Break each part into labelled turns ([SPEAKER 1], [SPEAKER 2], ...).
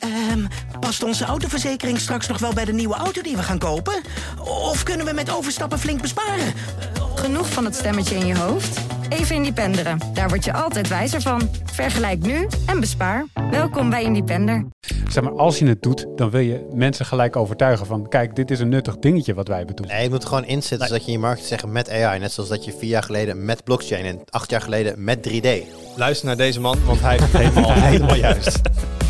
[SPEAKER 1] Past onze autoverzekering straks nog wel bij de nieuwe auto die we gaan kopen? Of kunnen we met overstappen flink besparen?
[SPEAKER 2] Genoeg van het stemmetje in je hoofd? Even Independeren. Daar word je altijd wijzer van. Vergelijk nu en bespaar. Welkom bij Independer.
[SPEAKER 3] Zeg maar, als je het doet, dan wil je mensen gelijk overtuigen van... kijk, dit is een nuttig dingetje wat wij hebben doen.
[SPEAKER 4] Nee, je moet gewoon inzetten zodat je in je markt zegt met AI. Net zoals dat je 4 jaar geleden met blockchain en 8 jaar geleden met 3D.
[SPEAKER 5] Luister naar deze man, want hij heeft het helemaal juist.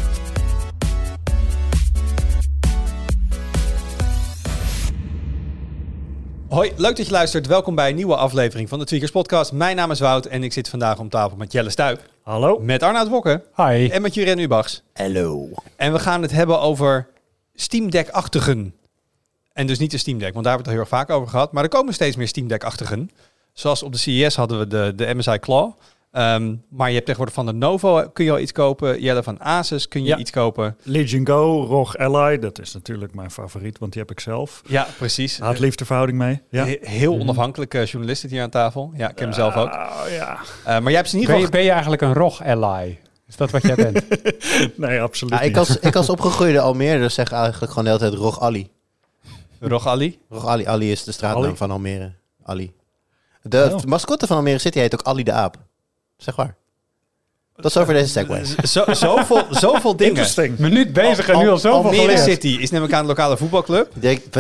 [SPEAKER 5] Hoi, leuk dat je luistert. Welkom bij een nieuwe aflevering van de Tweakers Podcast. Mijn naam is Wout en ik zit vandaag om tafel met Jelle Stuip.
[SPEAKER 3] Hallo.
[SPEAKER 5] Met Arnoud Wokke.
[SPEAKER 3] Hi.
[SPEAKER 5] En met Jurgen Ubachs.
[SPEAKER 4] Hallo.
[SPEAKER 5] En we gaan het hebben over Steam Deck-achtigen. En dus niet de Steam Deck, want daar hebben we het heel erg vaak over gehad. Maar er komen steeds meer Steam Deck-achtigen. Zoals op de CES hadden we de MSI Claw. Maar je hebt tegenwoordig van de Novo kun je al iets kopen. Jelle van Asus kun je iets kopen.
[SPEAKER 6] Legion Go, ROG Ally, dat is natuurlijk mijn favoriet, want die heb ik zelf.
[SPEAKER 5] Ja, precies.
[SPEAKER 6] Haat-liefde verhouding mee. Ja.
[SPEAKER 5] Heel onafhankelijke journalist zit hier aan tafel. Ja, ik heb hem zelf ook.
[SPEAKER 6] Ja.
[SPEAKER 5] Maar jij hebt ze in ieder geval...
[SPEAKER 3] Ben je eigenlijk een ROG ally? Is dat wat jij bent?
[SPEAKER 6] Nee, absoluut
[SPEAKER 4] Nou,
[SPEAKER 6] niet.
[SPEAKER 4] ik als opgegroeide Almere zeg eigenlijk gewoon de hele tijd ROG Ali.
[SPEAKER 5] ROG Ali?
[SPEAKER 4] ROG Ali. Ali is de straatnaam
[SPEAKER 6] Ali?
[SPEAKER 4] van Almere. Ali. De mascotte van Almere City heet ook Ali de Aap. Zeg waar. Dat is over deze segway.
[SPEAKER 5] Zoveel dingen.
[SPEAKER 6] Interesting.
[SPEAKER 3] Minuut bezig en nu al zoveel
[SPEAKER 5] Almere
[SPEAKER 3] geleerd.
[SPEAKER 5] City is namelijk aan de lokale voetbalclub.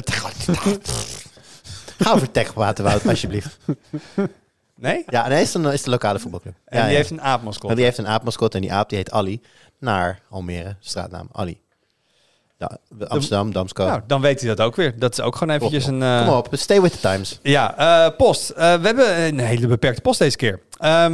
[SPEAKER 4] Ga over tech praten, Wout, alsjeblieft.
[SPEAKER 5] Nee?
[SPEAKER 4] Ja, nee, is de lokale voetbalclub.
[SPEAKER 5] En
[SPEAKER 4] Ja,
[SPEAKER 5] die
[SPEAKER 4] ja.
[SPEAKER 5] heeft een aapmascot.
[SPEAKER 4] En die heeft een aapmascot en die aap die heet Ali. Naar Almere, straatnaam Ali. Ja, Amsterdam, Damsko.
[SPEAKER 5] Nou, dan weet hij dat ook weer. Dat is ook gewoon eventjes een...
[SPEAKER 4] Kom op, stay with the times.
[SPEAKER 5] Ja, post. We hebben een hele beperkte post deze keer.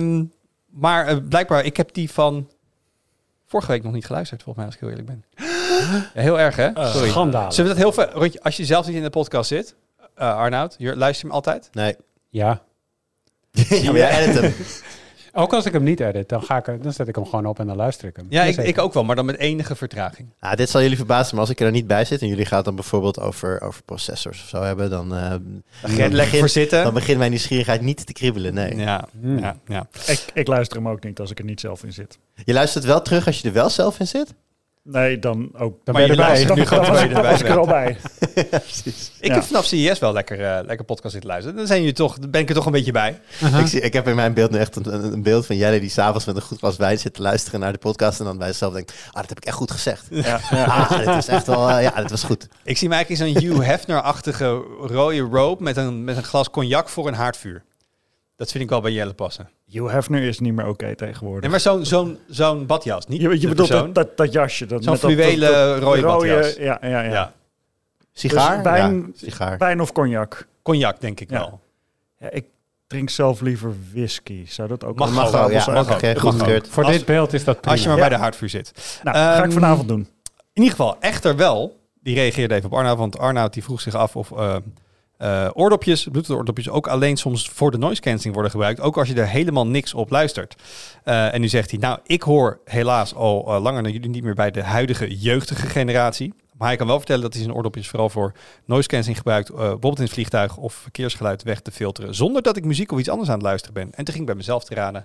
[SPEAKER 5] Maar blijkbaar, ik heb die van vorige week nog niet geluisterd, volgens mij, als ik heel eerlijk ben. Ja, heel erg, hè? Sorry.
[SPEAKER 3] Schandaal.
[SPEAKER 5] Zullen we dat heel veel... Rondje, als je zelf niet in de podcast zit, Arnoud, luister je hem altijd?
[SPEAKER 4] Nee.
[SPEAKER 3] Ja.
[SPEAKER 4] Ja, maar jij edit hem.
[SPEAKER 3] Ook als ik hem niet edit, dan zet ik hem gewoon op en dan luister ik hem.
[SPEAKER 5] Ja,
[SPEAKER 3] Jazeker.
[SPEAKER 5] ik ook wel, maar dan met enige vertraging.
[SPEAKER 4] Nou, dit zal jullie verbazen, maar als ik er niet bij zit en jullie gaan het dan bijvoorbeeld over processors of zo hebben, dan
[SPEAKER 5] Lekker voor zitten.
[SPEAKER 4] Dan begint mijn nieuwsgierigheid niet te kriebelen, nee.
[SPEAKER 5] Ja.
[SPEAKER 6] Ik luister hem ook niet als ik er niet zelf in zit.
[SPEAKER 4] Je luistert wel terug als je er wel zelf in zit?
[SPEAKER 6] Nee, dan ook.
[SPEAKER 3] Dan
[SPEAKER 5] Maar
[SPEAKER 3] ben je
[SPEAKER 5] je
[SPEAKER 3] erbij.
[SPEAKER 5] luistert nu gewoon
[SPEAKER 6] Dan
[SPEAKER 5] terwijl je erbij
[SPEAKER 6] was ik er al
[SPEAKER 5] bent.
[SPEAKER 6] bij.
[SPEAKER 5] Ik heb vanaf CES wel lekker podcast zitten luisteren. Dan ben ik er toch een beetje bij.
[SPEAKER 4] Ik heb in mijn beeld nu echt een beeld van Jelle die s'avonds met een goed glas wijn zit te luisteren naar de podcast en dan bij zichzelf denkt, dat heb ik echt goed gezegd. Dit was echt wel, dit was goed.
[SPEAKER 5] Ik zie mij eigenlijk in zo'n Hugh Hefner-achtige rode robe met een glas cognac voor een haardvuur. Dat vind ik wel bij Jelle passen.
[SPEAKER 6] Hugh Hefner is niet meer oké tegenwoordig.
[SPEAKER 5] Nee, maar zo'n badjas, niet
[SPEAKER 6] Je
[SPEAKER 5] de
[SPEAKER 6] bedoelt
[SPEAKER 5] persoon.
[SPEAKER 6] dat jasje.
[SPEAKER 5] Zo'n
[SPEAKER 6] met
[SPEAKER 5] fluwelen rode badjas.
[SPEAKER 6] Ja.
[SPEAKER 5] Ja.
[SPEAKER 4] Sigaar?
[SPEAKER 6] Dus
[SPEAKER 4] Ja, sigaar.
[SPEAKER 6] wijn of cognac.
[SPEAKER 5] Cognac, denk ik
[SPEAKER 6] Ja.
[SPEAKER 5] wel.
[SPEAKER 6] Ja, ik drink zelf liever whisky. Zou dat ook
[SPEAKER 5] Mag
[SPEAKER 6] wel
[SPEAKER 5] ook,
[SPEAKER 4] Mag ook, ja.
[SPEAKER 6] zijn?
[SPEAKER 4] Mag ook,
[SPEAKER 5] Mag
[SPEAKER 4] goed
[SPEAKER 5] ook.
[SPEAKER 4] gekeurd.
[SPEAKER 3] Voor dit beeld is dat prima.
[SPEAKER 5] Als je maar
[SPEAKER 6] Ja.
[SPEAKER 5] bij de haardvuur zit.
[SPEAKER 6] Nou, ga ik vanavond doen.
[SPEAKER 5] In ieder geval, echter wel. Die reageerde even op Arnoud, want Arnoud die vroeg zich af of Bluetooth-oordopjes ook alleen soms voor de noise cancelling worden gebruikt. Ook als je er helemaal niks op luistert. En nu zegt hij, nou, ik hoor helaas al langer dan jullie niet meer bij de huidige jeugdige generatie. Maar hij kan wel vertellen dat hij zijn oordopjes vooral voor noise cancelling gebruikt. Bijvoorbeeld in het vliegtuig of verkeersgeluid weg te filteren. Zonder dat ik muziek of iets anders aan het luisteren ben. En toen ging ik bij mezelf te raden.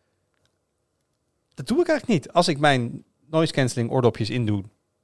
[SPEAKER 5] Dat doe ik eigenlijk niet. Als ik mijn noise cancelling oordopjes indoe,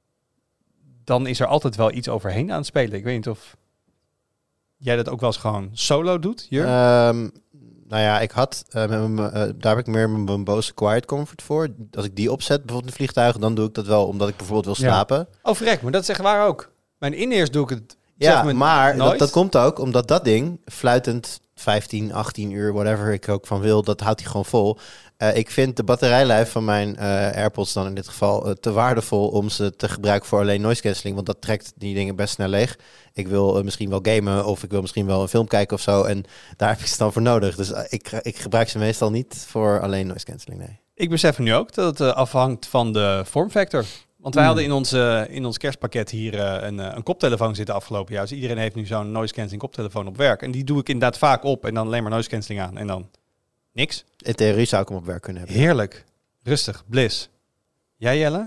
[SPEAKER 5] dan is er altijd wel iets overheen aan het spelen. Ik weet niet of jij dat ook wel eens gewoon solo doet, Jur?
[SPEAKER 4] Nou ja, ik had, daar heb ik meer mijn Bose Quiet Comfort voor. Als ik die opzet, bijvoorbeeld in vliegtuigen, dan doe ik dat wel omdat ik bijvoorbeeld wil slapen.
[SPEAKER 5] Oh, verrek, maar dat is echt waar ook. Mijn in-ears doe ik het
[SPEAKER 4] Ja,
[SPEAKER 5] zelf met
[SPEAKER 4] maar
[SPEAKER 5] nooit.
[SPEAKER 4] dat komt ook omdat dat ding, fluitend 15, 18 uur, whatever ik ook van wil, dat houdt hij gewoon vol. Ik vind de batterijlijf van mijn AirPods dan in dit geval te waardevol om ze te gebruiken voor alleen noise cancelling, want dat trekt die dingen best snel leeg. Ik wil misschien wel gamen of ik wil misschien wel een film kijken of zo en daar heb ik ze dan voor nodig. Dus ik gebruik ze meestal niet voor alleen noise cancelling, nee.
[SPEAKER 5] Ik besef nu ook dat het afhangt van de vormfactor. Want wij hadden in ons kerstpakket hier een koptelefoon zitten afgelopen jaar. Dus iedereen heeft nu zo'n noise cancelling koptelefoon op werk. En die doe ik inderdaad vaak op en dan alleen maar noise cancelling aan. En dan niks.
[SPEAKER 4] In theorie zou ik hem op werk kunnen hebben.
[SPEAKER 5] Heerlijk. Rustig. Bliss. Jij, Jelle?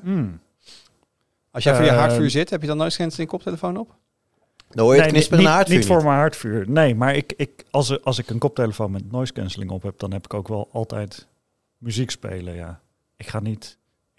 [SPEAKER 5] Als jij voor je haardvuur zit, heb je dan noise cancelling koptelefoon op?
[SPEAKER 4] Dan hoor je het knisperen in de haardvuur
[SPEAKER 6] niet voor mijn haardvuur. Nee, maar als ik een koptelefoon met noise cancelling op heb, dan heb ik ook wel altijd muziek spelen, ja. Ik ga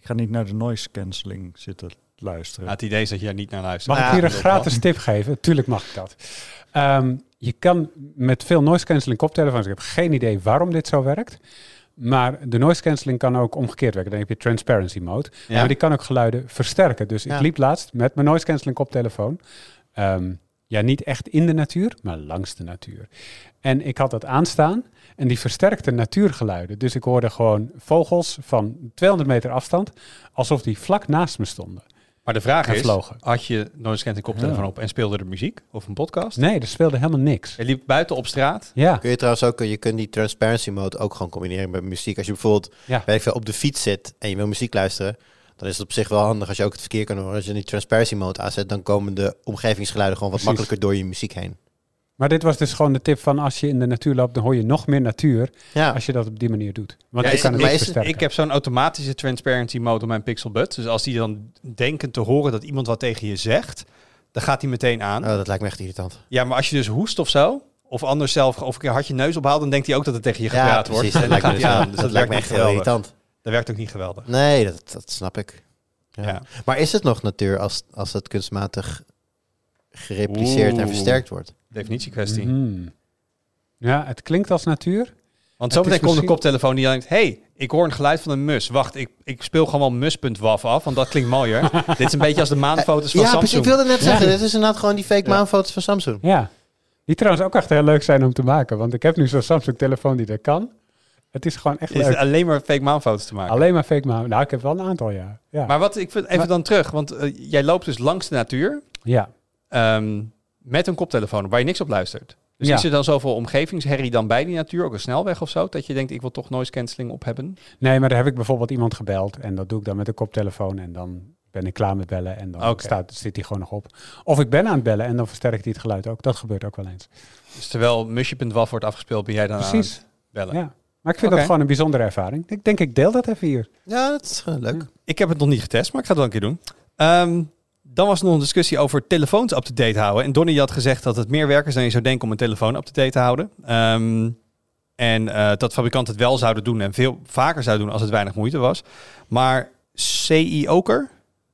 [SPEAKER 6] Ik ga niet naar de noise cancelling zitten luisteren.
[SPEAKER 5] Nou, het idee is dat je er niet naar luistert.
[SPEAKER 3] Mag ik hier een gratis tip geven? Tuurlijk mag ik dat. Je kan met veel noise cancelling koptelefoons, ik heb geen idee waarom dit zo werkt, maar de noise cancelling kan ook omgekeerd werken. Dan heb je transparency mode.
[SPEAKER 5] Ja.
[SPEAKER 3] Maar die kan ook geluiden versterken. Dus ik liep laatst met mijn noise cancelling koptelefoon. Niet echt in de natuur, maar langs de natuur. En ik had dat aanstaan en die versterkte natuurgeluiden. Dus ik hoorde gewoon vogels van 200 meter afstand, alsof die vlak naast me stonden.
[SPEAKER 5] Maar de vraag is,
[SPEAKER 3] vlogen.
[SPEAKER 5] had je noise cancelling koptelefoon op en speelde er muziek of een podcast?
[SPEAKER 3] Nee, er speelde helemaal niks.
[SPEAKER 5] Je liep buiten op straat.
[SPEAKER 3] Ja.
[SPEAKER 4] Kun je trouwens ook, je kunt die transparency mode ook gewoon combineren met muziek. Als je bijvoorbeeld weet ik veel, op de fiets zit en je wil muziek luisteren, dan is het op zich wel handig als je ook het verkeer kan horen. Als je die transparency mode aanzet, dan komen de omgevingsgeluiden gewoon wat makkelijker door je muziek heen.
[SPEAKER 3] Maar dit was dus gewoon de tip van als je in de natuur loopt, dan hoor je nog meer natuur als je dat op die manier doet. Want je kan het versterken.
[SPEAKER 5] Ik heb zo'n automatische transparency mode op mijn Pixel Buds. Dus als die dan denken te horen dat iemand wat tegen je zegt, dan gaat hij meteen aan.
[SPEAKER 4] Oh, dat lijkt me echt irritant.
[SPEAKER 5] Ja, maar als je dus hoest of zo, of anders zelf of een keer hard je neus ophaalt, dan denkt hij ook dat het tegen je gepraat wordt.
[SPEAKER 4] Dat lijkt me,
[SPEAKER 5] gaat hij aan. Dus
[SPEAKER 4] dat lijkt me echt heel irritant.
[SPEAKER 5] Dat werkt ook niet geweldig.
[SPEAKER 4] Nee, dat snap ik. Ja.
[SPEAKER 5] Ja.
[SPEAKER 4] Maar is het nog natuur als het kunstmatig gerepliceerd en versterkt wordt?
[SPEAKER 5] Definitiekwestie.
[SPEAKER 3] Ja, het klinkt als natuur.
[SPEAKER 5] Want zometeen komt een koptelefoon die denkt, hey, ik hoor een geluid van een mus. Wacht, ik speel gewoon wel mus.waf af, want dat klinkt mooier. Dit is een beetje als de maanfoto's van Samsung.
[SPEAKER 4] Ja, ik wilde net zeggen, dit is inderdaad gewoon die fake maanfoto's van Samsung.
[SPEAKER 3] Ja, die trouwens ook echt heel leuk zijn om te maken. Want ik heb nu zo'n Samsung telefoon die dat kan. Het is gewoon echt leuk.
[SPEAKER 5] Is het alleen maar fake maanfoto's te maken?
[SPEAKER 3] Alleen maar fake maan. Nou, ik heb wel een aantal, ja.
[SPEAKER 5] Maar wat ik vind, even dan terug, want jij loopt dus langs de natuur.
[SPEAKER 3] Ja.
[SPEAKER 5] Met een koptelefoon waar je niks op luistert. Dus is er dan zoveel omgevingsherrie dan bij die natuur, ook een snelweg of zo, dat je denkt, ik wil toch noise cancelling op hebben?
[SPEAKER 3] Nee, maar daar heb ik bijvoorbeeld iemand gebeld en dat doe ik dan met een koptelefoon en dan ben ik klaar met bellen en dan zit hij gewoon nog op. Of ik ben aan het bellen en dan versterkt hij het geluid ook. Dat gebeurt ook wel eens.
[SPEAKER 5] Dus terwijl musje.waf wordt afgespeeld, ben jij dan aan het bellen?
[SPEAKER 3] Ja. Maar ik vind dat gewoon een bijzondere ervaring. Ik denk, ik deel dat even hier.
[SPEAKER 4] Ja, dat is leuk.
[SPEAKER 5] Ik heb het nog niet getest, maar ik ga het wel een keer doen. Dan was er nog een discussie over telefoons up-to-date houden. En Donnie had gezegd dat het meer werk is dan je zou denken om een telefoon up-to-date te houden. En dat fabrikanten het wel zouden doen en veel vaker zouden doen als het weinig moeite was. Maar CL Oker,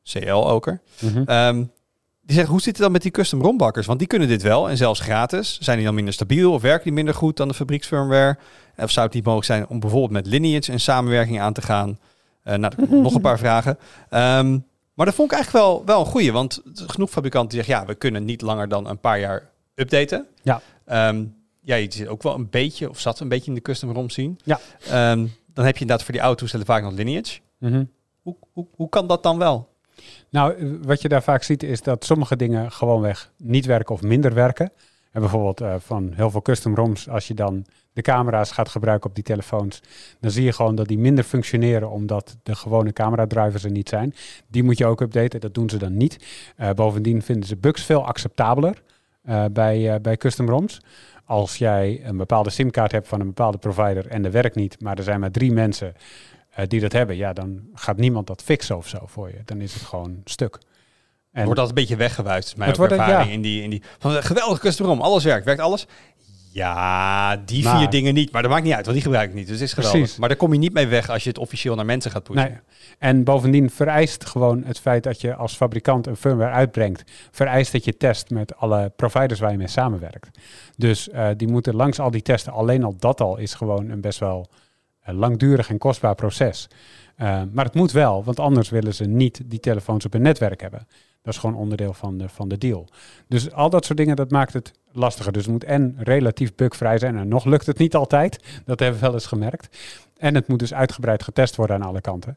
[SPEAKER 5] die zegt, hoe zit het dan met die custom rombakkers? Want die kunnen dit wel en zelfs gratis. Zijn die dan minder stabiel of werken die minder goed dan de fabrieksfirmware? Of zou het niet mogelijk zijn om bijvoorbeeld met Lineage een samenwerking aan te gaan? Nog een paar vragen. Maar dat vond ik eigenlijk wel een goeie. Want genoeg fabrikanten zeggen, ja, we kunnen niet langer dan een paar jaar updaten.
[SPEAKER 3] Ja.
[SPEAKER 5] Je zit ook wel een beetje, of zat een beetje in de custom ROM zien.
[SPEAKER 3] Ja.
[SPEAKER 5] Dan heb je inderdaad voor die oude toestellen vaak nog Lineage.
[SPEAKER 3] Mm-hmm.
[SPEAKER 5] Hoe kan dat dan wel?
[SPEAKER 3] Nou, wat je daar vaak ziet is dat sommige dingen gewoonweg niet werken of minder werken. En bijvoorbeeld van heel veel custom ROMs, als je dan de camera's gaat gebruiken op die telefoons, dan zie je gewoon dat die minder functioneren omdat de gewone cameradrivers er niet zijn. Die moet je ook updaten, dat doen ze dan niet. Bovendien vinden ze bugs veel acceptabeler bij custom ROMs. Als jij een bepaalde simkaart hebt van een bepaalde provider en dat werkt niet, maar er zijn maar 3 mensen die dat hebben, ja, dan gaat niemand dat fixen of zo voor je. Dan is het gewoon stuk. En
[SPEAKER 5] wordt dat een beetje weggewuist, is mijn ervaring in die van geweldig custom ROM, alles werkt alles. Ja, die 4 dingen niet. Maar dat maakt niet uit, want die gebruik ik niet. Dus het is geweldig. Precies. Maar daar kom je niet mee weg als je het officieel naar mensen gaat pushen.
[SPEAKER 3] Nee. En bovendien vereist gewoon het feit dat je als fabrikant een firmware uitbrengt, vereist dat je test met alle providers waar je mee samenwerkt. Dus die moeten langs al die testen, alleen al dat al is gewoon een best wel langdurig en kostbaar proces. Maar het moet wel, want anders willen ze niet die telefoons op hun netwerk hebben. Dat is gewoon onderdeel van de deal. Dus al dat soort dingen, dat maakt het lastiger. Dus het moet en relatief bugvrij zijn. En nog lukt het niet altijd. Dat hebben we wel eens gemerkt. En het moet dus uitgebreid getest worden aan alle kanten.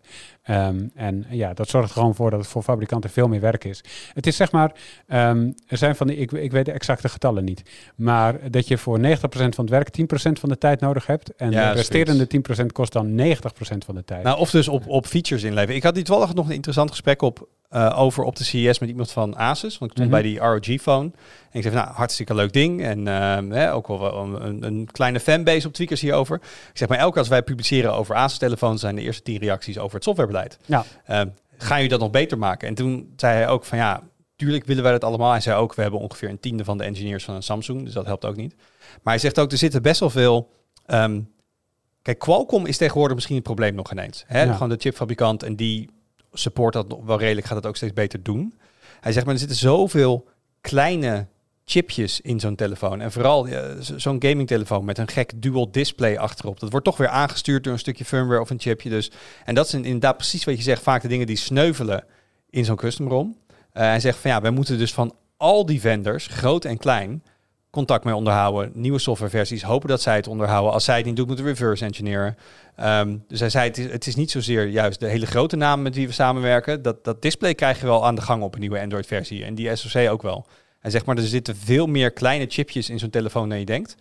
[SPEAKER 3] En ja, dat zorgt er gewoon voor dat het voor fabrikanten veel meer werk is. Het is zeg maar, er zijn van die, ik weet de exacte getallen niet. Maar dat je voor 90% van het werk 10% van de tijd nodig hebt. En de resterende 10% kost dan 90% van de tijd.
[SPEAKER 5] Nou, of dus op features inleveren. Ik had hier toevallig nog een interessant gesprek over op de CES met iemand van Asus. Want ik stond bij die ROG-phone. En ik zei van, nou, hartstikke leuk ding. En ook wel een kleine fanbase op tweakers hierover. Ik zeg, maar elke keer als wij publiceren over Asus-telefoons, zijn de eerste 10 reacties over het softwarebeleid. Ja. Gaan jullie dat nog beter maken? En toen zei hij ook van, ja, tuurlijk willen wij dat allemaal. Hij zei ook, we hebben ongeveer een tiende van de engineers van een Samsung. Dus dat helpt ook niet. Maar hij zegt ook, er zitten best wel veel... kijk, Qualcomm is tegenwoordig misschien het probleem nog ineens. Hè? Ja. Gewoon de chipfabrikant en die support dat wel redelijk, gaat het ook steeds beter doen. Hij zegt, maar er zitten zoveel kleine chipjes in zo'n telefoon. En vooral zo'n gamingtelefoon met een gek dual display achterop. Dat wordt toch weer aangestuurd door een stukje firmware of een chipje. Dus. En dat is inderdaad precies wat je zegt. Vaak de dingen die sneuvelen in zo'n custom ROM. Hij zegt van wij moeten dus van al die vendors, groot en klein, contact mee onderhouden. Nieuwe softwareversies. Hopen dat zij het onderhouden. Als zij het niet doen, moeten we reverse engineeren. Dus hij zei, het is niet zozeer juist de hele grote namen met wie we samenwerken. Dat display krijg je wel aan de gang op een nieuwe Android-versie. En die SoC ook wel. Hij zegt, maar er zitten veel meer kleine chipjes in zo'n telefoon dan je denkt.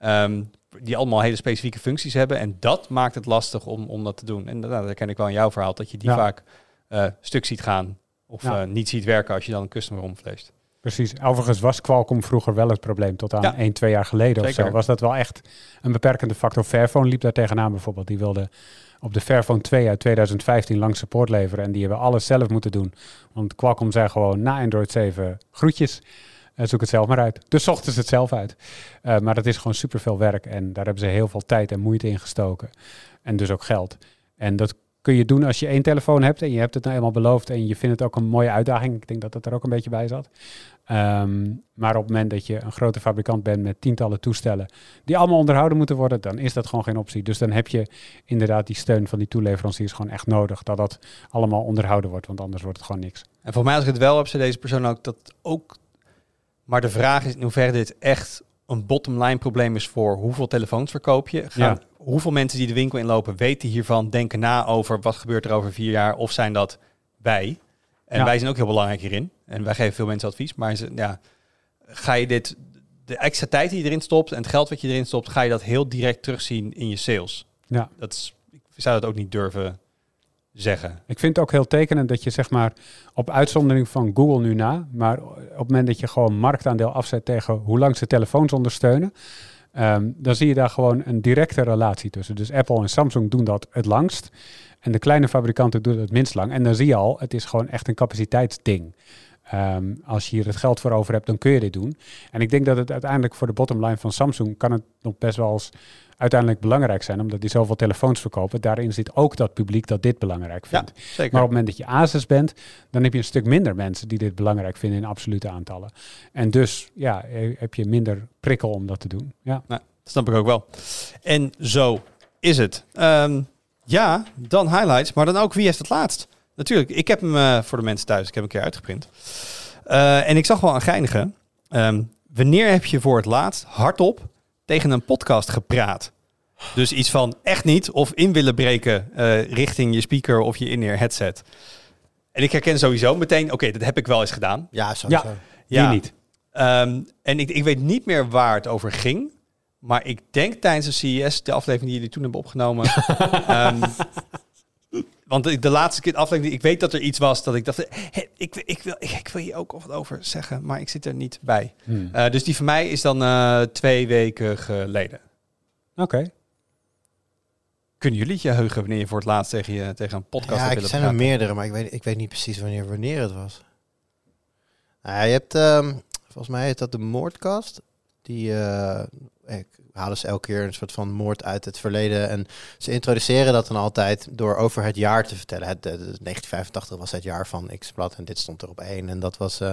[SPEAKER 5] Die allemaal hele specifieke functies hebben. En dat maakt het lastig om dat te doen. En dat herken ik wel in jouw verhaal. Dat je die vaak stuk ziet gaan. Of niet ziet werken als je dan een custom ROM vleest.
[SPEAKER 3] Precies. Overigens was Qualcomm vroeger wel het probleem. Tot aan 1-2 jaar geleden of zo. Was dat wel echt een beperkende factor. Fairphone liep daar tegenaan bijvoorbeeld. Die wilde op de Fairphone 2 uit 2015 lang support leveren. En die hebben alles zelf moeten doen. Want Qualcomm zei gewoon na Android 7 groetjes. Zoek het zelf maar uit. Dus zochten ze het zelf uit. Maar dat is gewoon superveel werk. En daar hebben ze heel veel tijd en moeite in gestoken. En dus ook geld. En dat kun je doen als je 1 telefoon hebt. En je hebt het nou eenmaal beloofd. En je vindt het ook een mooie uitdaging. Ik denk dat dat er ook een beetje bij zat. Maar op het moment dat je een grote fabrikant bent met tientallen toestellen die allemaal onderhouden moeten worden, dan is dat gewoon geen optie. Dus dan heb je inderdaad die steun van die toeleveranciers gewoon echt nodig. Dat dat allemaal onderhouden wordt. Want anders wordt het gewoon niks.
[SPEAKER 5] En voor mij als ik het wel heb, zei deze persoon ook dat ook. Maar de vraag is in hoeverre dit echt een bottom-line probleem is voor hoeveel telefoons verkoop je. Hoeveel mensen die de winkel inlopen weten hiervan, denken na over wat gebeurt er over 4 jaar. Of zijn dat wij? En wij zijn ook heel belangrijk hierin. En wij geven veel mensen advies. Maar ga je de extra tijd die je erin stopt en het geld wat je erin stopt, ga je dat heel direct terugzien in je sales. Ja. Ik zou dat ook niet durven zeggen.
[SPEAKER 3] Ik vind het ook heel tekenend dat je zeg maar op uitzondering van Google nu na, maar op het moment dat je gewoon marktaandeel afzet tegen hoe lang ze telefoons ondersteunen, dan zie je daar gewoon een directe relatie tussen. Dus Apple en Samsung doen dat het langst en de kleine fabrikanten doen het minst lang. En dan zie je al, het is gewoon echt een capaciteitsding. Als je hier het geld voor over hebt, dan kun je dit doen. En ik denk dat het uiteindelijk voor de bottomline van Samsung kan het nog best wel eens uiteindelijk belangrijk zijn, omdat die zoveel telefoons verkopen. Daarin zit ook dat publiek dat dit belangrijk vindt. Ja, zeker. Maar op het moment dat je Asus bent, dan heb je een stuk minder mensen die dit belangrijk vinden in absolute aantallen. En dus heb je minder prikkel om dat te doen. Ja,
[SPEAKER 5] dat snap ik ook wel. En zo is het. Dan highlights, maar dan ook wie heeft het laatst? Natuurlijk, ik heb hem voor de mensen thuis, ik heb hem een keer uitgeprint. En ik zag wel een geinige. Wanneer heb je voor het laatst hardop tegen een podcast gepraat? Dus iets van echt niet of in willen breken richting je speaker of je in-ear headset. En ik herken sowieso meteen, oké, dat heb ik wel eens gedaan.
[SPEAKER 4] Ja, sowieso.
[SPEAKER 3] Ja, wie niet.
[SPEAKER 5] En ik weet niet meer waar het over ging. Maar ik denk tijdens de CES, de aflevering die jullie toen hebben opgenomen. Want de laatste keer aflevering, ik weet dat er iets was dat ik dacht, ik wil hier ook wat over zeggen, maar ik zit er niet bij. Dus die van mij is dan 2 weken geleden.
[SPEAKER 3] Oké.
[SPEAKER 5] Kunnen jullie het je heugen wanneer je voor het laatst tegen een podcast hebt willen praten?
[SPEAKER 4] Ja, er zijn er meerdere, maar ik weet niet precies wanneer het was. Nou, je hebt, volgens mij heet dat de Moordcast. Die halen ze elke keer een soort van moord uit het verleden. En ze introduceren dat dan altijd door over het jaar te vertellen. 1985 was het jaar van X-Plat en dit stond er op 1. En dat was...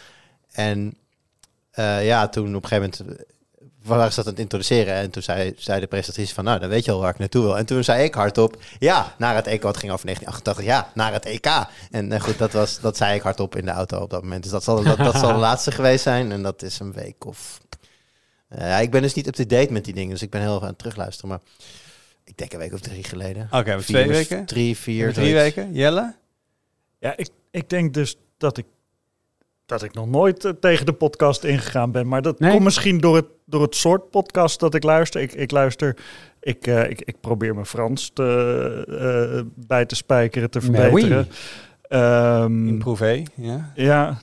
[SPEAKER 4] toen op een gegeven moment waren ze dat aan het introduceren. En toen zei de presentatrice van, nou, dan weet je al waar ik naartoe wil. En toen zei ik hardop, naar het EK. Het ging over 1988, naar het EK. En goed, dat zei ik hardop in de auto op dat moment. Dus dat zal de laatste geweest zijn. En dat is een week of... ik ben dus niet up-to-date met die dingen, dus ik ben heel erg aan het terugluisteren. Maar ik denk een week of 3 geleden.
[SPEAKER 5] Oké, 2 weken?
[SPEAKER 4] 3, 4.
[SPEAKER 5] 3 weken. Jelle?
[SPEAKER 6] Ja, ik denk dus dat ik nog nooit tegen de podcast ingegaan ben. Maar dat komt misschien door het soort podcast dat ik luister. Ik probeer mijn Frans bij te spijkeren, te verbeteren.
[SPEAKER 5] Improver, ja.
[SPEAKER 6] Ja,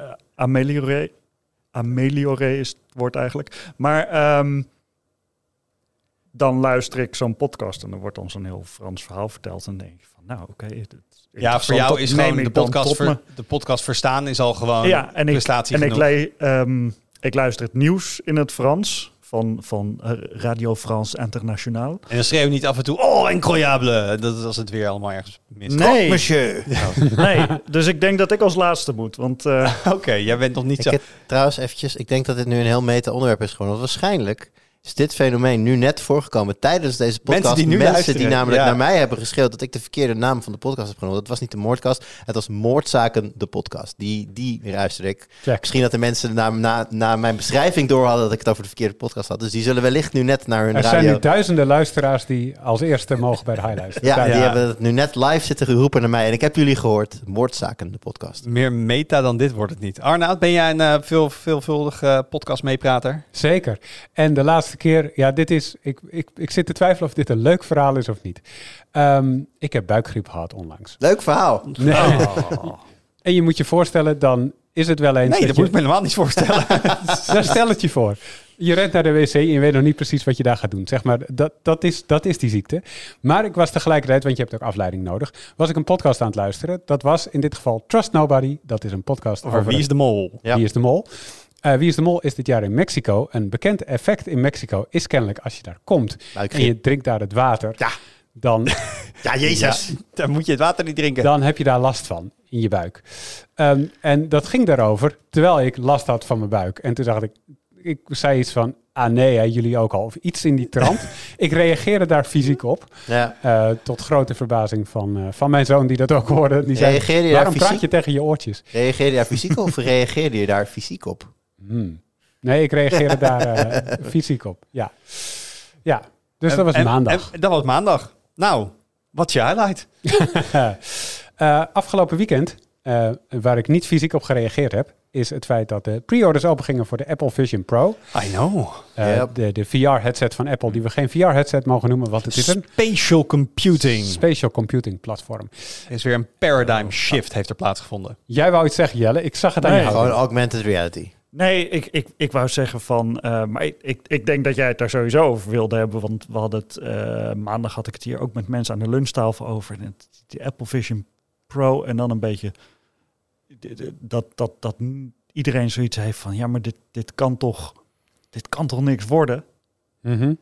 [SPEAKER 6] amelioré is het woord eigenlijk. Maar dan luister ik zo'n podcast en er wordt ons een heel Frans verhaal verteld. En denk ik van, nou oké.
[SPEAKER 5] Ja, voor jou is gewoon de podcast verstaan is al gewoon prestatie genoeg.
[SPEAKER 6] Ik luister het nieuws in het Frans van Radio France Internationale.
[SPEAKER 5] En dan schreeuw je niet af en toe, oh, incroyable. Dat is als het weer allemaal ergens mis.
[SPEAKER 6] Nee.
[SPEAKER 4] Monsieur.
[SPEAKER 6] Nee, dus ik denk dat ik als laatste moet. Want
[SPEAKER 5] Oké, jij bent nog niet zo...
[SPEAKER 4] Trouwens, eventjes, ik denk dat dit nu een heel meta-onderwerp is geworden. Want waarschijnlijk is dit fenomeen nu net voorgekomen tijdens deze podcast.
[SPEAKER 5] Mensen die
[SPEAKER 4] namelijk naar mij hebben geschreeuwd dat ik de verkeerde naam van de podcast heb genomen. Dat was niet de Moordkast, het was Moordzaken, de podcast. Die luisterde ik.
[SPEAKER 3] Check.
[SPEAKER 4] Misschien dat de mensen na mijn beschrijving door hadden dat ik het over de verkeerde podcast had. Dus die zullen wellicht nu net naar hun
[SPEAKER 3] Er
[SPEAKER 4] radio...
[SPEAKER 3] zijn nu duizenden luisteraars die als eerste mogen bij de highlights.
[SPEAKER 4] Ja, die hebben het nu net live zitten geroepen naar mij. En ik heb jullie gehoord. Moordzaken, de podcast.
[SPEAKER 5] Meer meta dan dit wordt het niet. Arnoud, ben jij een veelvuldig podcast meeprater?
[SPEAKER 3] Zeker. En de laatste keer, ja, dit is... Ik zit te twijfelen of dit een leuk verhaal is of niet. Ik heb buikgriep gehad onlangs.
[SPEAKER 4] Leuk verhaal.
[SPEAKER 3] Nee. En je moet je voorstellen, dan is het wel eens...
[SPEAKER 5] Nee, dat moet ik me helemaal niet voorstellen.
[SPEAKER 3] Nou, stel het je voor. Je rent naar de wc en je weet nog niet precies wat je daar gaat doen. Zeg maar, dat is die ziekte. Maar ik was tegelijkertijd, want je hebt ook afleiding nodig, was ik een podcast aan het luisteren. Dat was in dit geval Trust Nobody. Dat is een podcast over...
[SPEAKER 5] Wie is de mol?
[SPEAKER 4] Ja.
[SPEAKER 3] Wie is de mol? Wie is de mol is dit jaar in Mexico. Een bekend effect in Mexico is kennelijk als je daar komt en je drinkt daar het water, dan...
[SPEAKER 4] Ja, jezus.
[SPEAKER 5] Ja, dan moet je het water niet drinken.
[SPEAKER 3] Dan heb je daar last van in je buik. En dat ging daarover terwijl ik last had van mijn buik. En toen dacht ik zei iets van, nee, hè, jullie ook al. Of iets in die trant. Ik reageerde daar fysiek op.
[SPEAKER 4] Ja.
[SPEAKER 3] Tot grote verbazing van mijn zoon die dat ook hoorde. Die zei,
[SPEAKER 4] Reageerde je
[SPEAKER 3] waarom
[SPEAKER 4] daar
[SPEAKER 3] praat
[SPEAKER 4] fysiek?
[SPEAKER 3] je tegen je oortjes?
[SPEAKER 4] Reageerde je daar fysiek op of reageerde je daar fysiek op?
[SPEAKER 3] Nee, ik reageerde daar fysiek op. Ja. Dus dat was maandag.
[SPEAKER 5] Dat was maandag. Nou, wat is je highlight?
[SPEAKER 3] Afgelopen weekend, waar ik niet fysiek op gereageerd heb, is het feit dat de pre-orders opengingen voor de Apple Vision Pro.
[SPEAKER 5] I know.
[SPEAKER 3] De VR-headset van Apple, die we geen VR-headset mogen noemen, want het is een
[SPEAKER 5] Spatial computing.
[SPEAKER 3] spatial computing platform.
[SPEAKER 5] Er is weer een paradigm shift heeft er plaatsgevonden.
[SPEAKER 3] Jij wou iets zeggen, Jelle? Ik zag het aan je houding.
[SPEAKER 4] Gewoon augmented reality.
[SPEAKER 6] nee, ik wou zeggen van... maar ik denk dat jij het daar sowieso over wilde hebben. Want we hadden het... maandag had ik het hier ook met mensen aan de lunchtafel over. En die Apple Vision Pro en dan een beetje... Dat iedereen zoiets heeft van... Ja, maar dit kan toch niks worden?
[SPEAKER 3] Mhm.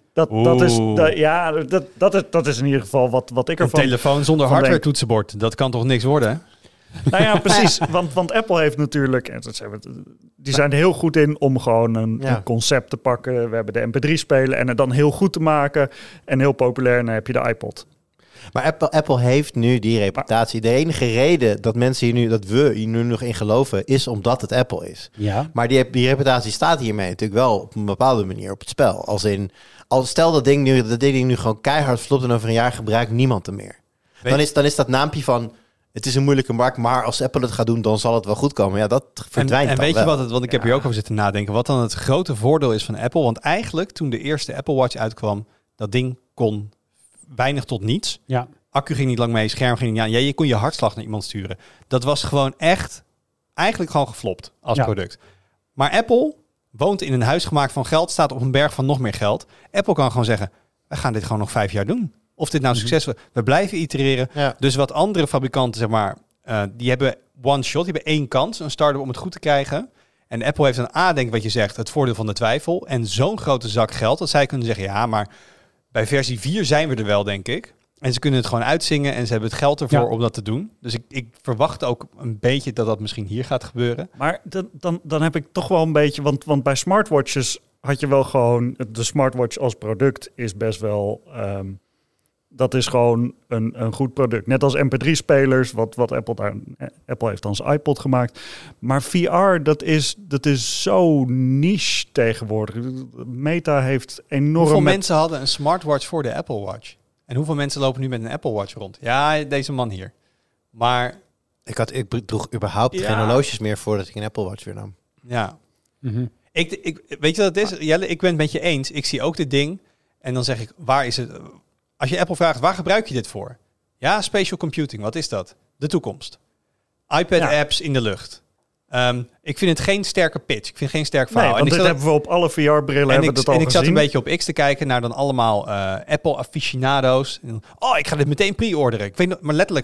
[SPEAKER 6] Dat is in ieder geval wat ik
[SPEAKER 5] Een
[SPEAKER 6] ervan...
[SPEAKER 5] telefoon zonder
[SPEAKER 6] van
[SPEAKER 5] hardware
[SPEAKER 6] denk.
[SPEAKER 5] toetsenbord. Dat kan toch niks worden, hè?
[SPEAKER 6] Nou ja, precies. Want Apple heeft natuurlijk... Die zijn er heel goed in om gewoon een concept te pakken. We hebben de MP3-speler en het dan heel goed te maken. En heel populair. En dan heb je de iPod.
[SPEAKER 4] Maar Apple heeft nu die reputatie. De enige reden dat mensen we hier nu nog in geloven, is omdat het Apple is.
[SPEAKER 3] Ja.
[SPEAKER 4] Maar die reputatie staat hiermee natuurlijk wel op een bepaalde manier op het spel. Stel dat ding nu gewoon keihard flopt en over een jaar gebruikt niemand hem meer. Dan is dat naampje van, het is een moeilijke markt, maar als Apple het gaat doen, dan zal het wel goed komen. Ja, dat verdwijnt
[SPEAKER 5] en
[SPEAKER 4] dan
[SPEAKER 5] weet
[SPEAKER 4] wel.
[SPEAKER 5] je wat want ik heb hier ook over zitten nadenken, wat dan het grote voordeel is van Apple. Want eigenlijk, toen de eerste Apple Watch uitkwam, dat ding kon weinig tot niets.
[SPEAKER 3] Ja.
[SPEAKER 5] Accu ging niet lang mee, scherm ging niet aan. Ja, je kon je hartslag naar iemand sturen. Dat was gewoon echt, eigenlijk gewoon geflopt als product. Maar Apple woont in een huis gemaakt van geld, staat op een berg van nog meer geld. Apple kan gewoon zeggen, we gaan dit gewoon nog 5 jaar doen. Of dit nou succes wordt. We blijven itereren. Ja. Dus wat andere fabrikanten, zeg maar, die hebben one shot, die hebben 1 kans, een start-up om het goed te krijgen. En Apple heeft dan denk ik wat je zegt, het voordeel van de twijfel. En zo'n grote zak geld, dat zij kunnen zeggen, ja, maar bij versie 4 zijn we er wel, denk ik. En ze kunnen het gewoon uitzingen en ze hebben het geld ervoor om dat te doen. Dus ik verwacht ook een beetje dat dat misschien hier gaat gebeuren.
[SPEAKER 6] Maar dan heb ik toch wel een beetje... Want bij smartwatches had je wel gewoon... De smartwatch als product is best wel... dat is gewoon een goed product. Net als MP3-spelers, wat Apple heeft dan zijn iPod gemaakt. Maar VR, dat is zo niche tegenwoordig. Meta heeft enorm...
[SPEAKER 5] Hoeveel mensen hadden een smartwatch voor de Apple Watch? En hoeveel mensen lopen nu met een Apple Watch rond? Ja, deze man hier. Maar...
[SPEAKER 4] Ik droeg überhaupt geen horloges meer voordat ik een Apple Watch weer nam.
[SPEAKER 5] Ja. Mm-hmm. Weet je wat het is? Jelle, ik ben het met je eens. Ik zie ook dit ding en dan zeg ik, waar is het... Als je Apple vraagt, waar gebruik je dit voor? Ja, spatial computing, wat is dat? De toekomst. iPad-apps in de lucht. Ik vind het geen sterke pitch. Ik vind geen sterk verhaal.
[SPEAKER 6] Nee, want dit hebben we op alle VR-brillen
[SPEAKER 5] en ik zat een beetje op X te kijken naar dan allemaal Apple-aficionado's. Ik ga dit meteen pre-orderen. Ik weet nog, maar letterlijk,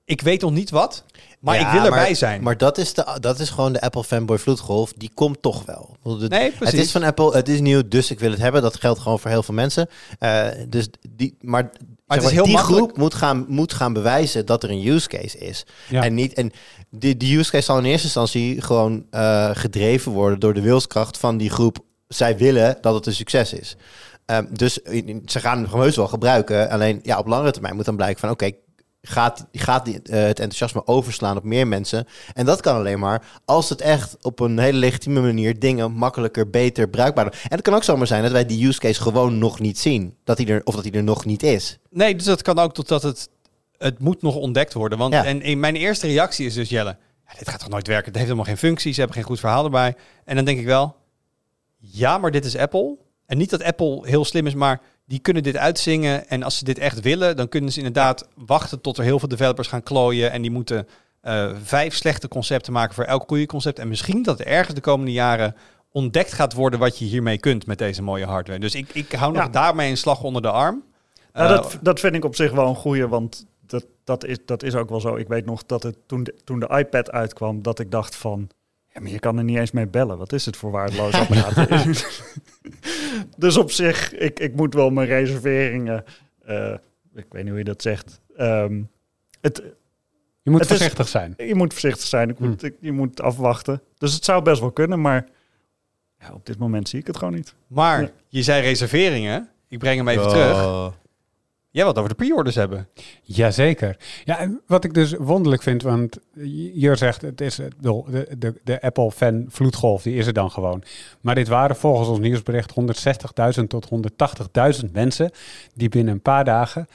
[SPEAKER 5] ik weet nog niet wat, maar ik wil erbij zijn.
[SPEAKER 4] Maar dat is gewoon de Apple fanboy vloedgolf. Die komt toch wel.
[SPEAKER 5] Nee, precies.
[SPEAKER 4] Het is van Apple, het is nieuw, dus ik wil het hebben. Dat geldt gewoon voor heel veel mensen. Maar
[SPEAKER 5] het is heel
[SPEAKER 4] die
[SPEAKER 5] makkelijk.
[SPEAKER 4] groep moet gaan bewijzen dat er een use case is.
[SPEAKER 3] Ja.
[SPEAKER 4] En die use case zal in eerste instantie gewoon gedreven worden door de wilskracht van die groep. Zij willen dat het een succes is. Dus ze gaan hem gewoon heus wel gebruiken. Alleen op langere termijn moet dan blijken van oké, gaat het enthousiasme overslaan op meer mensen. En dat kan alleen maar als het echt op een hele legitieme manier dingen makkelijker, beter, bruikbaarder. En het kan ook zomaar zijn dat wij die use case gewoon nog niet zien. Dat hij er nog niet is.
[SPEAKER 5] Nee, dus dat kan ook totdat het moet nog ontdekt worden. Want en mijn eerste reactie is dus, Jelle, dit gaat toch nooit werken? Het heeft helemaal geen functie, ze hebben geen goed verhaal erbij. En dan denk ik wel, ja, maar dit is Apple. En niet dat Apple heel slim is, maar die kunnen dit uitzingen. En als ze dit echt willen, dan kunnen ze inderdaad wachten tot er heel veel developers gaan klooien. En die moeten 5 slechte concepten maken voor elk goede concept. En misschien dat er ergens de komende jaren ontdekt gaat worden wat je hiermee kunt met deze mooie hardware. Dus ik hou nog daarmee een slag onder de arm.
[SPEAKER 6] Dat vind ik op zich wel een goeie, want dat is ook wel zo. Ik weet nog dat het toen de iPad uitkwam, dat ik dacht van, ja, maar je kan er niet eens mee bellen. Wat is het voor waardeloos apparaat? Dus op zich, ik moet wel mijn reserveringen, ik weet niet hoe je dat zegt.
[SPEAKER 3] Je moet voorzichtig zijn.
[SPEAKER 6] Je moet voorzichtig zijn. Je moet afwachten. Dus het zou best wel kunnen, maar op dit moment zie ik het gewoon niet.
[SPEAKER 5] Maar je zei reserveringen. Ik breng hem even terug. Jij wilt over de pre-orders hebben.
[SPEAKER 3] Jazeker. Ja, en wat ik dus wonderlijk vind, want je zegt, het is de Apple-fan vloedgolf, die is er dan gewoon. Maar dit waren volgens ons nieuwsbericht 160.000 tot 180.000 mensen die binnen een paar dagen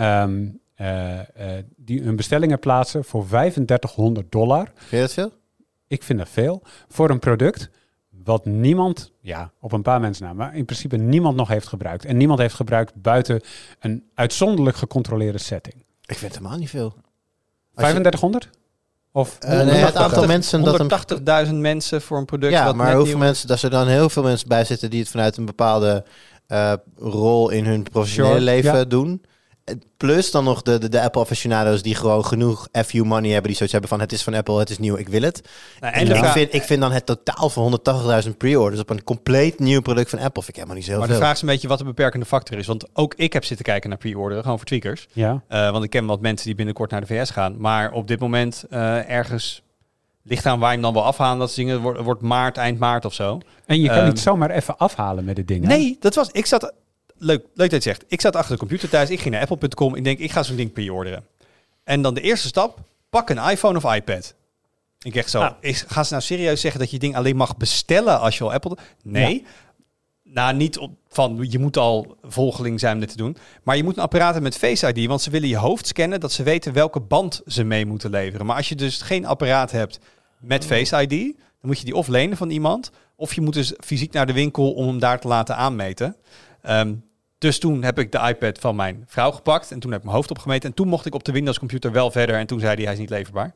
[SPEAKER 3] die hun bestellingen plaatsen voor $3500.
[SPEAKER 4] Vind je dat veel?
[SPEAKER 3] Ik vind dat veel. Voor een product wat niemand, op een paar mensen na, maar in principe niemand nog heeft gebruikt. En niemand heeft gebruikt buiten een uitzonderlijk gecontroleerde setting.
[SPEAKER 4] Ik vind het helemaal niet veel.
[SPEAKER 3] 3500? Of
[SPEAKER 4] het aantal mensen dat
[SPEAKER 5] 180.000 mensen voor een product.
[SPEAKER 4] Ja,
[SPEAKER 5] wat
[SPEAKER 4] maar
[SPEAKER 5] net
[SPEAKER 4] hoeveel
[SPEAKER 5] nieuw...
[SPEAKER 4] mensen, dat er dan heel veel mensen bij zitten die het vanuit een bepaalde rol in hun professionele leven doen. Plus dan nog de Apple aficionado's die gewoon genoeg FU money hebben, die zoiets hebben van het is van Apple, het is nieuw, ik wil het.
[SPEAKER 5] Nou,
[SPEAKER 4] ik vind dan het totaal van 180.000 pre-orders op een compleet nieuw product van Apple vind ik helemaal niet zo heel
[SPEAKER 5] Maar
[SPEAKER 4] veel.
[SPEAKER 5] de vraag is een beetje wat de beperkende factor is. Want ook ik heb zitten kijken naar pre-orderen, gewoon voor tweakers.
[SPEAKER 3] Ja.
[SPEAKER 5] Want ik ken wat mensen die binnenkort naar de VS gaan. Maar op dit moment ergens ligt aan waar je hem dan wel afhalen. Dat zingen wordt maart, eind maart of zo.
[SPEAKER 3] En je kan niet zomaar even afhalen met de dingen.
[SPEAKER 5] Nee, ik zat... Leuk dat je het zegt. Ik zat achter de computer thuis. Ik ging naar apple.com. Ik denk, ik ga zo'n ding pre-orderen. En dan de eerste stap. Pak een iPhone of iPad. Ik echt zo. Gaan ze nou serieus zeggen dat je ding alleen mag bestellen als je al Apple... Nee. Ja. Nou, niet van je moet al volgeling zijn om dit te doen. Maar je moet een apparaat hebben met Face ID. Want ze willen je hoofd scannen. Dat ze weten welke band ze mee moeten leveren. Maar als je dus geen apparaat hebt met Face ID... dan moet je die of lenen van iemand. Of je moet dus fysiek naar de winkel om hem daar te laten aanmeten. Dus toen heb ik de iPad van mijn vrouw gepakt. En toen heb ik mijn hoofd opgemeten. En toen mocht ik op de Windows computer wel verder. En toen zei hij is niet leverbaar.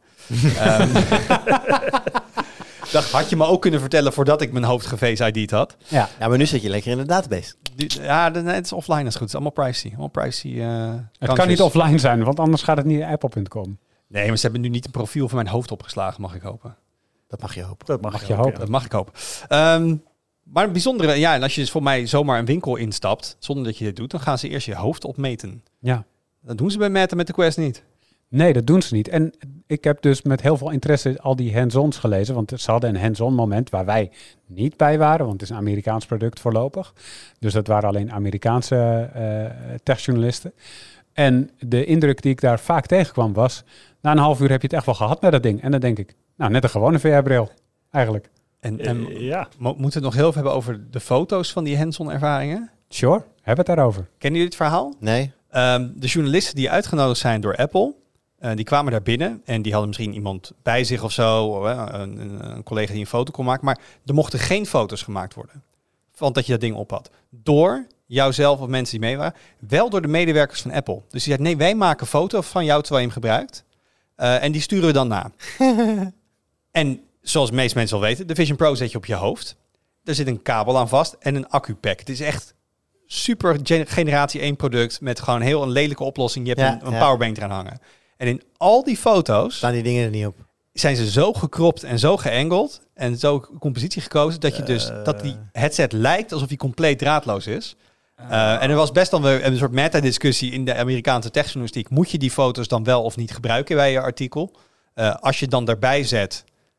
[SPEAKER 5] Dat had je me ook kunnen vertellen voordat ik mijn hoofd geface ID'd had.
[SPEAKER 4] Ja, maar nu zit je lekker in de database.
[SPEAKER 5] Het is offline als het goed is. Allemaal privacy.
[SPEAKER 3] Het kan niet offline zijn, want anders gaat het niet naar apple.com.
[SPEAKER 5] Nee, maar ze hebben nu niet een profiel van mijn hoofd opgeslagen, mag ik hopen.
[SPEAKER 4] Dat mag je hopen.
[SPEAKER 3] Dat mag je hopen.
[SPEAKER 5] Maar het bijzondere, en als je dus voor mij zomaar een winkel instapt, zonder dat je dit doet, dan gaan ze eerst je hoofd opmeten.
[SPEAKER 3] Ja.
[SPEAKER 5] Dat doen ze bij Meta met de Quest niet.
[SPEAKER 3] Nee, dat doen ze niet. En ik heb dus met heel veel interesse al die hands-ons gelezen, want ze hadden een hands-on moment waar wij niet bij waren, want het is een Amerikaans product voorlopig. Dus dat waren alleen Amerikaanse techjournalisten. En de indruk die ik daar vaak tegenkwam was, na een half uur heb je het echt wel gehad met dat ding. En dan denk ik, net een gewone VR-bril, eigenlijk.
[SPEAKER 5] Moeten we het nog heel veel hebben over de foto's van die hands-on ervaringen?
[SPEAKER 3] Sure, hebben het daarover.
[SPEAKER 5] Kennen jullie dit verhaal?
[SPEAKER 4] Nee.
[SPEAKER 5] De journalisten die uitgenodigd zijn door Apple, die kwamen daar binnen en die hadden misschien iemand bij zich of zo, een collega die een foto kon maken, maar er mochten geen foto's gemaakt worden, want dat je dat ding op had. Door jouzelf of mensen die mee waren, wel door de medewerkers van Apple. Dus die zei, nee, wij maken foto's van jou terwijl je hem gebruikt en die sturen we dan na. En zoals de meeste mensen al weten, de Vision Pro zet je op je hoofd. Er zit een kabel aan vast en een accupack. Het is echt super generatie 1 product met gewoon heel een lelijke oplossing. Je hebt een powerbank eraan hangen. En in al die foto's
[SPEAKER 4] Staan die dingen er niet op?
[SPEAKER 5] zijn ze zo gekropt en zo geangeld en zo compositie gekozen dat je dus dat die headset lijkt alsof hij compleet draadloos is. En er was best dan weer een soort meta-discussie in de Amerikaanse techjournalistiek. Moet je die foto's dan wel of niet gebruiken bij je artikel? Als je dan daarbij zet,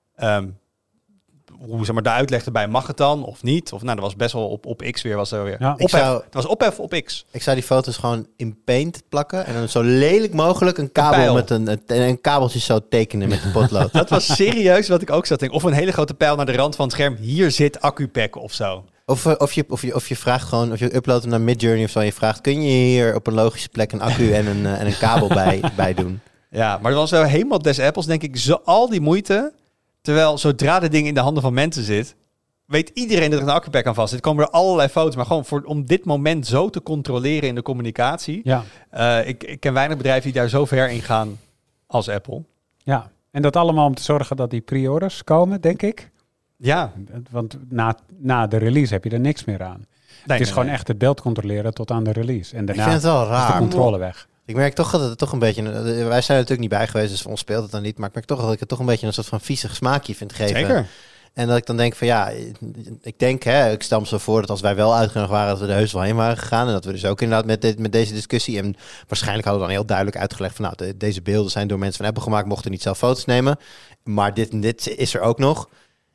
[SPEAKER 5] hoe zeg maar de uitleg erbij, mag het dan of niet? Of nou, dat was best wel op X weer. Was er weer.
[SPEAKER 3] Ja.
[SPEAKER 5] Het was ophef op X.
[SPEAKER 4] Ik zou die foto's gewoon in Paint plakken en dan zo lelijk mogelijk een kabel
[SPEAKER 5] pijl.
[SPEAKER 4] met een kabeltje zo tekenen met een potlood.
[SPEAKER 5] Dat was serieus wat ik ook zat te denken. Of een hele grote pijl naar de rand van het scherm. Hier zit AccuPack of zo.
[SPEAKER 4] Of je vraagt gewoon, of je uploadt hem naar Midjourney of zo en je vraagt, kun je hier op een logische plek een accu en een kabel bij doen?
[SPEAKER 5] Ja, maar dat was wel helemaal des Apples, denk ik, al die moeite. Terwijl zodra de ding in de handen van mensen zit, weet iedereen dat er een AccuPack aan vast zit. Komen er allerlei foto's, maar gewoon om dit moment zo te controleren in de communicatie.
[SPEAKER 3] Ja.
[SPEAKER 5] Ik ken weinig bedrijven die daar zo ver in gaan als Apple.
[SPEAKER 3] Ja, en dat allemaal om te zorgen dat die pre-orders komen, denk ik.
[SPEAKER 5] Ja.
[SPEAKER 3] Want na de release heb je er niks meer aan. Het is gewoon echt het beeld controleren tot aan de release. En daarna
[SPEAKER 4] Ik vind het wel
[SPEAKER 3] is de
[SPEAKER 4] raar.
[SPEAKER 3] controle weg.
[SPEAKER 4] Ik merk toch dat het toch een beetje... Wij zijn er natuurlijk niet bij geweest, dus voor ons speelt het dan niet. Maar ik merk toch dat ik het toch een beetje een soort van viezig smaakje vind geven.
[SPEAKER 5] Zeker.
[SPEAKER 4] En dat ik dan denk van ja, ik denk, ik stel me zo voor dat als wij wel uitgenodigd waren, dat we er heus wel heen waren gegaan. En dat we dus ook inderdaad met deze discussie. En waarschijnlijk hadden we dan heel duidelijk uitgelegd van nou, deze beelden zijn door mensen van Apple gemaakt, mochten niet zelf foto's nemen. Maar dit en dit is er ook nog.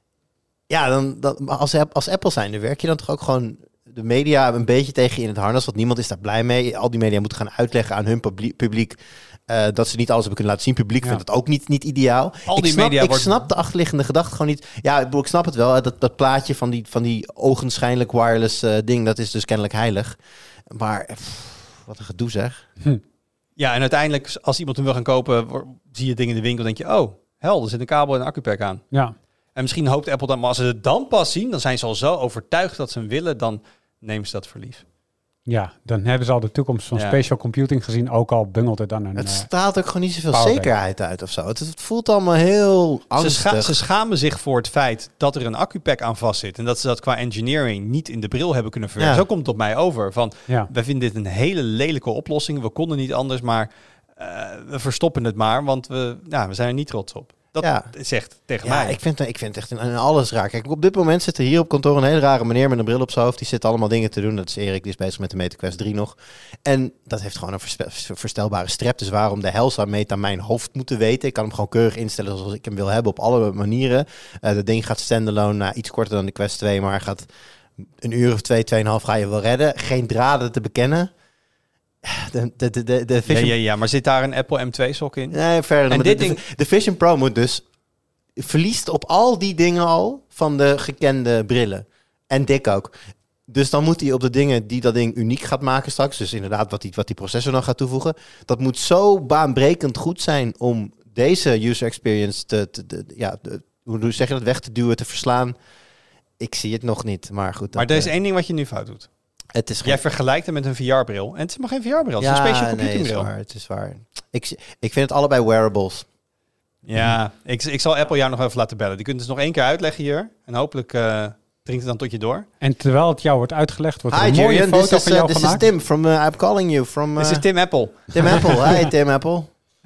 [SPEAKER 4] Ja, dan als Apple zijnde werk je dan toch ook gewoon de media een beetje tegen je in het harnas, want niemand is daar blij mee. Al die media moeten gaan uitleggen aan hun publiek dat ze niet alles hebben kunnen laten zien. Publiek vindt het ook niet ideaal. Ik snap de achterliggende gedachte gewoon niet. Ja, ik snap het wel. Dat plaatje van die ogenschijnlijk wireless ding, dat is dus kennelijk heilig. Maar wat een gedoe zeg.
[SPEAKER 5] Ja, en uiteindelijk, als iemand hem wil gaan kopen, zie je het ding in de winkel, denk je, oh, hel, er zit een kabel en een AccuPack aan.
[SPEAKER 3] Ja.
[SPEAKER 5] En misschien hoopt Apple dan, maar als ze het dan pas zien, dan zijn ze al zo overtuigd dat ze hem willen, dan nemen ze dat voor lief.
[SPEAKER 3] Ja, dan hebben ze al de toekomst van spatial computing gezien, ook al bungelt het dan een...
[SPEAKER 4] Het straalt ook gewoon niet zoveel zekerheid uit of zo. Het voelt allemaal heel angstig.
[SPEAKER 5] Ze schamen zich voor het feit dat er een AccuPack aan vast zit en dat ze dat qua engineering niet in de bril hebben kunnen verwerken. Zo komt het op mij over. Van, wij vinden dit een hele lelijke oplossing. We konden niet anders, maar we verstoppen het maar, want we zijn er niet trots op. Dat zegt tegen mij.
[SPEAKER 4] Ik vind het echt in alles raar. Kijk, op dit moment zit er hier op kantoor een hele rare meneer met een bril op zijn hoofd. Die zit allemaal dingen te doen. Dat is Erik, die is bezig met de Meta Quest 3 nog. En dat heeft gewoon een verstelbare strep. Dus waarom de hel zou Meta mijn hoofd moeten weten? Ik kan hem gewoon keurig instellen zoals ik hem wil hebben op alle manieren. Dat ding gaat standalone iets korter dan de Quest 2, maar gaat een uur of 2,5 ga je wel redden. Geen draden te bekennen. De
[SPEAKER 5] Vision... maar zit daar een Apple M2-sok in?
[SPEAKER 4] Nee, verder. En de Vision Pro moet dus verliest op al die dingen al van de gekende brillen. En dik ook. Dus dan moet hij op de dingen die dat ding uniek gaat maken straks, dus inderdaad wat die processor dan gaat toevoegen, dat moet zo baanbrekend goed zijn om deze user experience hoe zeg je dat, weg te duwen, te verslaan. Ik zie het nog niet, maar goed.
[SPEAKER 5] Maar er is één ding wat je nu fout doet. Jij vergelijkt het met een VR-bril. En het is maar geen VR-bril, het is een special computing-bril.
[SPEAKER 4] Het is waar. Ik vind het allebei wearables.
[SPEAKER 5] Ja, ik zal Apple jou nog even laten bellen. Die kunt het dus nog 1 keer uitleggen hier. En hopelijk dringt het dan tot je door.
[SPEAKER 3] En terwijl het jou wordt uitgelegd, wordt er een mooie foto van jou gemaakt.
[SPEAKER 4] This is Tim from I'm calling you from...
[SPEAKER 5] This is Tim Apple.
[SPEAKER 4] Tim Apple, hi Tim Apple.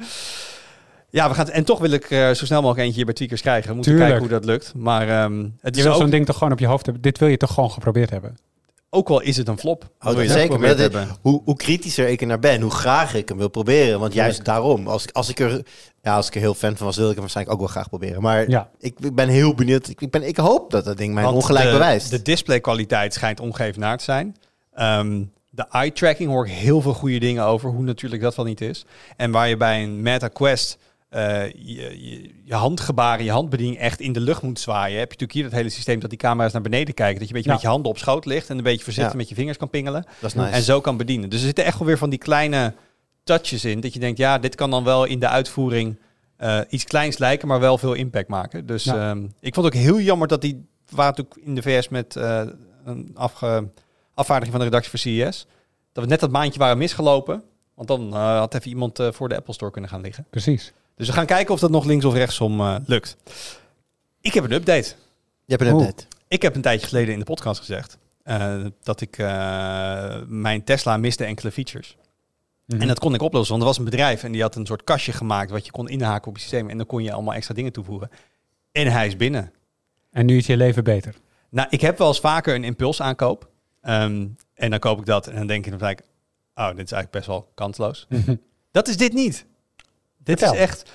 [SPEAKER 5] Ja, en toch wil ik zo snel mogelijk eentje hier bij Tweakers krijgen. We moeten kijken hoe dat lukt. Maar
[SPEAKER 3] het is je wil zo'n ding toch gewoon op je hoofd hebben. Dit wil je toch gewoon geprobeerd hebben?
[SPEAKER 5] Ook al is het een flop.
[SPEAKER 4] Zeker, maar hoe kritischer ik er naar ben, hoe graag ik hem wil proberen. Want juist daarom, als ik er heel fan van was, wil ik hem waarschijnlijk ook wel graag proberen. Maar ik ben heel benieuwd. Ik hoop dat ding mij ongelijk bewijst.
[SPEAKER 5] De displaykwaliteit schijnt ongeëvenaard te zijn. De eye-tracking hoor ik heel veel goede dingen over, hoe natuurlijk dat wel niet is. En waar je bij een Meta Quest je handgebaren, je handbediening echt in de lucht moet zwaaien. Heb je natuurlijk hier het hele systeem dat die camera's naar beneden kijken. Dat je een beetje met je handen op schoot ligt en een beetje voorzichtig met je vingers kan pingelen.
[SPEAKER 4] Dat is nice.
[SPEAKER 5] En zo kan bedienen. Dus er zitten echt wel weer van die kleine touches in. Dat je denkt, dit kan dan wel in de uitvoering iets kleins lijken, maar wel veel impact maken. Dus ik vond het ook heel jammer dat die waren natuurlijk in de VS met een afvaardiging van de redactie voor CES. Dat we net dat maandje waren misgelopen. Want dan had even iemand voor de Apple Store kunnen gaan liggen.
[SPEAKER 3] Precies.
[SPEAKER 5] Dus we gaan kijken of dat nog links of rechtsom lukt. Ik heb een update.
[SPEAKER 4] Je hebt een update?
[SPEAKER 5] Ik heb een tijdje geleden in de podcast gezegd dat ik mijn Tesla miste enkele features. En dat kon ik oplossen, want er was een bedrijf en die had een soort kastje gemaakt wat je kon inhaken op je systeem. En dan kon je allemaal extra dingen toevoegen. En hij is binnen.
[SPEAKER 3] En nu is je leven beter.
[SPEAKER 5] Nou, ik heb wel eens vaker een impulsaankoop. En dan koop ik dat en dan denk ik dan gelijk, oh, dit is eigenlijk best wel kansloos. Dat is dit niet. Dit
[SPEAKER 3] Vertel.
[SPEAKER 5] is echt...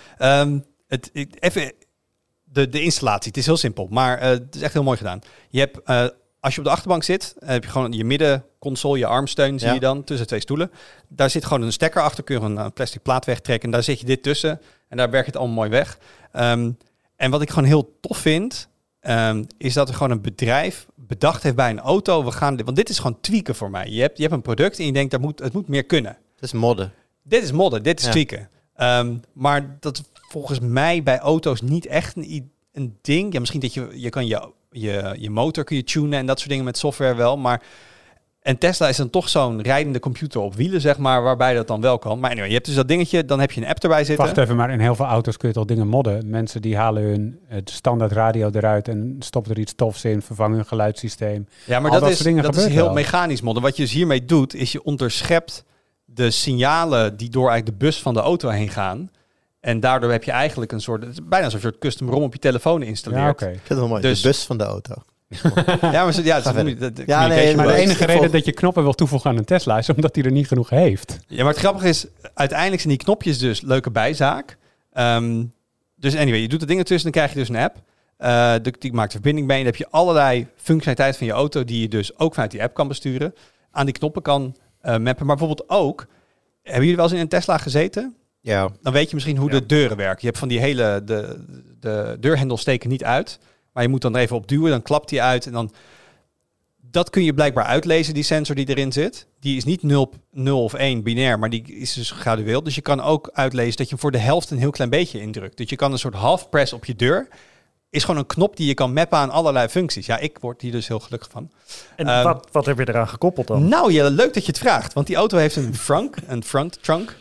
[SPEAKER 5] even de installatie. Het is heel simpel, maar het is echt heel mooi gedaan. Je hebt, als je op de achterbank zit, heb je gewoon je middenconsole, je armsteun zie je dan tussen 2 stoelen. Daar zit gewoon een stekker achter, kun je een plastic plaat wegtrekken. En daar zit je dit tussen en daar werkt het allemaal mooi weg. En wat ik gewoon heel tof vind, is dat er gewoon een bedrijf bedacht heeft bij een auto. Want dit is gewoon tweaken voor mij. Je hebt een product en je denkt, het moet meer kunnen.
[SPEAKER 4] Het is modden.
[SPEAKER 5] Dit is modden, dit is tweaken. Maar dat is volgens mij bij auto's niet echt een ding. Ja, misschien dat je kan je motor kun je tunen en dat soort dingen met software wel. Maar en Tesla is dan toch zo'n rijdende computer op wielen, zeg maar, waarbij dat dan wel kan. Maar anyway, je hebt dus dat dingetje, dan heb je een app erbij zitten.
[SPEAKER 3] Wacht even, maar in heel veel auto's kun je toch dingen modden? Mensen die halen hun standaard radio eruit en stoppen er iets tofs in, vervangen hun geluidssysteem.
[SPEAKER 5] Ja, maar
[SPEAKER 3] Al
[SPEAKER 5] dat is heel
[SPEAKER 3] wel.
[SPEAKER 5] mechanisch modden. Wat je dus hiermee doet, is je onderschept de signalen die door eigenlijk de bus van de auto heen gaan. En daardoor heb je eigenlijk het is bijna zo'n soort custom ROM op je telefoon installeert.
[SPEAKER 3] Ja, oké.
[SPEAKER 4] Ik vind het wel mooi.
[SPEAKER 5] Dus-
[SPEAKER 4] De bus van de auto.
[SPEAKER 5] Maar
[SPEAKER 4] maar
[SPEAKER 3] de enige reden
[SPEAKER 4] vol-
[SPEAKER 3] dat je knoppen wil toevoegen aan een Tesla is omdat hij er niet genoeg heeft.
[SPEAKER 5] Ja, maar het grappige is, uiteindelijk zijn die knopjes dus leuke bijzaak. Dus anyway, je doet de dingen tussen, dan krijg je dus een app. Die maakt verbinding mee. En dan heb je allerlei functionaliteit van je auto die je dus ook vanuit die app kan besturen. Aan die knoppen kan mappen. Maar bijvoorbeeld ook, hebben jullie wel eens in een Tesla gezeten?
[SPEAKER 4] Ja.
[SPEAKER 5] Dan weet je misschien hoe de deuren werken. Je hebt van die de deurhendels steken niet uit. Maar je moet dan er even op duwen, dan klapt die uit. En dan, dat kun je blijkbaar uitlezen, die sensor die erin zit. Die is niet 0 of 1 binair, maar die is dus gradueel. Dus je kan ook uitlezen dat je voor de helft een heel klein beetje indrukt. Dus je kan een soort half press op je deur. Is gewoon een knop die je kan mappen aan allerlei functies. Ja, ik word hier dus heel gelukkig van.
[SPEAKER 6] En wat heb je eraan gekoppeld dan?
[SPEAKER 5] Nou ja, leuk dat je het vraagt. Want die auto heeft een front trunk.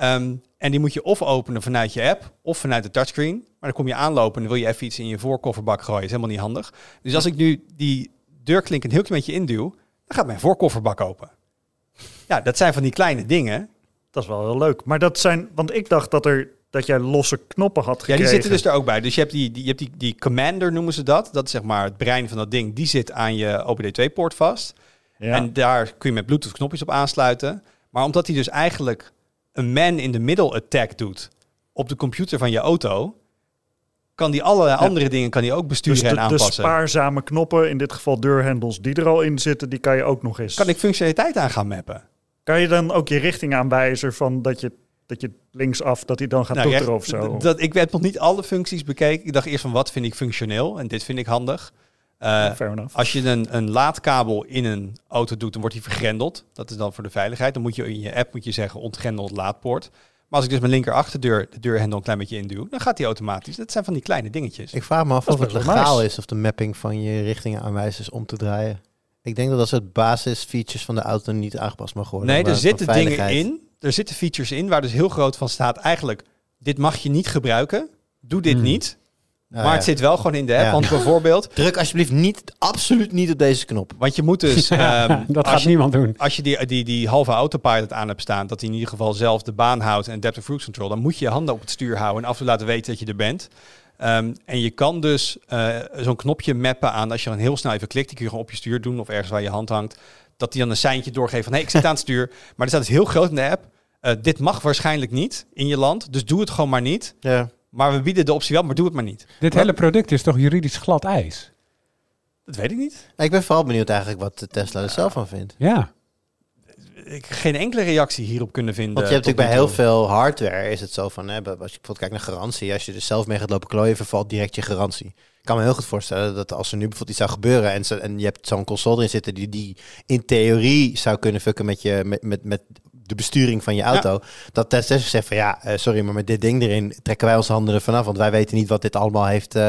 [SPEAKER 5] En die moet je of openen vanuit je app of vanuit de touchscreen. Maar dan kom je aanlopen en dan wil je even iets in je voorkofferbak gooien. Is helemaal niet handig. Dus als ik nu die deurklink een heel klein beetje induw, dan gaat mijn voorkofferbak open. Ja, dat zijn van die kleine dingen.
[SPEAKER 6] Dat is wel heel leuk. Maar dat zijn, want ik dacht dat jij losse knoppen had gekregen.
[SPEAKER 5] Ja, die zitten dus er ook bij. Dus je hebt die commander, noemen ze dat. Dat is zeg maar het brein van dat ding. Die zit aan je OBD2-poort vast.
[SPEAKER 6] Ja.
[SPEAKER 5] En daar kun je met Bluetooth knopjes op aansluiten. Maar omdat hij dus eigenlijk een man-in-the-middle attack doet op de computer van je auto, kan die allerlei andere dingen kan die ook besturen
[SPEAKER 6] dus
[SPEAKER 5] en
[SPEAKER 6] de
[SPEAKER 5] aanpassen.
[SPEAKER 6] spaarzame knoppen, in dit geval deurhendels die er al in zitten, die kan je ook nog eens.
[SPEAKER 5] Kan ik functionaliteit aan gaan mappen?
[SPEAKER 6] Kan je dan ook je richtingaanwijzer van dat je linksaf, dat hij dan gaat toeteren of zo?
[SPEAKER 5] Ik heb nog niet alle functies bekeken. Ik dacht eerst van wat vind ik functioneel en dit vind ik handig.
[SPEAKER 6] Fair enough.
[SPEAKER 5] Als je een laadkabel in een auto doet, dan wordt die vergrendeld. Dat is dan voor de veiligheid. Dan moet je in je app zeggen ontgrendeld laadpoort. Maar als ik dus mijn linker achterdeur de deurhendel een klein beetje induw, dan gaat die automatisch. Dat zijn van die kleine dingetjes.
[SPEAKER 4] Ik vraag me af
[SPEAKER 6] Dat
[SPEAKER 4] of
[SPEAKER 6] is
[SPEAKER 4] het
[SPEAKER 6] best wel
[SPEAKER 4] legaal
[SPEAKER 6] nice.
[SPEAKER 4] is of de mapping van je richtingaanwijzers om te draaien. Ik denk dat soort basisfeatures van de auto niet aangepast mag worden.
[SPEAKER 5] Nee,
[SPEAKER 4] maar
[SPEAKER 5] er zitten
[SPEAKER 4] voor
[SPEAKER 5] dingen
[SPEAKER 4] veiligheid.
[SPEAKER 5] in. Er zitten features in waar dus heel groot van staat. Eigenlijk, dit mag je niet gebruiken. Doe dit niet.
[SPEAKER 4] Nou
[SPEAKER 5] Maar
[SPEAKER 4] ja.
[SPEAKER 5] het zit wel gewoon in de app.
[SPEAKER 4] Ja.
[SPEAKER 5] Want bijvoorbeeld,
[SPEAKER 4] Druk alsjeblieft absoluut niet op deze knop.
[SPEAKER 5] want je moet dus...
[SPEAKER 3] Dat
[SPEAKER 5] als
[SPEAKER 3] gaat
[SPEAKER 5] je,
[SPEAKER 3] niemand doen.
[SPEAKER 5] Als je die halve autopilot aan hebt staan, dat hij in ieder geval zelf de baan houdt en adaptive cruise control, dan moet je je handen op het stuur houden en af en toe laten weten dat je er bent. En je kan dus zo'n knopje mappen aan, als je dan heel snel even klikt, die kun je gewoon op je stuur doen of ergens waar je hand hangt, dat die dan een seintje doorgeeft van, hey, ik zit aan het stuur. Maar er staat dus heel groot in de app, dit mag waarschijnlijk niet in je land, dus doe het gewoon maar niet.
[SPEAKER 4] Ja.
[SPEAKER 5] Maar we bieden de optie wel, maar doe het maar niet.
[SPEAKER 3] Dit hele product is toch juridisch glad ijs?
[SPEAKER 5] Dat weet ik niet.
[SPEAKER 4] Ik ben vooral benieuwd eigenlijk wat de Tesla er zelf van vindt.
[SPEAKER 3] Ja.
[SPEAKER 5] Ik heb geen enkele reactie hierop kunnen vinden.
[SPEAKER 4] Want je hebt
[SPEAKER 5] tot
[SPEAKER 4] natuurlijk bij
[SPEAKER 5] nu
[SPEAKER 4] heel
[SPEAKER 5] toe.
[SPEAKER 4] veel hardware is het zo van, als je bijvoorbeeld kijkt naar garantie, als je er zelf mee gaat lopen klooien, vervalt direct je garantie. Ik kan me heel goed voorstellen dat als er nu bijvoorbeeld iets zou gebeuren en je hebt zo'n console erin zitten die in theorie zou kunnen fucken met de besturing van je auto, dat Tesla zegt van ja, sorry, maar met dit ding erin trekken wij onze handen ervan af, want wij weten niet wat dit allemaal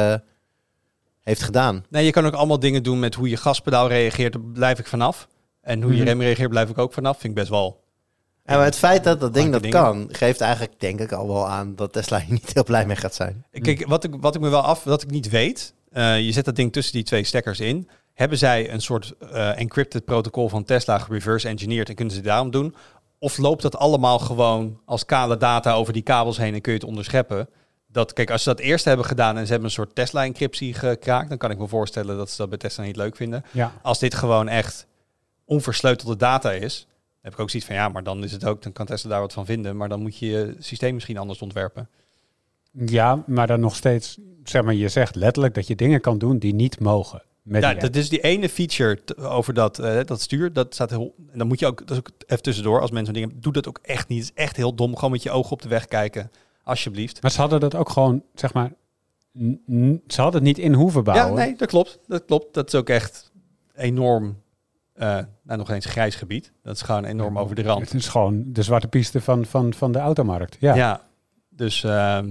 [SPEAKER 4] heeft gedaan.
[SPEAKER 5] Nee, je kan ook allemaal dingen doen met hoe je gaspedaal reageert, daar blijf ik vanaf. En hoe je rem reageert, blijf ik ook vanaf. Vind ik best wel.
[SPEAKER 4] En maar het feit dat dat ding dat
[SPEAKER 5] Dingen.
[SPEAKER 4] kan, geeft eigenlijk denk ik al wel aan dat Tesla hier niet heel blij mee gaat zijn.
[SPEAKER 5] Kijk, wat ik me wel wat ik niet weet, je zet dat ding tussen die twee stekkers in. Hebben zij een soort encrypted protocol van Tesla gereverse engineerd en kunnen ze het daarom doen? Of loopt dat allemaal gewoon als kale data over die kabels heen en kun je het onderscheppen? Kijk, als ze dat eerst hebben gedaan en ze hebben een soort Tesla-encryptie gekraakt, dan kan ik me voorstellen dat ze dat bij Tesla niet leuk vinden.
[SPEAKER 3] Ja.
[SPEAKER 5] Als dit gewoon echt onversleutelde data is, dan heb ik ook zoiets van, ja, maar dan is het ook, dan kan Tesla daar wat van vinden, maar dan moet je je systeem misschien anders ontwerpen.
[SPEAKER 3] Ja, maar dan nog steeds, zeg maar, je zegt letterlijk dat je dingen kan doen die niet mogen.
[SPEAKER 5] Ja, dat is die ene feature over dat stuur. Dat staat heel. En dan moet je ook, dat is ook even tussendoor, als mensen dingen, doe dat ook echt niet. Het is echt heel dom. Gewoon met je ogen op de weg kijken, alsjeblieft.
[SPEAKER 3] Maar ze hadden dat ook gewoon, zeg maar, ze hadden het niet in hoeven bouwen.
[SPEAKER 5] Ja, nee, dat klopt. Dat is ook echt enorm. Nog eens grijs gebied. Dat is gewoon enorm over de rand.
[SPEAKER 3] Het is gewoon de zwarte piste van de automarkt. Ja.
[SPEAKER 5] Dus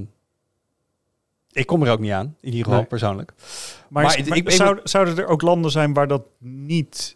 [SPEAKER 5] ik kom er ook niet aan, in ieder geval persoonlijk.
[SPEAKER 6] Maar zouden er ook landen zijn waar dat niet...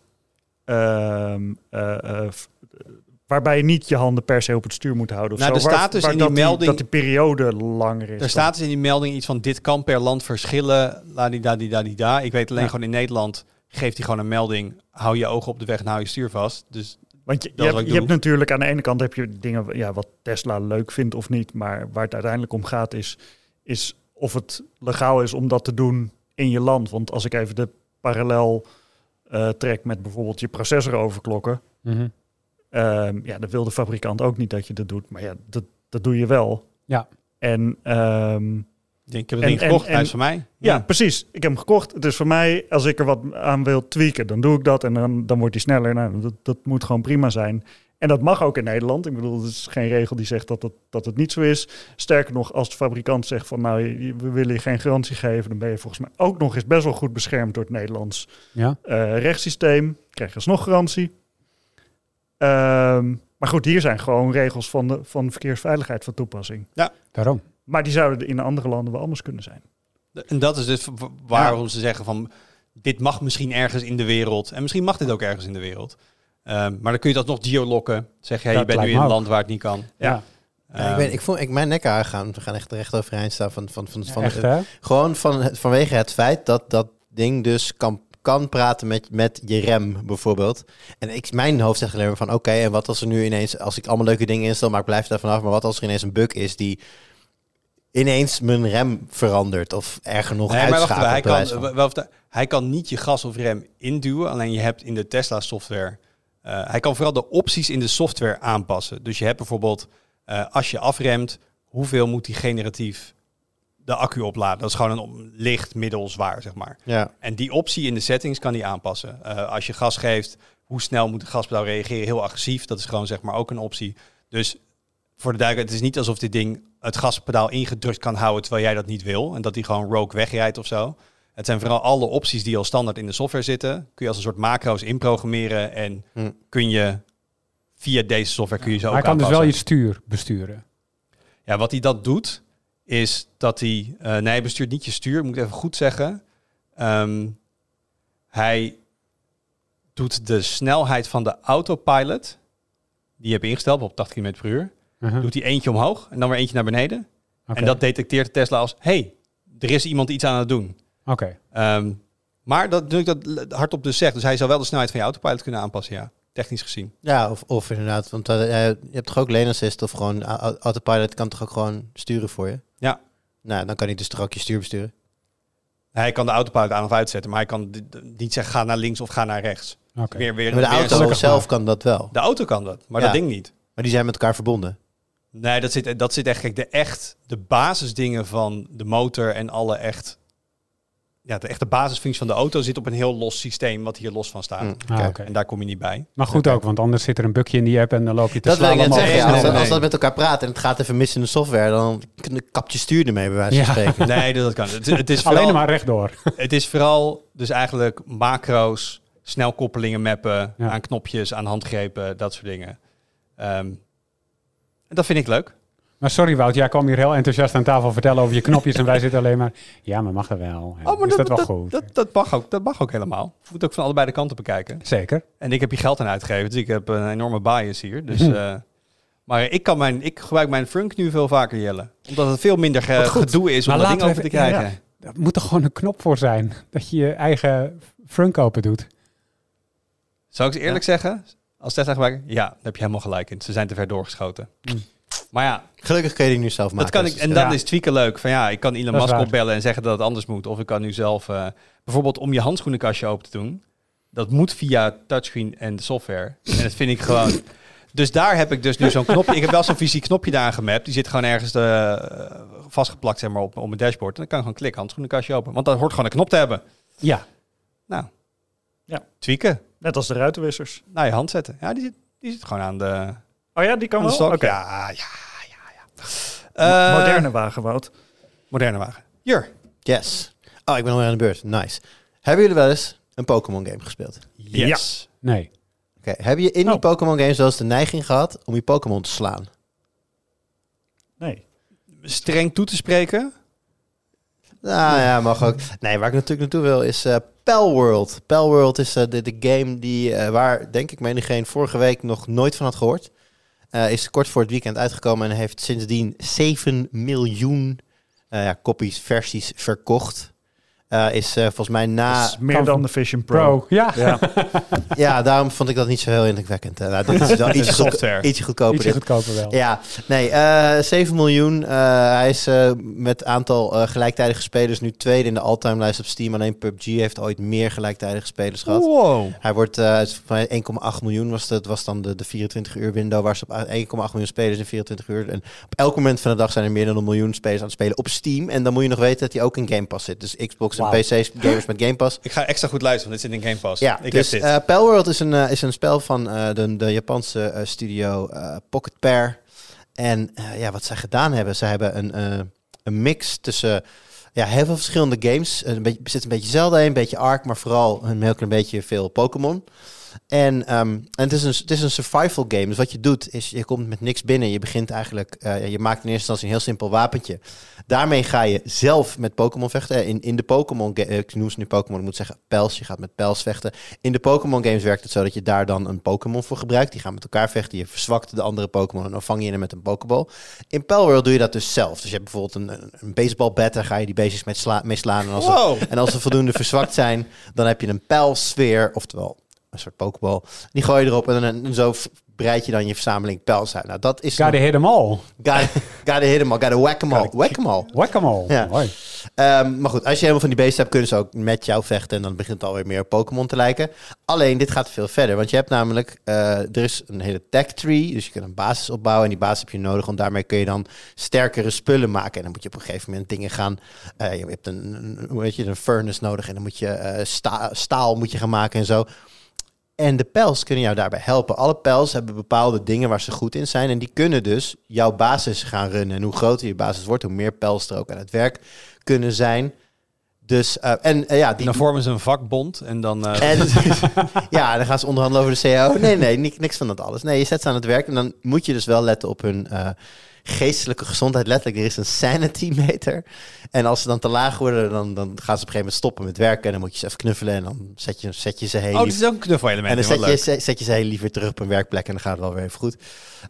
[SPEAKER 6] waarbij je niet je handen per se op het stuur moet houden? Of
[SPEAKER 5] nou,
[SPEAKER 6] zo?
[SPEAKER 5] Er staat dus in die melding...
[SPEAKER 6] dat die periode langer is.
[SPEAKER 5] Er staat dus in die melding iets van, dit kan per land verschillen. Ladidadidadida. Ik weet alleen gewoon in Nederland geeft hij gewoon een melding. Hou je ogen op de weg en hou je stuur vast. Dus
[SPEAKER 6] want je hebt natuurlijk aan de ene kant heb je dingen wat Tesla leuk vindt of niet. Maar waar het uiteindelijk om gaat is of het legaal is om dat te doen in je land. Want als ik even de parallel trek met bijvoorbeeld je processor overklokken.
[SPEAKER 3] Mm-hmm.
[SPEAKER 6] Dan wil de fabrikant ook niet dat je dat doet. Maar ja, dat doe je wel.
[SPEAKER 3] Ja.
[SPEAKER 6] En
[SPEAKER 5] ik heb het ding gekocht, hij is van mij.
[SPEAKER 6] Ja, precies. Ik heb hem gekocht. Het is voor mij, als ik er wat aan wil tweaken, dan doe ik dat. En dan wordt hij sneller. Nou, dat moet gewoon prima zijn. En dat mag ook in Nederland. Ik bedoel, er is geen regel die zegt dat het niet zo is. Sterker nog, als de fabrikant zegt van, nou, we willen je geen garantie geven, dan ben je volgens mij ook nog eens best wel goed beschermd door het Nederlands rechtssysteem. Krijg je alsnog garantie. Maar goed, hier zijn gewoon regels van verkeersveiligheid van toepassing.
[SPEAKER 3] Ja, daarom.
[SPEAKER 6] Maar die zouden in andere landen wel anders kunnen zijn.
[SPEAKER 5] En dat is dus waarom ze zeggen van, dit mag misschien ergens in de wereld. En misschien mag dit ook ergens in de wereld. Maar dan kun je dat nog geolokken. Zeg jij, je bent nu in een land waar het niet kan.
[SPEAKER 6] Ja.
[SPEAKER 4] Ik voel mijn nekharen gaan echt recht overeind staan van
[SPEAKER 3] echt, hè?
[SPEAKER 4] Gewoon vanwege het feit dat ding dus kan praten met je rem bijvoorbeeld. En mijn hoofd zegt alleen maar van oké, en wat als er nu ineens, als ik allemaal leuke dingen instel, maar ik blijf daar vanaf, maar wat als er ineens een bug is die ineens mijn rem verandert of erger nog uitschakelt.
[SPEAKER 5] Hij kan niet je gas of rem induwen, alleen je hebt in de Tesla software, hij kan vooral de opties in de software aanpassen. Dus je hebt bijvoorbeeld, als je afremt, hoeveel moet die generatief de accu opladen? Dat is gewoon een licht, middel, zwaar, zeg maar. Ja. En die optie in de settings kan die aanpassen. Als je gas geeft, hoe snel moet de gaspedaal reageren? Heel agressief, dat is gewoon zeg maar ook een optie. Dus voor de duidelijkheid, het is niet alsof dit ding het gaspedaal ingedrukt kan houden terwijl jij dat niet wil. En dat die gewoon rogue wegrijdt of zo. Het zijn vooral alle opties die al standaard in de software zitten. Kun je als een soort macro's inprogrammeren en kun je via deze software kun je zo ook aanpassen.
[SPEAKER 3] Hij kan dus wel je stuur besturen.
[SPEAKER 5] Ja, wat hij dat doet, is dat hij... hij bestuurt niet je stuur, moet ik even goed zeggen. Hij doet de snelheid van de autopilot, die je hebt ingesteld op 80 km per uur. Doet hij eentje omhoog en dan weer eentje naar beneden. Okay. En dat detecteert Tesla als, hey, er is iemand iets aan het doen.
[SPEAKER 3] Oké.
[SPEAKER 5] Maar dat doe ik dat hardop dus zeg. Dus hij zou wel de snelheid van je autopilot kunnen aanpassen, ja. Technisch gezien.
[SPEAKER 4] Ja, of inderdaad. Want je hebt toch ook lane assist of gewoon autopilot kan toch ook gewoon sturen voor je?
[SPEAKER 5] Ja.
[SPEAKER 4] Nou, dan kan hij dus toch ook je stuur besturen?
[SPEAKER 5] Hij kan de autopilot aan of uitzetten, maar hij kan niet zeggen ga naar links of ga naar rechts.
[SPEAKER 3] Okay.
[SPEAKER 4] Maar de auto zelf kan dat wel.
[SPEAKER 5] De auto kan dat, maar dat ding niet.
[SPEAKER 4] Maar die zijn met elkaar verbonden.
[SPEAKER 5] Nee, dat zit echt... Kijk, de basisdingen van de motor en alle echt... Ja, de echte basisfunctie van de auto zit op een heel los systeem wat hier los van staat.
[SPEAKER 3] Okay.
[SPEAKER 5] En daar kom je niet bij.
[SPEAKER 3] Maar goed ook, want anders zit er een bugje in die app en dan loop je te
[SPEAKER 4] dat
[SPEAKER 3] slaan.
[SPEAKER 4] Dat wil ik net zeggen. Als dat met elkaar praat en het gaat even mis in de software, dan kapt je stuur ermee bij wijze van spreken.
[SPEAKER 5] Nee, dat kan. Het is
[SPEAKER 3] alleen maar rechtdoor.
[SPEAKER 5] Het is vooral dus eigenlijk macro's, snelkoppelingen mappen, aan knopjes, aan handgrepen, dat soort dingen. En dat vind ik leuk.
[SPEAKER 3] Maar sorry Wout, jij kwam hier heel enthousiast aan tafel vertellen over je knopjes en wij zitten alleen maar, ja, maar mag er wel.
[SPEAKER 5] Oh, maar
[SPEAKER 3] is dat wel goed?
[SPEAKER 5] Dat mag ook helemaal. Je moet ook van allebei de kanten bekijken.
[SPEAKER 3] Zeker.
[SPEAKER 5] En ik heb hier geld aan uitgegeven, dus ik heb een enorme bias hier. Dus, maar ik gebruik mijn Frunk nu veel vaker, Jelle. Omdat het veel minder gedoe is om dat ding open te krijgen. Ja.
[SPEAKER 3] Er moet er gewoon een knop voor zijn, dat je je eigen Frunk open doet.
[SPEAKER 5] Zou ik eens eerlijk zeggen? als Tesla-gebruiker? Ja, daar heb je helemaal gelijk in. Ze zijn te ver doorgeschoten. Maar ja,
[SPEAKER 4] Gelukkig kun je die nu zelf maken.
[SPEAKER 5] dat kan ik. En dan is tweaken leuk. Van ja, ik kan Elon
[SPEAKER 3] Dat is
[SPEAKER 5] Musk
[SPEAKER 3] waar.
[SPEAKER 5] opbellen en zeggen dat het anders moet. Of ik kan nu zelf... bijvoorbeeld om je handschoenenkastje open te doen. Dat moet via touchscreen en de software. En dat vind ik gewoon... Dus daar heb ik dus nu zo'n knopje. Ik heb wel zo'n fysiek knopje daar aangemapt. Die zit gewoon ergens vastgeplakt zeg maar, op mijn dashboard. En dan kan ik gewoon klikken, handschoenenkastje open. Want dat hoort gewoon een knop te hebben.
[SPEAKER 3] Ja.
[SPEAKER 5] Nou,
[SPEAKER 6] Ja.
[SPEAKER 5] tweaken.
[SPEAKER 6] Net als de ruitenwissers.
[SPEAKER 5] Naar je hand zetten. Ja, die zit gewoon aan de,
[SPEAKER 6] Oh ja, die kan
[SPEAKER 5] aan de
[SPEAKER 6] wel?
[SPEAKER 5] stok.
[SPEAKER 6] Oké.
[SPEAKER 5] Ja.
[SPEAKER 6] Moderne wagen, Wout.
[SPEAKER 5] Moderne wagen. Jur.
[SPEAKER 4] Yes. Oh, ik ben alweer aan de beurt. Nice. Hebben jullie wel eens een Pokémon game gespeeld?
[SPEAKER 5] Yes.
[SPEAKER 3] Nee.
[SPEAKER 4] Oké. Heb je in die Pokémon games wel eens de neiging gehad om je Pokémon te slaan?
[SPEAKER 6] Nee.
[SPEAKER 5] Streng toe te spreken.
[SPEAKER 4] Nou ja, mag ook. Nee, waar ik natuurlijk naartoe wil is Palworld. Palworld is de game die, waar denk ik menigeen vorige week nog nooit van had gehoord. Is kort voor het weekend uitgekomen en heeft sindsdien 7 miljoen versies verkocht. Is volgens mij na...
[SPEAKER 6] Dat is meer dan de Vision Pro.
[SPEAKER 3] Ja.
[SPEAKER 6] Ja.
[SPEAKER 4] Ja, daarom vond ik dat niet zo heel indrukwekkend. Dit is wel iets
[SPEAKER 5] software.
[SPEAKER 4] Ietsje goedkoper.
[SPEAKER 3] Ietsje goedkoper wel.
[SPEAKER 4] Ja, nee, 7 miljoen. Hij is met aantal gelijktijdige spelers nu tweede in de all-time lijst op Steam. Alleen PUBG heeft ooit meer gelijktijdige spelers gehad.
[SPEAKER 5] Wow.
[SPEAKER 4] Hij wordt van 1,8 miljoen was dan de 24 uur window, waar ze op 1,8 miljoen spelers in 24 uur. En op elk moment van de dag zijn er meer dan 1 miljoen spelers aan het spelen op Steam. En dan moet je nog weten dat hij ook in Game Pass zit. Dus Xbox en PC gamers met Game Pass.
[SPEAKER 5] Ik ga extra goed luisteren, want dit zit in Game Pass.
[SPEAKER 4] Ja,
[SPEAKER 5] ik
[SPEAKER 4] dus
[SPEAKER 5] heb dit.
[SPEAKER 4] Palworld is een spel van de Japanse studio Pocket Pair. En wat zij gedaan hebben, ze hebben een mix tussen heel veel verschillende games. Er zit een beetje Zelda in, een beetje Ark, maar vooral een heel klein beetje veel Pokémon. En het is een survival game. Dus wat je doet, is je komt met niks binnen. Je begint eigenlijk, je maakt in eerste instantie een heel simpel wapentje. Daarmee ga je zelf met Pokémon vechten. In de Pokémon, ik noem ze nu Pokémon, ik moet zeggen pels. Je gaat met pels vechten. In de Pokémon games werkt het zo dat je daar dan een Pokémon voor gebruikt. Die gaan met elkaar vechten. Je verzwakt de andere Pokémon en dan vang je hem met een Pokéball. In Palworld doe je dat dus zelf. Dus je hebt bijvoorbeeld een baseball bat, daar ga je die beestjes mee slaan. En als ze voldoende verzwakt zijn, dan heb je een pijlsfeer, oftewel een soort Pokéball. Die gooi je erop en zo breid je dan je verzameling pijls uit. Nou, dat is...
[SPEAKER 3] Gotta hit them all.
[SPEAKER 4] Gotta hit them all. Gotta whack them all. Whack them all.
[SPEAKER 3] Whack them all.
[SPEAKER 4] Ja.
[SPEAKER 3] Mooi.
[SPEAKER 4] Maar goed, als je helemaal van die beesten hebt, kunnen ze ook met jou vechten. En dan begint het alweer meer op Pokémon te lijken. Alleen, dit gaat veel verder. Want je hebt namelijk... er is een hele tech tree. Dus je kunt een basis opbouwen. En die basis heb je nodig. Want daarmee kun je dan sterkere spullen maken. En dan moet je op een gegeven moment dingen gaan... je hebt een furnace nodig. En dan moet je staal moet je gaan maken en zo. En de pijls kunnen jou daarbij helpen. Alle pijls hebben bepaalde dingen waar ze goed in zijn. En die kunnen dus jouw basis gaan runnen. En hoe groter je basis wordt, hoe meer pijls er ook aan het werk kunnen zijn. Dus,
[SPEAKER 5] dan vormen ze een vakbond en dan...
[SPEAKER 4] dan gaan ze onderhandelen over de CAO. Nee, niks van dat alles. Nee, je zet ze aan het werk en dan moet je dus wel letten op hun... geestelijke gezondheid, letterlijk. Er is een sanity meter. En als ze dan te laag worden, dan gaan ze op een gegeven moment stoppen met werken. En dan moet je ze even knuffelen. En dan zet je ze heel
[SPEAKER 5] dit is ook een knuffelelement.
[SPEAKER 4] En dan zet je ze heel liever terug op een werkplek. En dan gaat het wel weer even goed.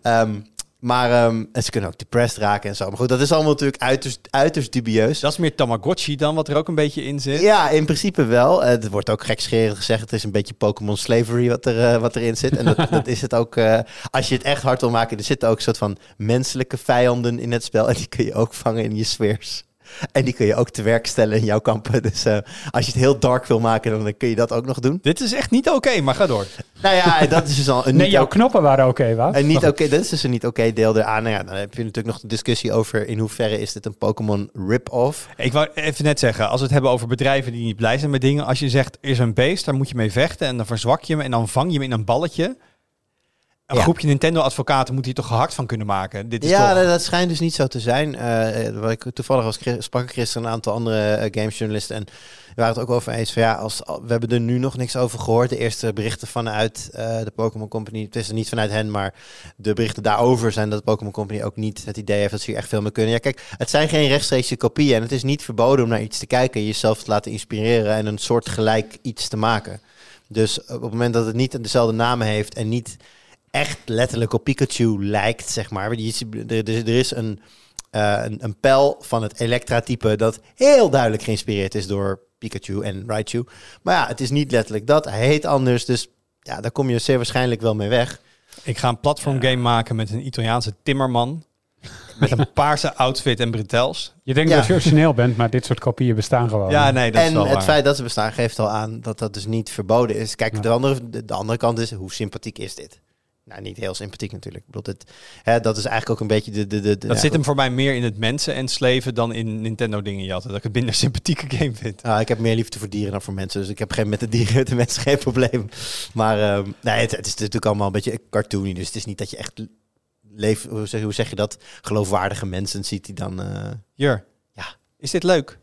[SPEAKER 4] En ze kunnen ook depressed raken en zo. Maar goed, dat is allemaal natuurlijk uiterst dubieus.
[SPEAKER 5] Dat is meer Tamagotchi dan, wat er ook een beetje in zit.
[SPEAKER 4] Ja, in principe wel. Het wordt ook gekscherend gezegd. Het is een beetje Pokémon slavery wat erin zit. En dat is het ook. Als je het echt hard wil maken, er zitten ook een soort van menselijke vijanden in het spel. En die kun je ook vangen in je sfeers. En die kun je ook te werk stellen in jouw kampen. Dus als je het heel dark wil maken, dan kun je dat ook nog doen.
[SPEAKER 5] Dit is echt niet oké, maar ga door.
[SPEAKER 4] Nou ja, dat is dus al een
[SPEAKER 3] jouw knoppen waren oké, Wout.
[SPEAKER 4] En niet oké, dat is dus een niet oké deel eraan. Nou ja, dan heb je natuurlijk nog de discussie over in hoeverre is dit een Pokémon rip-off.
[SPEAKER 5] Ik wou even net zeggen, als we het hebben over bedrijven die niet blij zijn met dingen. Als je zegt, er is een beest, daar moet je mee vechten en dan verzwak je hem en dan vang je hem in een balletje. Een groepje Nintendo-advocaten moet hier toch gehakt van kunnen maken? Dit is toch...
[SPEAKER 4] dat schijnt dus niet zo te zijn. Toevallig sprak ik gisteren een aantal andere gamesjournalisten en we waren het ook over eens van we hebben er nu nog niks over gehoord. De eerste berichten vanuit de Pokémon Company, het is niet vanuit hen, maar de berichten daarover zijn dat de Pokémon Company ook niet het idee heeft dat ze hier echt veel mee kunnen. Ja, kijk, het zijn geen rechtstreekse kopieën en het is niet verboden om naar iets te kijken, jezelf te laten inspireren en een soort gelijk iets te maken. Dus op het moment dat het niet dezelfde namen heeft en niet echt letterlijk op Pikachu lijkt, zeg maar. Er is een pijl van het Electra-type dat heel duidelijk geïnspireerd is door Pikachu en Raichu. Maar ja, het is niet letterlijk dat. Hij heet anders, dus ja, daar kom je zeer waarschijnlijk wel mee weg.
[SPEAKER 5] Ik ga een platformgame maken met een Italiaanse timmerman. Met een paarse outfit en bretels.
[SPEAKER 3] Je denkt dat je origineel bent, maar dit soort kopieën bestaan gewoon.
[SPEAKER 5] Ja, nee, dat is wel
[SPEAKER 4] En het
[SPEAKER 5] waar.
[SPEAKER 4] feit dat ze bestaan geeft al aan dat dat dus niet verboden is. Kijk, de andere kant is, hoe sympathiek is dit? Nou, niet heel sympathiek natuurlijk. Ik bedoel, dat is eigenlijk ook een beetje
[SPEAKER 5] Dat zit hem voor mij meer in het mensen en sleven dan in Nintendo dingen jatten. Dat ik het minder sympathieke game vind.
[SPEAKER 4] Ik heb meer liefde voor dieren dan voor mensen. Dus ik heb met de dieren met de mensen geen probleem. Maar nee, het is natuurlijk allemaal een beetje cartoony. Dus het is niet dat je echt hoe zeg je dat? Geloofwaardige mensen ziet die dan...
[SPEAKER 5] Jur,
[SPEAKER 4] ja.
[SPEAKER 5] Is dit leuk?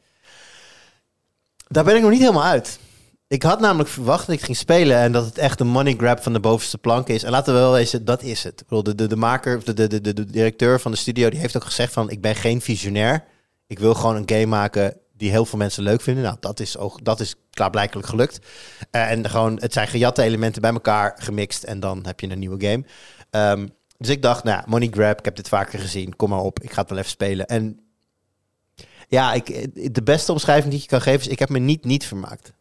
[SPEAKER 4] Daar ben ik nog niet helemaal uit. Ik had namelijk verwacht dat ik ging spelen en dat het echt een money grab van de bovenste plank is. En laten we wel wezen, dat is het. Ik bedoel, de maker, de directeur van de studio, die heeft ook gezegd van, ik ben geen visionair. Ik wil gewoon een game maken die heel veel mensen leuk vinden. Nou, dat is klaarblijkelijk gelukt. En gewoon, het zijn gejatte elementen bij elkaar gemixt en dan heb je een nieuwe game. Dus ik dacht, nou, money grab, ik heb dit vaker gezien. Kom maar op, ik ga het wel even spelen. En ja, de beste omschrijving die je kan geven is, ik heb me niet vermaakt.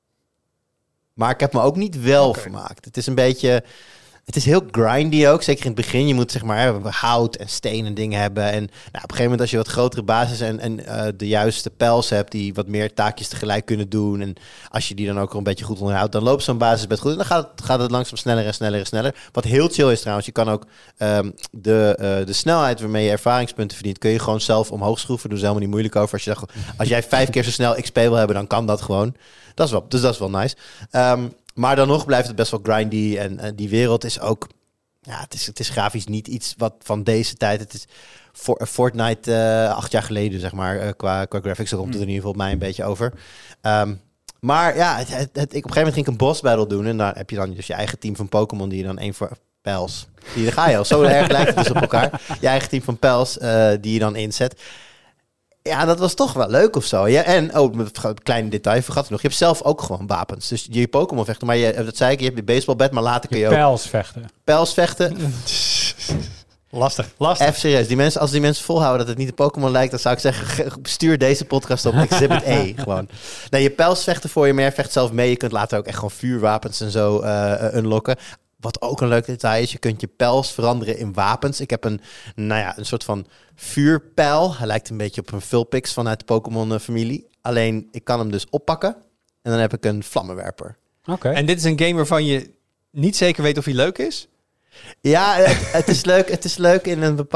[SPEAKER 4] Maar ik heb me ook niet wel vermaakt. Het is een beetje... Het is heel grindy ook, zeker in het begin. Je moet zeg maar hout en steen en dingen hebben. En nou, op een gegeven moment als je wat grotere basis en de juiste pijls hebt... die wat meer taakjes tegelijk kunnen doen... en als je die dan ook een beetje goed onderhoudt... dan loopt zo'n basis best goed. En dan gaat het langzaam sneller en sneller en sneller. Wat heel chill is trouwens. Je kan ook de snelheid waarmee je ervaringspunten verdient... kun je gewoon zelf omhoog schroeven. Doe ze helemaal niet moeilijk over. Als jij 5 keer zo snel XP wil hebben, dan kan dat gewoon. Dat is wel nice. Maar dan nog blijft het best wel grindy. En die wereld is ook... Ja, het is grafisch niet iets wat van deze tijd... Het is Fortnite 8 jaar geleden, zeg maar. Qua graphics, daar komt het in ieder geval op mij een beetje over. Maar ja, op een gegeven moment ging ik een boss battle doen. En daar heb je dan dus je eigen team van Pokémon... die je dan 1 voor pijls... Daar ga je al. Zo erg lijkt het dus op elkaar. Je eigen team van pijls die je dan inzet... Ja, dat was toch wel leuk of zo. Ja, en, een klein detail, vergat ik nog. Je hebt zelf ook gewoon wapens. Dus je Pokémon vechten. Maar dat zei ik, je hebt je baseballbat, maar later kun je ook... Pijls vechten.
[SPEAKER 5] Lastig.
[SPEAKER 4] Even serieus. Als die mensen volhouden dat het niet een Pokémon lijkt... dan zou ik zeggen, stuur deze podcast op Exhibit E. Gewoon. Nou, je pijls vechten voor je, maar je vecht zelf mee. Je kunt later ook echt gewoon vuurwapens en zo unlocken. Wat ook een leuk detail is, je kunt je pijls veranderen in wapens. Ik heb een soort van vuurpijl. Hij lijkt een beetje op een Vulpix vanuit de Pokémon-familie. Alleen, ik kan hem dus oppakken. En dan heb ik een vlammenwerper.
[SPEAKER 3] Oké.
[SPEAKER 5] En dit is een game waarvan je niet zeker weet of hij leuk is?
[SPEAKER 4] Ja, het is leuk. Het is leuk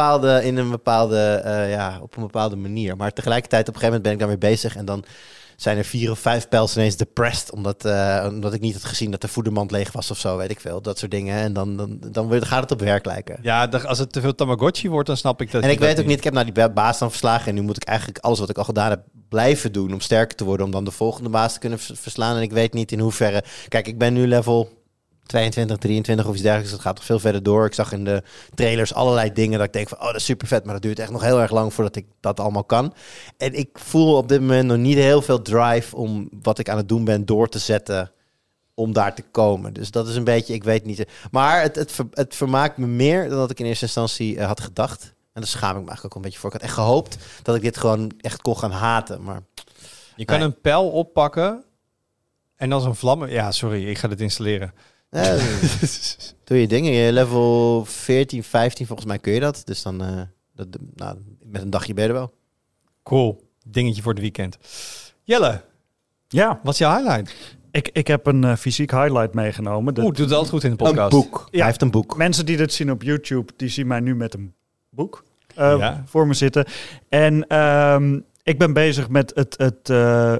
[SPEAKER 4] op een bepaalde manier. Maar tegelijkertijd, op een gegeven moment ben ik daarmee bezig. En dan zijn er 4 of 5 pijls ineens depressed. Omdat ik niet had gezien dat de voedermand leeg was of zo, weet ik veel. Dat soort dingen. En dan gaat het op werk lijken.
[SPEAKER 5] Ja, als het te veel Tamagotchi wordt, dan snap ik dat.
[SPEAKER 4] En ik weet ook niet, ik heb nou die baas dan verslagen. En nu moet ik eigenlijk alles wat ik al gedaan heb blijven doen om sterker te worden. Om dan de volgende baas te kunnen verslaan. En ik weet niet in hoeverre... Kijk, ik ben nu level 22, 23 of iets dergelijks. Dat gaat toch veel verder door. Ik zag in de trailers allerlei dingen dat ik denk van... dat is super vet, maar dat duurt echt nog heel erg lang voordat ik dat allemaal kan. En ik voel op dit moment nog niet heel veel drive om wat ik aan het doen ben door te zetten om daar te komen. Dus dat is een beetje, ik weet niet. Maar het vermaakt me meer dan dat ik in eerste instantie had gedacht. En daar schaam ik me eigenlijk ook een beetje voor. Ik had echt gehoopt dat ik dit gewoon echt kon gaan haten. Maar
[SPEAKER 5] je kan een pijl oppakken en dan zo'n vlammen... Ja, sorry, ik ga dit installeren.
[SPEAKER 4] Doe je dingen. Je level 14, 15, volgens mij kun je dat. Dus dan met een dagje ben je er wel.
[SPEAKER 5] Cool. Dingetje voor het weekend. Jelle,
[SPEAKER 6] ja,
[SPEAKER 5] wat is jouw highlight?
[SPEAKER 6] Ik heb een fysiek highlight meegenomen.
[SPEAKER 5] Doet het altijd goed in de podcast.
[SPEAKER 4] Een boek.
[SPEAKER 6] Ja.
[SPEAKER 4] Hij heeft een boek.
[SPEAKER 6] Mensen die dit zien op YouTube, die zien mij nu met een boek
[SPEAKER 5] Ja.
[SPEAKER 6] voor me zitten. En ik ben bezig met het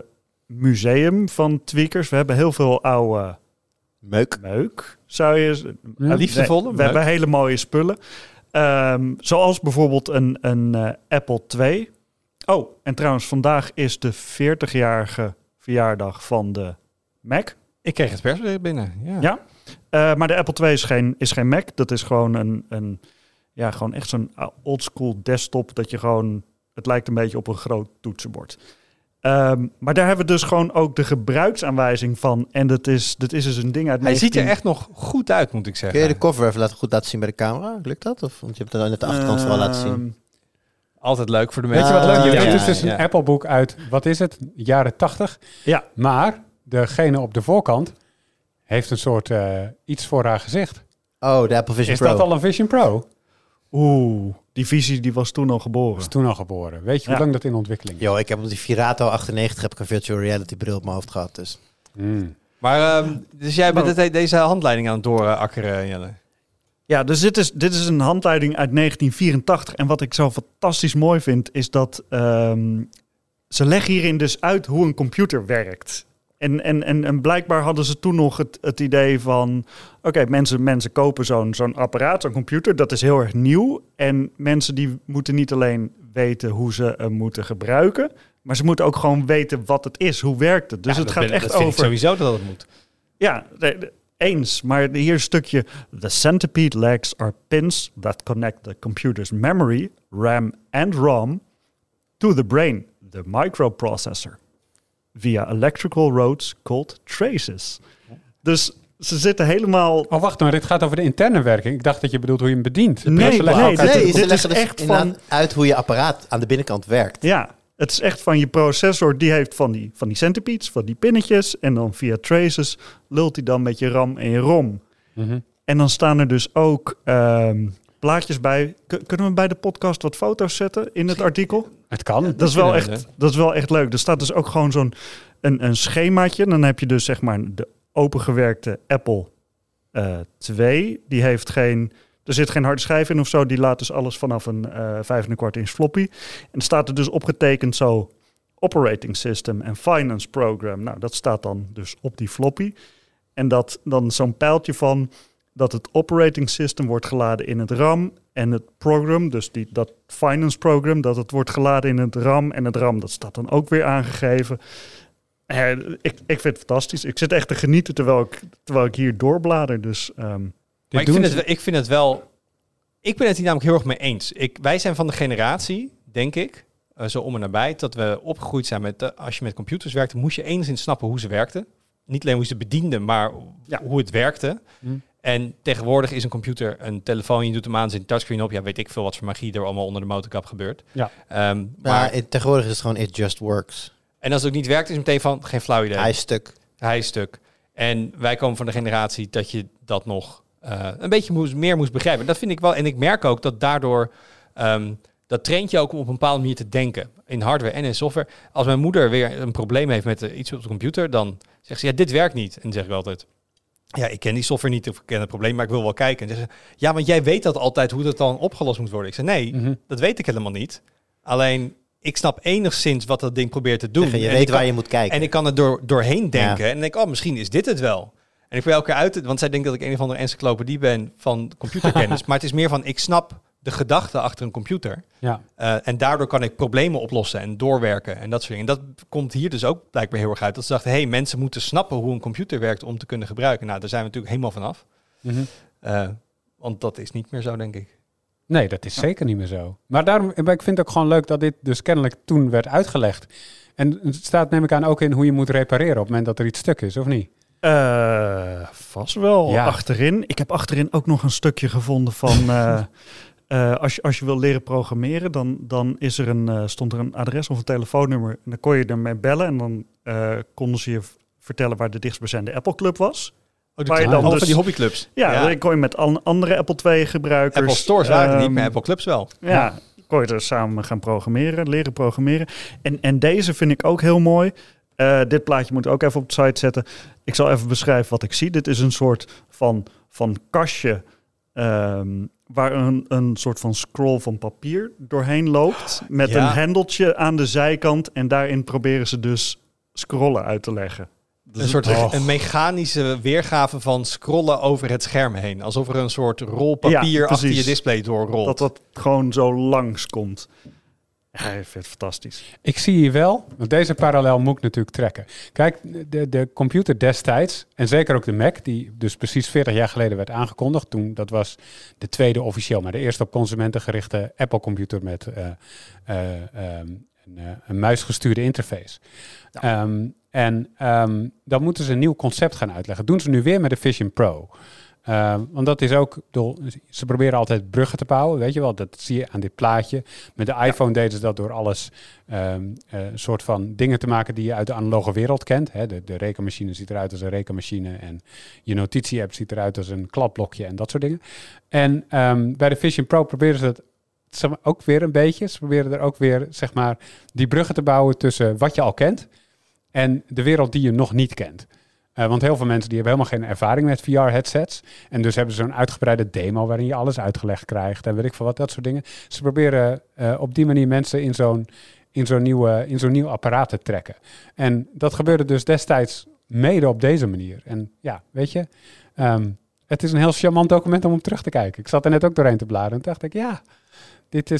[SPEAKER 6] museum van Tweakers. We hebben heel veel oude... Meuk, zou je...
[SPEAKER 5] Liefdevolle
[SPEAKER 6] we hebben hele mooie spullen. Zoals bijvoorbeeld een Apple II. Oh, en trouwens, vandaag is de 40-jarige verjaardag van de Mac.
[SPEAKER 5] Ik kreeg het persbericht binnen.
[SPEAKER 6] Ja. Maar de Apple II is geen Mac. Dat is gewoon gewoon echt zo'n oldschool desktop dat je gewoon... Het lijkt een beetje op een groot toetsenbord. Maar daar hebben we dus gewoon ook de gebruiksaanwijzing van. En dat is dus een ding uit
[SPEAKER 5] Hij ziet er echt nog goed uit, moet ik zeggen.
[SPEAKER 4] Kun je de cover even goed laten zien bij de camera? Lukt dat? Of, want je hebt het net de achterkant vooral laten zien.
[SPEAKER 5] Altijd leuk voor de
[SPEAKER 3] Weet
[SPEAKER 5] mensen.
[SPEAKER 3] je wat leuk is?
[SPEAKER 5] Ja,
[SPEAKER 3] Dit is dus
[SPEAKER 5] ja.
[SPEAKER 3] een Apple-boek uit, wat is het? Jaren 80.
[SPEAKER 6] Ja.
[SPEAKER 3] Maar degene op de voorkant heeft een soort iets voor haar gezicht.
[SPEAKER 4] Oh, de Apple Vision
[SPEAKER 3] Is
[SPEAKER 4] Pro.
[SPEAKER 3] dat al een Vision Pro?
[SPEAKER 6] Die visie die was toen al geboren.
[SPEAKER 3] Is toen al geboren. Weet je hoe lang dat in ontwikkeling is?
[SPEAKER 4] Yo, ik heb op die Virato 98 heb ik een virtual reality bril op mijn hoofd gehad. Dus.
[SPEAKER 5] Maar dus jij bent deze handleiding aan het doorakkeren, Jelle?
[SPEAKER 6] Ja, dus dit is een handleiding uit 1984. En wat ik zo fantastisch mooi vind, is dat ze leggen hierin dus uit hoe een computer werkt. En blijkbaar hadden ze toen nog het idee van... Oké, mensen kopen zo'n apparaat, zo'n computer. Dat is heel erg nieuw. En mensen die moeten niet alleen weten hoe ze hem moeten gebruiken... maar ze moeten ook gewoon weten wat het is. Hoe werkt het? Dus het gaat echt over...
[SPEAKER 5] Ik sowieso dat het moet.
[SPEAKER 6] Ja, eens. Maar hier een stukje... The centipede legs are pins that connect the computer's memory, RAM and ROM... to the brain, the microprocessor... via electrical roads called traces. Dus ze zitten helemaal...
[SPEAKER 3] Oh, wacht maar. Dit gaat over de interne werking. Ik dacht dat je bedoelt hoe je hem bedient.
[SPEAKER 6] Nee,
[SPEAKER 4] ze
[SPEAKER 6] dit
[SPEAKER 4] leggen
[SPEAKER 6] is
[SPEAKER 4] dus
[SPEAKER 6] echt van...
[SPEAKER 4] uit hoe je apparaat aan de binnenkant werkt.
[SPEAKER 6] Ja, het is echt van je processor. Die heeft van die centipedes, van die pinnetjes. En dan via traces lult hij dan met je RAM en je ROM.
[SPEAKER 3] Mm-hmm.
[SPEAKER 6] En dan staan er dus ook plaatjes bij. Kunnen we bij de podcast wat foto's zetten in het artikel?
[SPEAKER 3] Het kan.
[SPEAKER 6] Dat is wel echt leuk. Er staat dus ook gewoon zo'n een schemaatje. Dan heb je dus zeg maar de opengewerkte Apple 2. Die heeft geen... Er zit geen harde schijf in of zo. Die laat dus alles vanaf een 5,25 inch floppy. En er staat er dus opgetekend zo... Operating System en Finance Program. Nou, dat staat dan dus op die floppy. En dat dan zo'n pijltje van... dat het operating system wordt geladen in het RAM... en het program, dus dat finance program... dat het wordt geladen in het RAM... en het RAM, dat staat dan ook weer aangegeven. Ik vind het fantastisch. Ik zit echt te genieten terwijl ik hier doorblader. Dus,
[SPEAKER 5] maar ik vind het wel... Ik ben het hier namelijk heel erg mee eens. Wij zijn van de generatie, denk ik... zo om en nabij, dat we opgegroeid zijn met... als je met computers werkte, moest je enigszins snappen hoe ze werkten. Niet alleen hoe ze bedienden, maar hoe het werkte... En tegenwoordig is een computer een telefoon. Je doet hem aan, zit een touchscreen op. Ja, weet ik veel wat voor magie er allemaal onder de motorkap gebeurt. Ja.
[SPEAKER 4] Maar tegenwoordig is het gewoon it just works.
[SPEAKER 5] En als het ook niet werkt, is het meteen van geen flauw idee. Hij is stuk. En wij komen van de generatie dat je dat nog een beetje meer moest begrijpen. Dat vind ik wel. En ik merk ook dat daardoor... dat traint je ook om op een bepaalde manier te denken. In hardware en in software. Als mijn moeder weer een probleem heeft met iets op de computer... dan zegt ze, ja, dit werkt niet. En dan zeg ik altijd... Ja, ik ken die software niet of ik ken het probleem, maar ik wil wel kijken. En zeggen, ja, want jij weet dat altijd hoe dat dan opgelost moet worden. Ik zeg, nee, dat weet ik helemaal niet. Alleen, ik snap enigszins wat dat ding probeert te doen.
[SPEAKER 4] Je weet waar je moet kijken.
[SPEAKER 5] En ik kan er doorheen denken. En dan denk ik, misschien is dit het wel. En ik probeer elke keer uit, want zij denkt dat ik een of andere encyclopedie ben van computerkennis. Maar het is meer van, ik snap de gedachte achter een computer. Ja. En daardoor kan ik problemen oplossen en doorwerken en dat soort dingen. En dat komt hier dus ook blijkbaar heel erg uit. Dat ze dachten, mensen moeten snappen hoe een computer werkt om te kunnen gebruiken. Nou, daar zijn we natuurlijk helemaal vanaf. Want dat is niet meer zo, denk ik.
[SPEAKER 3] Nee, dat is zeker niet meer zo. Maar daarom, ik vind het ook gewoon leuk dat dit dus kennelijk toen werd uitgelegd. En het staat, neem ik aan, ook in hoe je moet repareren op het moment dat er iets stuk is, of niet?
[SPEAKER 6] Vast wel. Ja. Achterin. Ik heb achterin ook nog een stukje gevonden van... als je wil leren programmeren, dan is er stond er een adres of een telefoonnummer. En dan kon je ermee bellen en dan konden ze je vertellen waar de dichtstbijzijnde Apple Club was.
[SPEAKER 5] Waar je dan dus, van die hobbyclubs.
[SPEAKER 6] Ja, dan kon je met andere Apple II gebruikers...
[SPEAKER 5] Apple Stores waren niet, maar Apple Clubs wel.
[SPEAKER 6] Ja, kon je er samen gaan leren programmeren. En deze vind ik ook heel mooi. Dit plaatje moet ik ook even op de site zetten. Ik zal even beschrijven wat ik zie. Dit is een soort van kastje... waar een soort van scroll van papier doorheen loopt... met een hendeltje aan de zijkant... en daarin proberen ze dus scrollen uit te leggen.
[SPEAKER 5] Dus een mechanische weergave van scrollen over het scherm heen. Alsof er een soort rol papier achter je display doorrolt.
[SPEAKER 6] Dat gewoon zo langs komt. Ja, ik vind het fantastisch.
[SPEAKER 3] Ik zie hier wel, want deze parallel moet ik natuurlijk trekken. Kijk, de computer destijds, en zeker ook de Mac, die dus precies 40 jaar geleden werd aangekondigd. Toen, dat was de tweede officieel, maar de eerste op consumenten gerichte Apple computer met een muisgestuurde interface. Ja. Dan moeten ze een nieuw concept gaan uitleggen. Dat doen ze nu weer met de Vision Pro. Want dat is ook, ze proberen altijd bruggen te bouwen, weet je wel. Dat zie je aan dit plaatje. Met de iPhone deden ze dat door alles een soort van dingen te maken die je uit de analoge wereld kent. Hè. De rekenmachine ziet eruit als een rekenmachine en je notitie-app ziet eruit als een kladblokje en dat soort dingen. En bij de Vision Pro proberen ze dat ook weer een beetje. Ze proberen er ook weer, zeg maar, die bruggen te bouwen tussen wat je al kent en de wereld die je nog niet kent. Want heel veel mensen die hebben helemaal geen ervaring met VR-headsets. En dus hebben ze zo'n uitgebreide demo waarin je alles uitgelegd krijgt. En weet ik veel wat, dat soort dingen. Ze proberen op die manier mensen in zo'n nieuw apparaat te trekken. En dat gebeurde dus destijds mede op deze manier. En ja, weet je, het is een heel charmant document om op terug te kijken. Ik zat er net ook doorheen te bladeren en dacht ik, ja, dit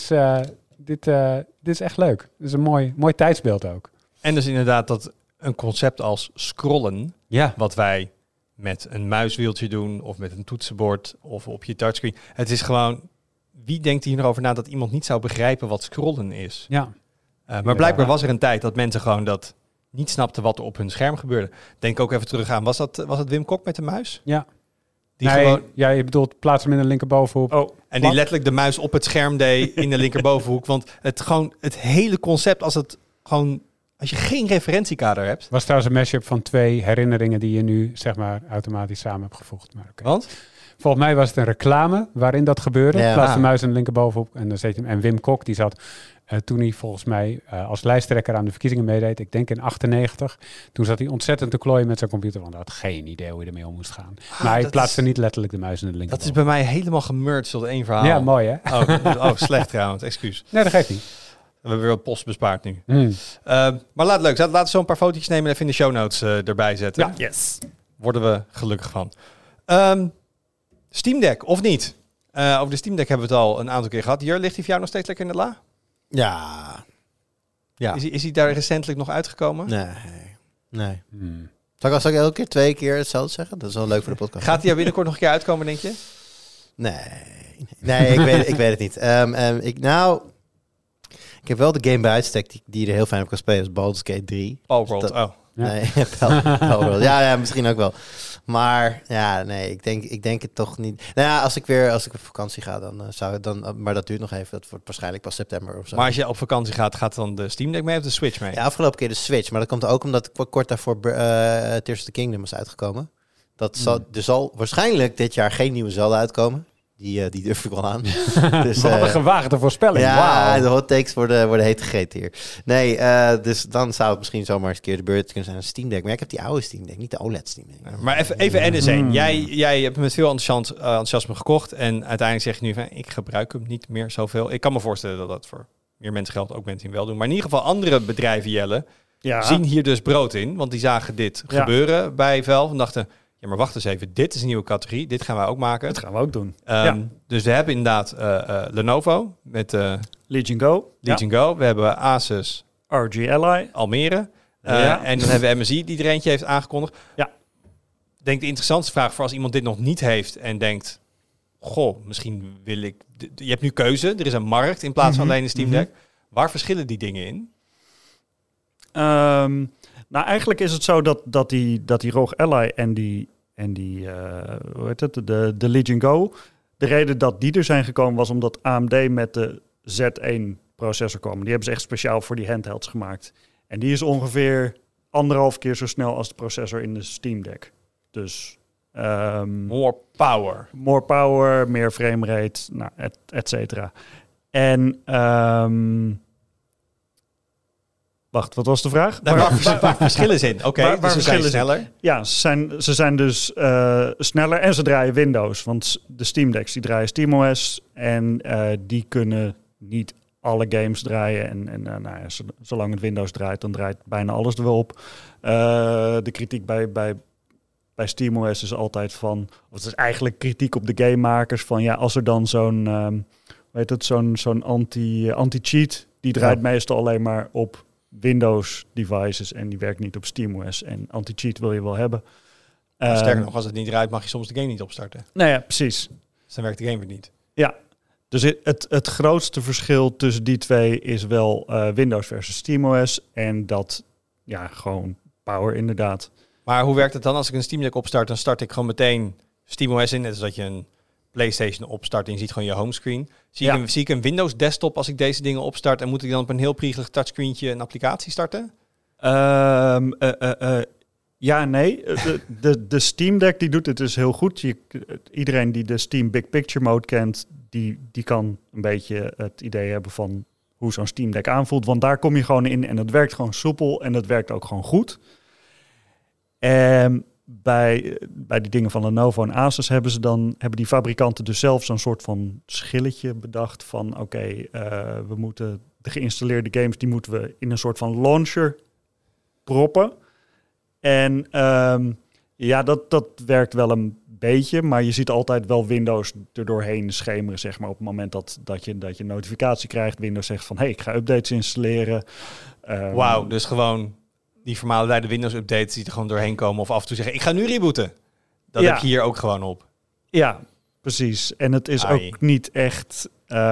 [SPEAKER 3] is echt leuk. Dit is een mooi tijdsbeeld ook.
[SPEAKER 5] En dus inderdaad dat een concept als scrollen,
[SPEAKER 3] ja,
[SPEAKER 5] wat wij met een muiswieltje doen of met een toetsenbord of op je touchscreen. Het is gewoon, wie denkt hier nog over na dat iemand niet zou begrijpen wat scrollen is?
[SPEAKER 3] Ja.
[SPEAKER 5] Maar blijkbaar was er een tijd dat mensen gewoon dat niet snapten wat er op hun scherm gebeurde. Denk ook even terug aan, was het Wim Kok met de muis?
[SPEAKER 3] Ja.
[SPEAKER 5] Die
[SPEAKER 3] nee,
[SPEAKER 5] gewoon,
[SPEAKER 3] ja, je bedoelt plaats hem in de linkerbovenhoek.
[SPEAKER 6] Oh,
[SPEAKER 5] en die letterlijk de muis op het scherm deed in de linkerbovenhoek. Want het hele concept, als je geen referentiekader hebt.
[SPEAKER 3] Was trouwens een mashup van 2 herinneringen die je nu, zeg maar, automatisch samen hebt gevoegd. Maar okay.
[SPEAKER 5] Want?
[SPEAKER 3] Volgens mij was het een reclame waarin dat gebeurde.
[SPEAKER 4] Ja.
[SPEAKER 3] Plaats de muis in de linkerbovenhoek en dan zet je hem. En Wim Kok, die zat toen hij volgens mij als lijsttrekker aan de verkiezingen meedeed, ik denk in 98, toen zat hij ontzettend te klooien met zijn computer, want hij had geen idee hoe je ermee om moest gaan. Maar hij plaatste niet letterlijk de muis in de linkerbovenhoek.
[SPEAKER 5] Dat is bij mij helemaal gemerged tot één verhaal.
[SPEAKER 3] Ja, mooi hè?
[SPEAKER 5] Oh, slecht trouwens, excuus.
[SPEAKER 3] Nee, dat geeft niet.
[SPEAKER 5] We hebben weer wat post bespaard nu.
[SPEAKER 3] Hmm.
[SPEAKER 5] Maar laten we zo een paar fotootjes nemen en even in de show notes erbij zetten.
[SPEAKER 3] Ja.
[SPEAKER 6] yes.
[SPEAKER 5] Worden we gelukkig van. Steam Deck, of niet? Over de Steam Deck hebben we het al een aantal keer gehad. Hier, ligt die voor jou nog steeds lekker in de la?
[SPEAKER 4] Ja.
[SPEAKER 5] Is hij daar recentelijk nog uitgekomen?
[SPEAKER 4] Nee.
[SPEAKER 3] Hmm.
[SPEAKER 4] Zal ik elke keer 2 keer hetzelfde zeggen? Dat is wel leuk voor de podcast.
[SPEAKER 5] Gaat hij er binnenkort nog een keer uitkomen, denk je?
[SPEAKER 4] Nee, ik weet het niet. Ik heb wel de game bij uitstek die er heel fijn op kan spelen. Dat is Baldur's Gate 3.
[SPEAKER 5] Palworld,
[SPEAKER 4] Dat-
[SPEAKER 5] oh.
[SPEAKER 3] Ja.
[SPEAKER 4] Nee, Palworld. Ja, misschien ook wel. Maar ja, nee, ik denk het toch niet. Nou ja, als ik op vakantie ga, dan zou het dan. Maar dat duurt nog even. Dat wordt waarschijnlijk pas september of zo.
[SPEAKER 5] Maar als je op vakantie gaat dan de Steam Deck mee of de Switch mee?
[SPEAKER 4] Ja, afgelopen keer de Switch. Maar dat komt ook omdat kort daarvoor Tears of the Kingdom is uitgekomen. Er zal waarschijnlijk dit jaar geen nieuwe Zelda uitkomen. Die durf ik wel aan. Dus,
[SPEAKER 3] Wat een gewaagde voorspelling.
[SPEAKER 4] ja,
[SPEAKER 3] Wauw.
[SPEAKER 4] de hot takes worden heet gegeten hier. Nee, dus dan zou het misschien zomaar eens een keer de beurt kunnen zijn een Steam Deck. Maar ik heb die oude Steam Deck, niet de OLED Steam Deck.
[SPEAKER 5] Maar even NS1. Jij hebt hem met veel enthousiasme gekocht. En uiteindelijk zeg je nu van, ik gebruik hem niet meer zoveel. Ik kan me voorstellen dat dat voor meer mensen geldt. Ook mensen die hem wel doen. Maar in ieder geval andere bedrijven, Jelle, zien hier dus brood in. Want die zagen dit gebeuren bij Valve. En dachten, ja, maar wacht eens even. Dit is een nieuwe categorie. Dit gaan wij ook maken.
[SPEAKER 6] Dat gaan we ook doen.
[SPEAKER 5] Dus we hebben inderdaad Lenovo met
[SPEAKER 6] Legion Go.
[SPEAKER 5] Legion Go. We hebben Asus
[SPEAKER 6] RG Ally.
[SPEAKER 5] Almere.
[SPEAKER 6] Ja.
[SPEAKER 5] En dan hebben we MSI die er eentje heeft aangekondigd.
[SPEAKER 6] Ja.
[SPEAKER 5] Denk de interessantste vraag voor als iemand dit nog niet heeft en denkt, goh, misschien wil ik... Je hebt nu keuze. Er is een markt in plaats van alleen een Steam Deck. Waar verschillen die dingen in?
[SPEAKER 6] Nou, eigenlijk is het zo dat die ROG Ally en die hoe heet het, de Legion Go, de reden dat die er zijn gekomen was omdat AMD met de Z1 processor kwam. Die hebben ze echt speciaal voor die handhelds gemaakt. En die is ongeveer 1,5 keer zo snel als de processor in de Steam Deck. Dus
[SPEAKER 5] More power.
[SPEAKER 6] Meer framerate, nou, et cetera. En wacht, wat was de vraag?
[SPEAKER 5] Waar verschillen ze in? Oké, dus ze zijn sneller.
[SPEAKER 6] Ja, ze zijn dus sneller en ze draaien Windows. Want de Steam Decks die draaien SteamOS en die kunnen niet alle games draaien. En nou ja, zolang het Windows draait, dan draait bijna alles er wel op. De kritiek bij SteamOS is altijd van, of het is eigenlijk kritiek op de gamemakers van ja, als er dan zo'n anti-cheat, die draait meestal alleen maar op Windows devices en die werkt niet op SteamOS. En anti-cheat wil je wel hebben.
[SPEAKER 5] Sterker nog, als het niet draait, mag je soms de game niet opstarten.
[SPEAKER 6] Nou ja, precies.
[SPEAKER 5] Dus dan werkt de game weer niet.
[SPEAKER 6] Ja, dus het grootste verschil tussen die twee is wel Windows versus SteamOS. En dat, ja, gewoon power inderdaad.
[SPEAKER 5] Maar hoe werkt het dan als ik een Steam Deck opstart? Dan start ik gewoon meteen SteamOS in, net als dat je een PlayStation opstart en je ziet gewoon je homescreen. Zie ik een Windows desktop als ik deze dingen opstart en moet ik dan op een heel priegelig touchscreentje een applicatie starten?
[SPEAKER 6] Ja, nee. De Steam Deck die doet het dus heel goed. Iedereen die de Steam Big Picture Mode kent, die kan een beetje het idee hebben van hoe zo'n Steam Deck aanvoelt. Want daar kom je gewoon in en het werkt gewoon soepel en het werkt ook gewoon goed. Bij die dingen van Lenovo en Asus hebben die fabrikanten dus zelf zo'n soort van schilletje bedacht van oké, we moeten de geïnstalleerde games, die moeten we in een soort van launcher proppen. En dat werkt wel een beetje, maar je ziet altijd wel Windows er doorheen schemeren, zeg maar, op het moment dat je een notificatie krijgt. Windows zegt van, hey, ik ga updates installeren.
[SPEAKER 5] Wauw, dus gewoon die vermaledeide Windows-updates die er gewoon doorheen komen of af en toe zeggen, ik ga nu rebooten. Dat heb je hier ook gewoon op. Ja,
[SPEAKER 6] precies. En het is ook niet echt...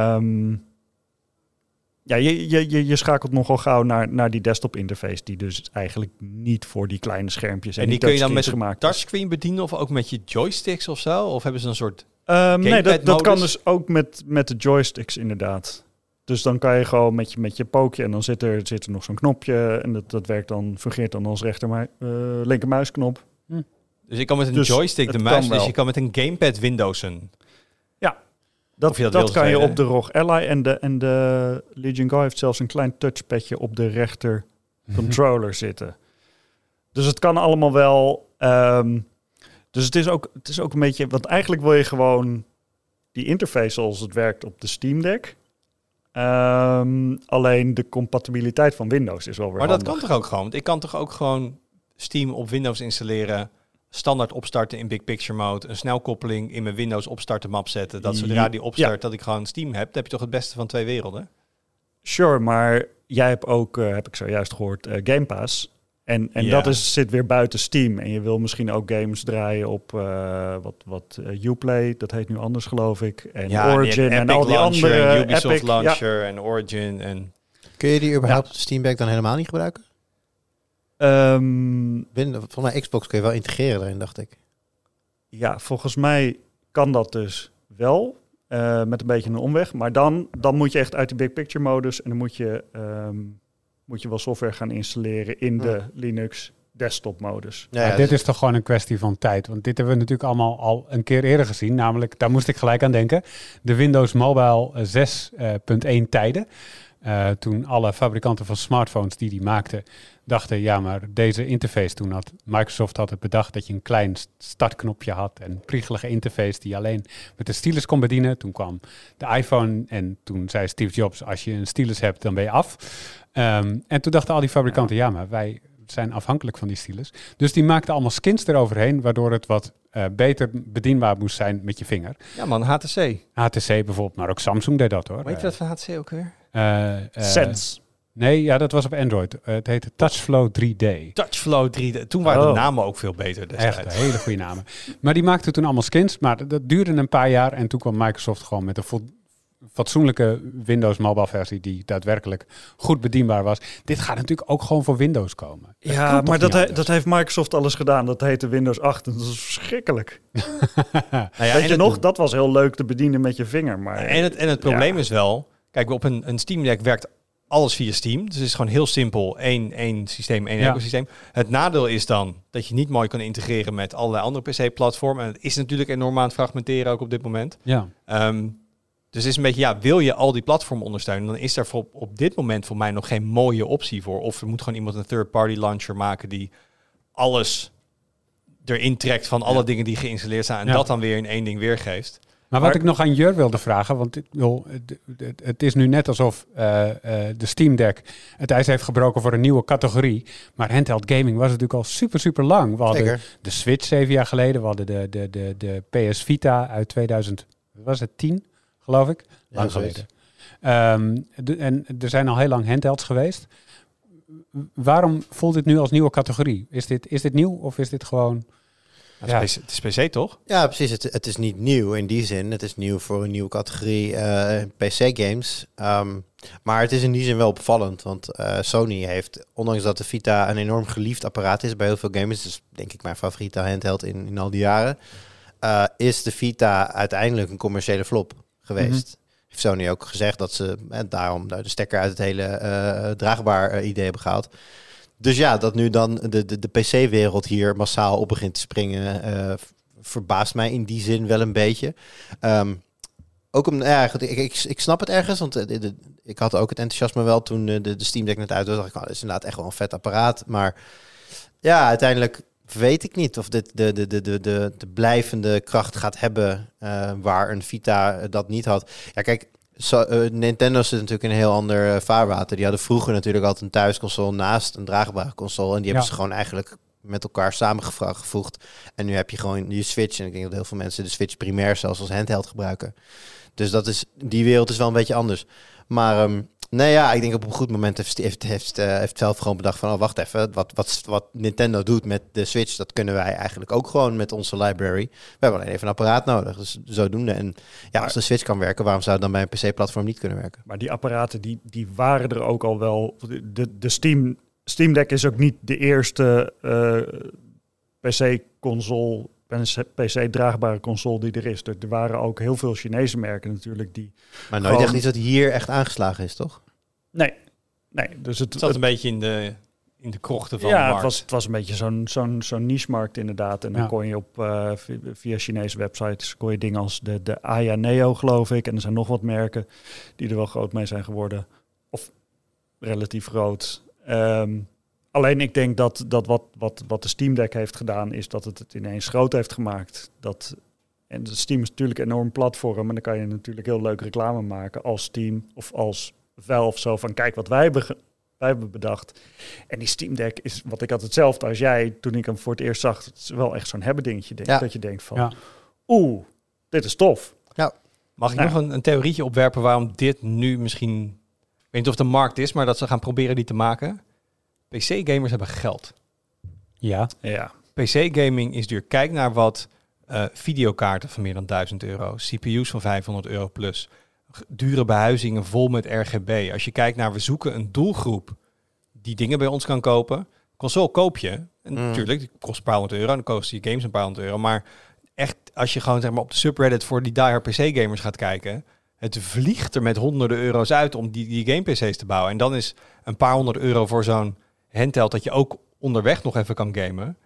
[SPEAKER 6] je schakelt nogal gauw naar die desktop interface, die dus eigenlijk niet voor die kleine schermpjes
[SPEAKER 5] en die kun je dan met een touchscreen bedienen of ook met je joysticks of zo? Of hebben ze een soort
[SPEAKER 6] nee, dat kan dus ook met de joysticks inderdaad. Dus dan kan je gewoon met je pookje en dan zit er nog zo'n knopje en dat werkt dan, fungeert dan als linkermuisknop.
[SPEAKER 5] Dus ik kan met een joystick de muis, dus je kan met een gamepad Windowsen.
[SPEAKER 6] Ja. Dat kan je op de ROG Ally en de Legion Go heeft zelfs een klein touchpadje op de rechter controller zitten. Dus het kan allemaal wel. Dus het is ook een beetje, want eigenlijk wil je gewoon die interface zoals het werkt op de Steam Deck. Alleen de compatibiliteit van Windows is wel weer handig.
[SPEAKER 5] Dat kan toch ook gewoon? Want ik kan toch ook gewoon Steam op Windows installeren, standaard opstarten in Big Picture Mode, een snelkoppeling in mijn Windows opstarten map zetten, dat zodra die opstart, dat ik gewoon Steam heb. Dan heb je toch het beste van twee werelden?
[SPEAKER 6] Sure, maar jij hebt ook, heb ik zojuist gehoord, Game Pass. En dat zit weer buiten Steam. En je wil misschien ook games draaien op wat Uplay, dat heet nu anders geloof ik. En Origin en al die
[SPEAKER 5] Launcher,
[SPEAKER 6] andere.
[SPEAKER 5] en Ubisoft
[SPEAKER 6] Epic,
[SPEAKER 5] Launcher en Origin. En
[SPEAKER 4] kun je die überhaupt Steam Deck dan helemaal niet gebruiken? Volgens mij Xbox kun je wel integreren daarin, dacht ik.
[SPEAKER 6] Ja, volgens mij kan dat dus wel. Met een beetje een omweg. Maar dan moet je echt uit de Big Picture modus en dan moet je wel software gaan installeren in de Linux desktop modus.
[SPEAKER 3] Ja, dit is toch gewoon een kwestie van tijd. Want dit hebben we natuurlijk allemaal al een keer eerder gezien. Namelijk, daar moest ik gelijk aan denken. De Windows Mobile 6.1 tijden. Toen alle fabrikanten van smartphones die maakten, dachten, ja, maar deze interface, toen had Microsoft het bedacht dat je een klein startknopje had en een priegelige interface die je alleen met de stylus kon bedienen. Toen kwam de iPhone en toen zei Steve Jobs, als je een stylus hebt, dan ben je af. En toen dachten al die fabrikanten, ja, maar wij zijn afhankelijk van die stylus. Dus die maakten allemaal skins eroverheen, waardoor het wat beter bedienbaar moest zijn met je vinger.
[SPEAKER 5] Ja man, HTC.
[SPEAKER 3] HTC bijvoorbeeld, maar ook Samsung deed dat hoor.
[SPEAKER 5] Weet je dat van HTC ook weer?
[SPEAKER 6] Sense.
[SPEAKER 3] Nee, ja, dat was op Android. Het heette TouchFlow 3D.
[SPEAKER 5] TouchFlow 3D. Toen waren de namen ook veel beter destijds.
[SPEAKER 3] Echt, hele goede namen. Maar die maakten toen allemaal skins, maar dat duurde een paar jaar en toen kwam Microsoft gewoon met een fatsoenlijke Windows mobile versie die daadwerkelijk goed bedienbaar was. Dit gaat natuurlijk ook gewoon voor Windows komen.
[SPEAKER 6] Ja, maar dat heeft Microsoft alles gedaan. Dat heette Windows 8 en dat is verschrikkelijk. Weet je nog, dat was heel leuk te bedienen met je vinger. Maar
[SPEAKER 5] en het probleem is wel, kijk, op een Steam Deck werkt alles via Steam. Dus het is gewoon heel simpel. Eén systeem, één ecosysteem. Het nadeel is dan dat je niet mooi kan integreren met allerlei andere PC-platformen. En het is natuurlijk enorm aan het fragmenteren ook op dit moment.
[SPEAKER 3] Ja.
[SPEAKER 5] Dus het is een beetje, wil je al die platformen ondersteunen, dan is er op dit moment voor mij nog geen mooie optie voor. Of er moet gewoon iemand een third-party launcher maken die alles erin trekt van alle dingen die geïnstalleerd zijn en dat dan weer in één ding weergeeft.
[SPEAKER 3] Maar wat ik nog aan Jur wilde vragen, want het is nu net alsof de Steam Deck het ijs heeft gebroken voor een nieuwe categorie. Maar handheld gaming was natuurlijk al super lang. We hadden de Switch 7 jaar geleden, we hadden de PS Vita uit 2010, geloof ik. Lang geleden. En er zijn al heel lang handhelds geweest. Waarom voelt dit nu als nieuwe categorie? Is dit nieuw of is dit gewoon...
[SPEAKER 5] Ja. Het is PC toch?
[SPEAKER 4] Ja, precies. Het is niet nieuw in die zin. Het is nieuw voor een nieuwe categorie PC-games. Maar het is in die zin wel opvallend. Want Sony heeft, ondanks dat de Vita een enorm geliefd apparaat is bij heel veel gamers, dus denk ik mijn favoriete handheld in al die jaren, is de Vita uiteindelijk een commerciële flop geweest. Heeft Sony ook gezegd dat ze daarom de stekker uit het hele draagbaar idee hebben gehaald. Dus ja, dat nu dan de PC-wereld hier massaal op begint te springen, verbaast mij in die zin wel een beetje. Ook ik snap het ergens, want ik had ook het enthousiasme wel toen de Steam Deck net uit was. Dacht ik, dat is inderdaad echt wel een vet apparaat. Maar ja, uiteindelijk weet ik niet of dit de blijvende kracht gaat hebben waar een Vita dat niet had. Ja, kijk, Nintendo zit natuurlijk in een heel ander vaarwater. Die hadden vroeger natuurlijk altijd een thuisconsole naast een draagbare console. En die hebben ze gewoon eigenlijk met elkaar samengevoegd. En nu heb je gewoon je Switch. En ik denk dat heel veel mensen de Switch primair zelfs als handheld gebruiken. Dus die wereld is wel een beetje anders. Maar ik denk op een goed moment heeft zelf gewoon bedacht van, wacht even, wat Nintendo doet met de Switch, dat kunnen wij eigenlijk ook gewoon met onze library. We hebben alleen even een apparaat nodig, dus zodoende. En ja, als de Switch kan werken, waarom zou het dan bij een PC-platform niet kunnen werken?
[SPEAKER 6] Maar die apparaten, die waren er ook al wel. De Steam Deck is ook niet de eerste PC-console, PC-draagbare console die er is. Er waren ook heel veel Chinese merken natuurlijk die...
[SPEAKER 4] Maar nooit echt iets dat hier echt aangeslagen is, toch?
[SPEAKER 6] Nee. Dus het
[SPEAKER 5] zat een beetje in de krochten van de
[SPEAKER 6] markt.
[SPEAKER 5] Ja,
[SPEAKER 6] het was een beetje zo'n niche-markt inderdaad. En dan kon je via Chinese websites kon je dingen als de Aya Neo, geloof ik. En er zijn nog wat merken die er wel groot mee zijn geworden. Of relatief groot. Alleen ik denk dat wat de Steam Deck heeft gedaan, is dat het ineens groot heeft gemaakt. En de Steam is natuurlijk een enorm platform. En dan kan je natuurlijk heel leuk reclame maken als Steam of als Valve. Zo van, kijk wat wij hebben bedacht. En die Steam Deck is, wat ik had hetzelfde als jij toen ik hem voor het eerst zag. Het is wel echt zo'n hebben dingetje. Dat je denkt van, dit is tof.
[SPEAKER 4] Ja.
[SPEAKER 5] Mag ik nog een theorietje opwerpen waarom dit nu misschien... Ik weet niet of de markt is, maar dat ze gaan proberen die te maken. PC-gamers hebben geld.
[SPEAKER 3] Ja.
[SPEAKER 5] PC-gaming is duur. Kijk naar wat videokaarten van meer dan €1.000. CPU's van €500 plus. Dure behuizingen vol met RGB. Als je kijkt naar, we zoeken een doelgroep die dingen bij ons kan kopen. Console koop je. En natuurlijk, die kost een paar €100. Dan kosten je games een paar €100. Maar echt, als je gewoon zeg maar op de subreddit voor die diehard PC-gamers gaat kijken... Het vliegt er met honderden euro's uit om die game-PC's te bouwen. En dan is een paar €100 voor zo'n handheld dat je ook onderweg nog even kan gamen.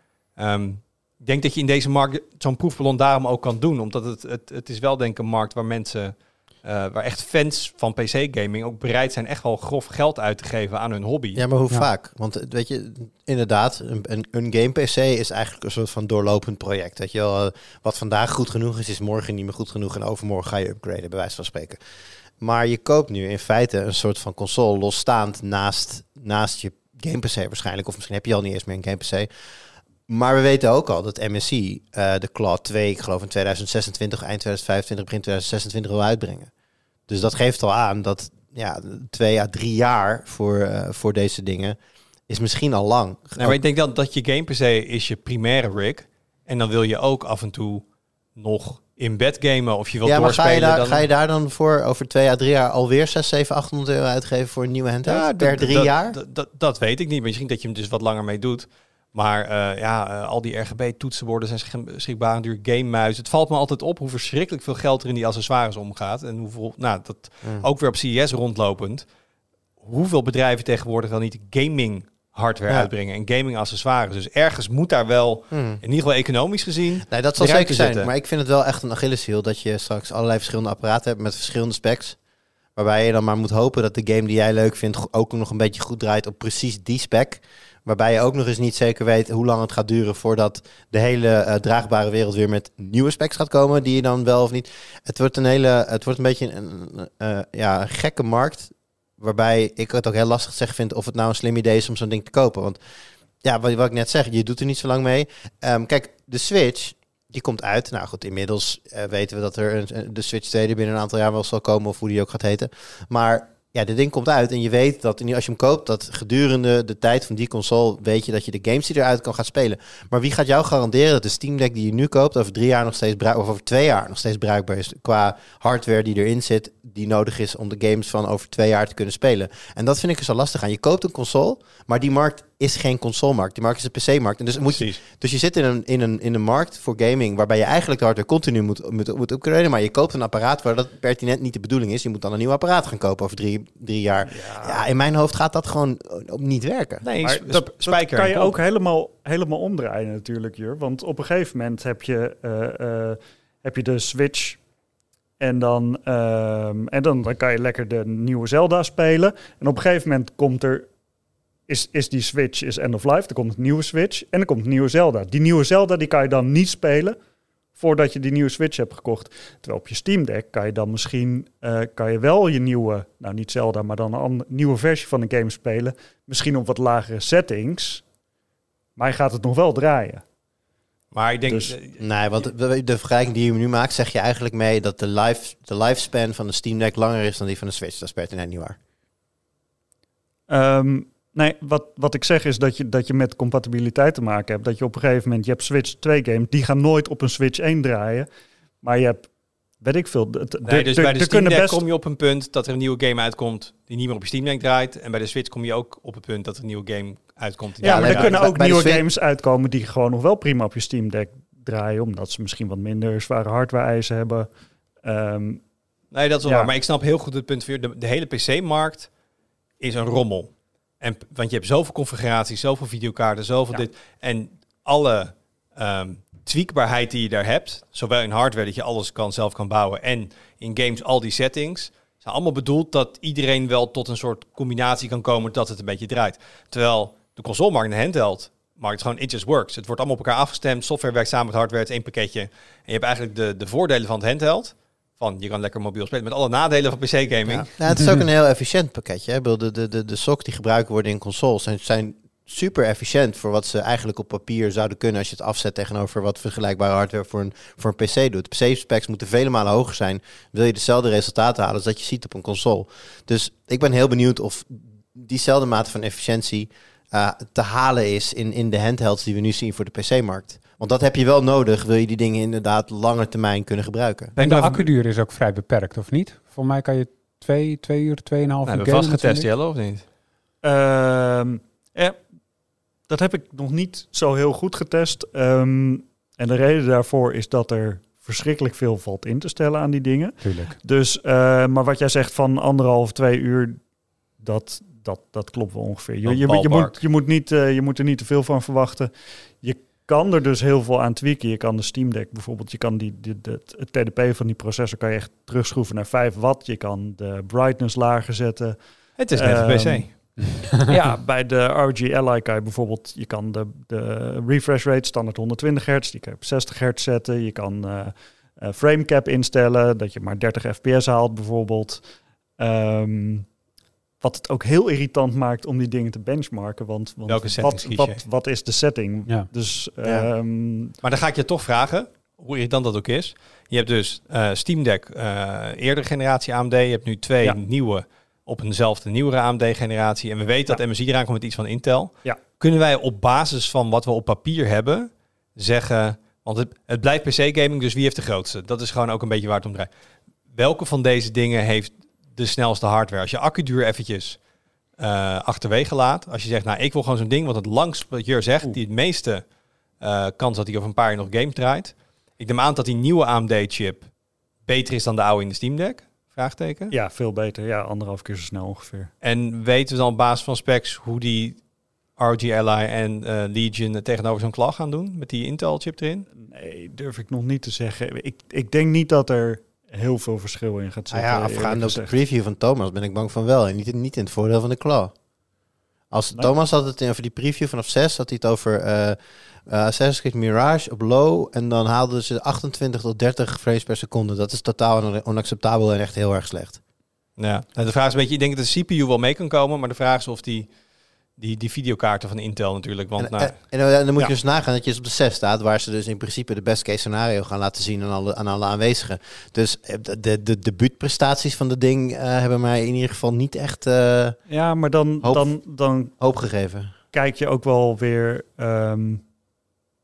[SPEAKER 5] Ik denk dat je in deze markt zo'n proefballon daarom ook kan doen. Omdat het is wel denk ik een markt waar mensen, waar echt fans van PC-gaming ook bereid zijn echt wel grof geld uit te geven aan hun hobby.
[SPEAKER 4] Ja, maar hoe vaak? Want weet je, inderdaad, een game-PC is eigenlijk een soort van doorlopend project. Weet je wel, wat vandaag goed genoeg is morgen niet meer goed genoeg. En overmorgen ga je upgraden, bij wijze van spreken. Maar je koopt nu in feite een soort van console losstaand naast je game-PC waarschijnlijk. Of misschien heb je al niet eens meer een game-PC. Maar we weten ook al dat MSI de Cloud 2, ik geloof in 2026, eind 2025, begin 2026 wil uitbrengen. Dus dat geeft al aan dat 2 à 3 jaar voor deze dingen is misschien al lang.
[SPEAKER 5] Nou, maar ik denk dat je game-PC is je primaire rig. En dan wil je ook af en toe nog in bed gamen of je wilt doorspelen.
[SPEAKER 4] Maar ga je daar dan voor over 2 à 3 jaar alweer 600, 700, 800 euro uitgeven voor een nieuwe handheld? Per 3 jaar?
[SPEAKER 5] Dat weet ik niet. Misschien dat je hem dus wat langer mee doet. Maar al die RGB-toetsenborden zijn beschikbaar. Een duur game-muis. Het valt me altijd op hoe verschrikkelijk veel geld er in die accessoires omgaat. En hoeveel, ook weer op CES rondlopend. Hoeveel bedrijven tegenwoordig wel niet gaming hardware uitbrengen en gaming accessoires. Dus ergens moet daar wel, in ieder geval economisch gezien,
[SPEAKER 4] nee, dat zal zeker zijn. Maar ik vind het wel echt een Achilleshiel dat je straks allerlei verschillende apparaten hebt met verschillende specs. Waarbij je dan maar moet hopen dat de game die jij leuk vindt ook nog een beetje goed draait op precies die spec. Waarbij je ook nog eens niet zeker weet hoe lang het gaat duren voordat de hele draagbare wereld weer met nieuwe specs gaat komen die je dan wel of niet. Het wordt een beetje een gekke markt. Waarbij ik het ook heel lastig te zeggen vind of het nou een slim idee is om zo'n ding te kopen. Want ja, wat ik net zeg, je doet er niet zo lang mee. Kijk, de Switch, die komt uit. Nou goed, inmiddels weten we dat er de Switch 2 binnen een aantal jaar wel zal komen, of hoe die ook gaat heten. Maar ja, dit ding komt uit en je weet dat als je hem koopt, dat gedurende de tijd van die console weet je dat je de games die eruit kan gaan spelen. Maar wie gaat jou garanderen dat de Steam Deck die je nu koopt over 3 jaar nog steeds of over 2 jaar nog steeds bruikbaar is qua hardware die erin zit, die nodig is om de games van over 2 jaar te kunnen spelen. En dat vind ik er zo lastig aan. Je koopt een console, maar die markt is geen consolemarkt. Die markt is een PC-markt. En dus je zit in een markt voor gaming waarbij je eigenlijk de hardware continu moet upgraden, maar je koopt een apparaat waar dat pertinent niet de bedoeling is. Je moet dan een nieuw apparaat gaan kopen over 3 jaar. Ja, in mijn hoofd gaat dat gewoon niet werken.
[SPEAKER 5] Nee,
[SPEAKER 6] maar dat kan je ook helemaal omdraaien natuurlijk, Jur. Want op een gegeven moment heb je de Switch en dan kan je lekker de nieuwe Zelda spelen. En op een gegeven moment is die Switch is end of life. Er komt een nieuwe Switch en er komt een nieuwe Zelda. Die nieuwe Zelda die kan je dan niet spelen voordat je die nieuwe Switch hebt gekocht. Terwijl op je Steam Deck kan je dan misschien kan je wel je nieuwe, nou niet Zelda, maar dan een nieuwe versie van een game spelen. Misschien op wat lagere settings. Maar je gaat het nog wel draaien.
[SPEAKER 5] Maar ik denk...
[SPEAKER 4] Nee, want de vergelijking die je nu maakt, zeg je eigenlijk mee dat de lifespan van de Steam Deck langer is dan die van de Switch. Dat is pertinent niet waar.
[SPEAKER 6] Nee, wat ik zeg is dat je met compatibiliteit te maken hebt. Dat je op een gegeven moment, je hebt Switch 2 games, die gaan nooit op een Switch 1 draaien. Maar je hebt, weet ik veel...
[SPEAKER 5] dus bij de Steam Deck kom je op een punt dat er een nieuwe game uitkomt die niet meer op je Steam Deck draait. En bij de Switch kom je ook op het punt dat er een nieuwe game uitkomt.
[SPEAKER 6] Ja, maar er kunnen ook nieuwe games uitkomen die gewoon nog wel prima op je Steam Deck draaien, omdat ze misschien wat minder zware hardware-eisen hebben.
[SPEAKER 5] Nee, dat is wel waar. Maar ik snap heel goed het punt voor je. De hele PC-markt is een rommel. Want je hebt zoveel configuraties, zoveel videokaarten, zoveel dit. En alle tweakbaarheid die je daar hebt, zowel in hardware dat je alles zelf kan bouwen en in games al die settings, zijn allemaal bedoeld dat iedereen wel tot een soort combinatie kan komen dat het een beetje draait. Terwijl de consolemarkt en de handheldmarkt gewoon it just works. Het wordt allemaal op elkaar afgestemd, software werkt samen met hardware, het is één pakketje. En je hebt eigenlijk de voordelen van het handheld. Van, je kan lekker mobiel spelen met alle nadelen van PC-gaming.
[SPEAKER 4] Ja. Nou, het is ook een heel efficiënt pakketje. Hè? De SOC die gebruikt worden in consoles zijn super efficiënt voor wat ze eigenlijk op papier zouden kunnen als je het afzet tegenover wat vergelijkbare hardware voor een PC doet. PC-specs moeten vele malen hoger zijn. Wil je dezelfde resultaten halen als dat je ziet op een console. Dus ik ben heel benieuwd of diezelfde mate van efficiëntie te halen is in de handhelds die we nu zien voor de PC-markt. Want dat heb je wel nodig, wil je die dingen inderdaad lange termijn kunnen gebruiken.
[SPEAKER 3] En de accuduur is ook vrij beperkt, of niet? Voor mij kan je 2 uur, 2,5 uur gamen.
[SPEAKER 5] Hebben we vast getest, Jelle, of niet?
[SPEAKER 6] Dat heb ik nog niet zo heel goed getest. En de reden daarvoor is dat er verschrikkelijk veel valt in te stellen aan die dingen.
[SPEAKER 3] Tuurlijk.
[SPEAKER 6] Dus, maar wat jij zegt van 1,5, 2 uur, dat klopt wel ongeveer. Je moet er niet te veel van verwachten. Je kan er dus heel veel aan tweaken. Je kan de Steam Deck bijvoorbeeld, je kan het TDP van die processor kan je echt terugschroeven naar 5 watt. Je kan de brightness lager zetten.
[SPEAKER 5] Het is net een PC.
[SPEAKER 6] Ja, bij de ROG Ally kan je bijvoorbeeld, je kan de refresh rate standaard 120 hertz, die kan je op 60 hertz zetten. Je kan frame cap instellen, dat je maar 30 fps haalt bijvoorbeeld. Wat het ook heel irritant maakt om die dingen te benchmarken. Want
[SPEAKER 5] welke settings kies je?
[SPEAKER 6] Wat is de setting?
[SPEAKER 3] Ja.
[SPEAKER 6] Dus,
[SPEAKER 5] maar dan ga ik je toch vragen, hoe irritant dat ook is. Je hebt dus Steam Deck, eerdere generatie AMD. Je hebt nu 2 nieuwe op eenzelfde nieuwere AMD-generatie. En we weten dat MSI eraan komt met iets van Intel.
[SPEAKER 6] Ja.
[SPEAKER 5] Kunnen wij op basis van wat we op papier hebben zeggen... Want het blijft PC-gaming, dus wie heeft de grootste? Dat is gewoon ook een beetje waar het om draait. Welke van deze dingen heeft de snelste hardware? Als je accuduur eventjes achterwege laat. Als je zegt, nou, ik wil gewoon zo'n ding wat het langst, wat je zegt, die het meeste kans dat hij over een paar jaar nog games draait. Ik neem aan dat die nieuwe AMD-chip beter is dan de oude in de Steam Deck. Vraagteken?
[SPEAKER 6] Ja, veel beter. Ja, 1,5 keer zo snel ongeveer.
[SPEAKER 5] En weten we dan op basis van specs hoe die ROG Ally en Legion tegenover zo'n klag gaan doen? Met die Intel-chip erin?
[SPEAKER 6] Nee, durf ik nog niet te zeggen. Ik denk niet dat er heel veel verschil in gaat zitten.
[SPEAKER 4] Afgaande op de preview van Thomas ben ik bang van wel. En niet in het voordeel van de claw. Thomas had het over die preview vanaf 6, had hij het over Assassin's Creed Mirage op low. En dan haalden ze 28 tot 30 frames per seconde. Dat is totaal onacceptabel en echt heel erg slecht.
[SPEAKER 5] Ja, de vraag is een beetje, ik denk dat de CPU wel mee kan komen, maar de vraag is of die videokaarten van Intel natuurlijk. Want
[SPEAKER 4] en dan moet je dus nagaan dat je op de 6 staat, waar ze dus in principe de best case scenario gaan laten zien aan alle aanwezigen. Dus de debuutprestaties van de ding hebben mij in ieder geval niet echt
[SPEAKER 6] maar dan
[SPEAKER 4] hoop gegeven.
[SPEAKER 6] Kijk je ook wel weer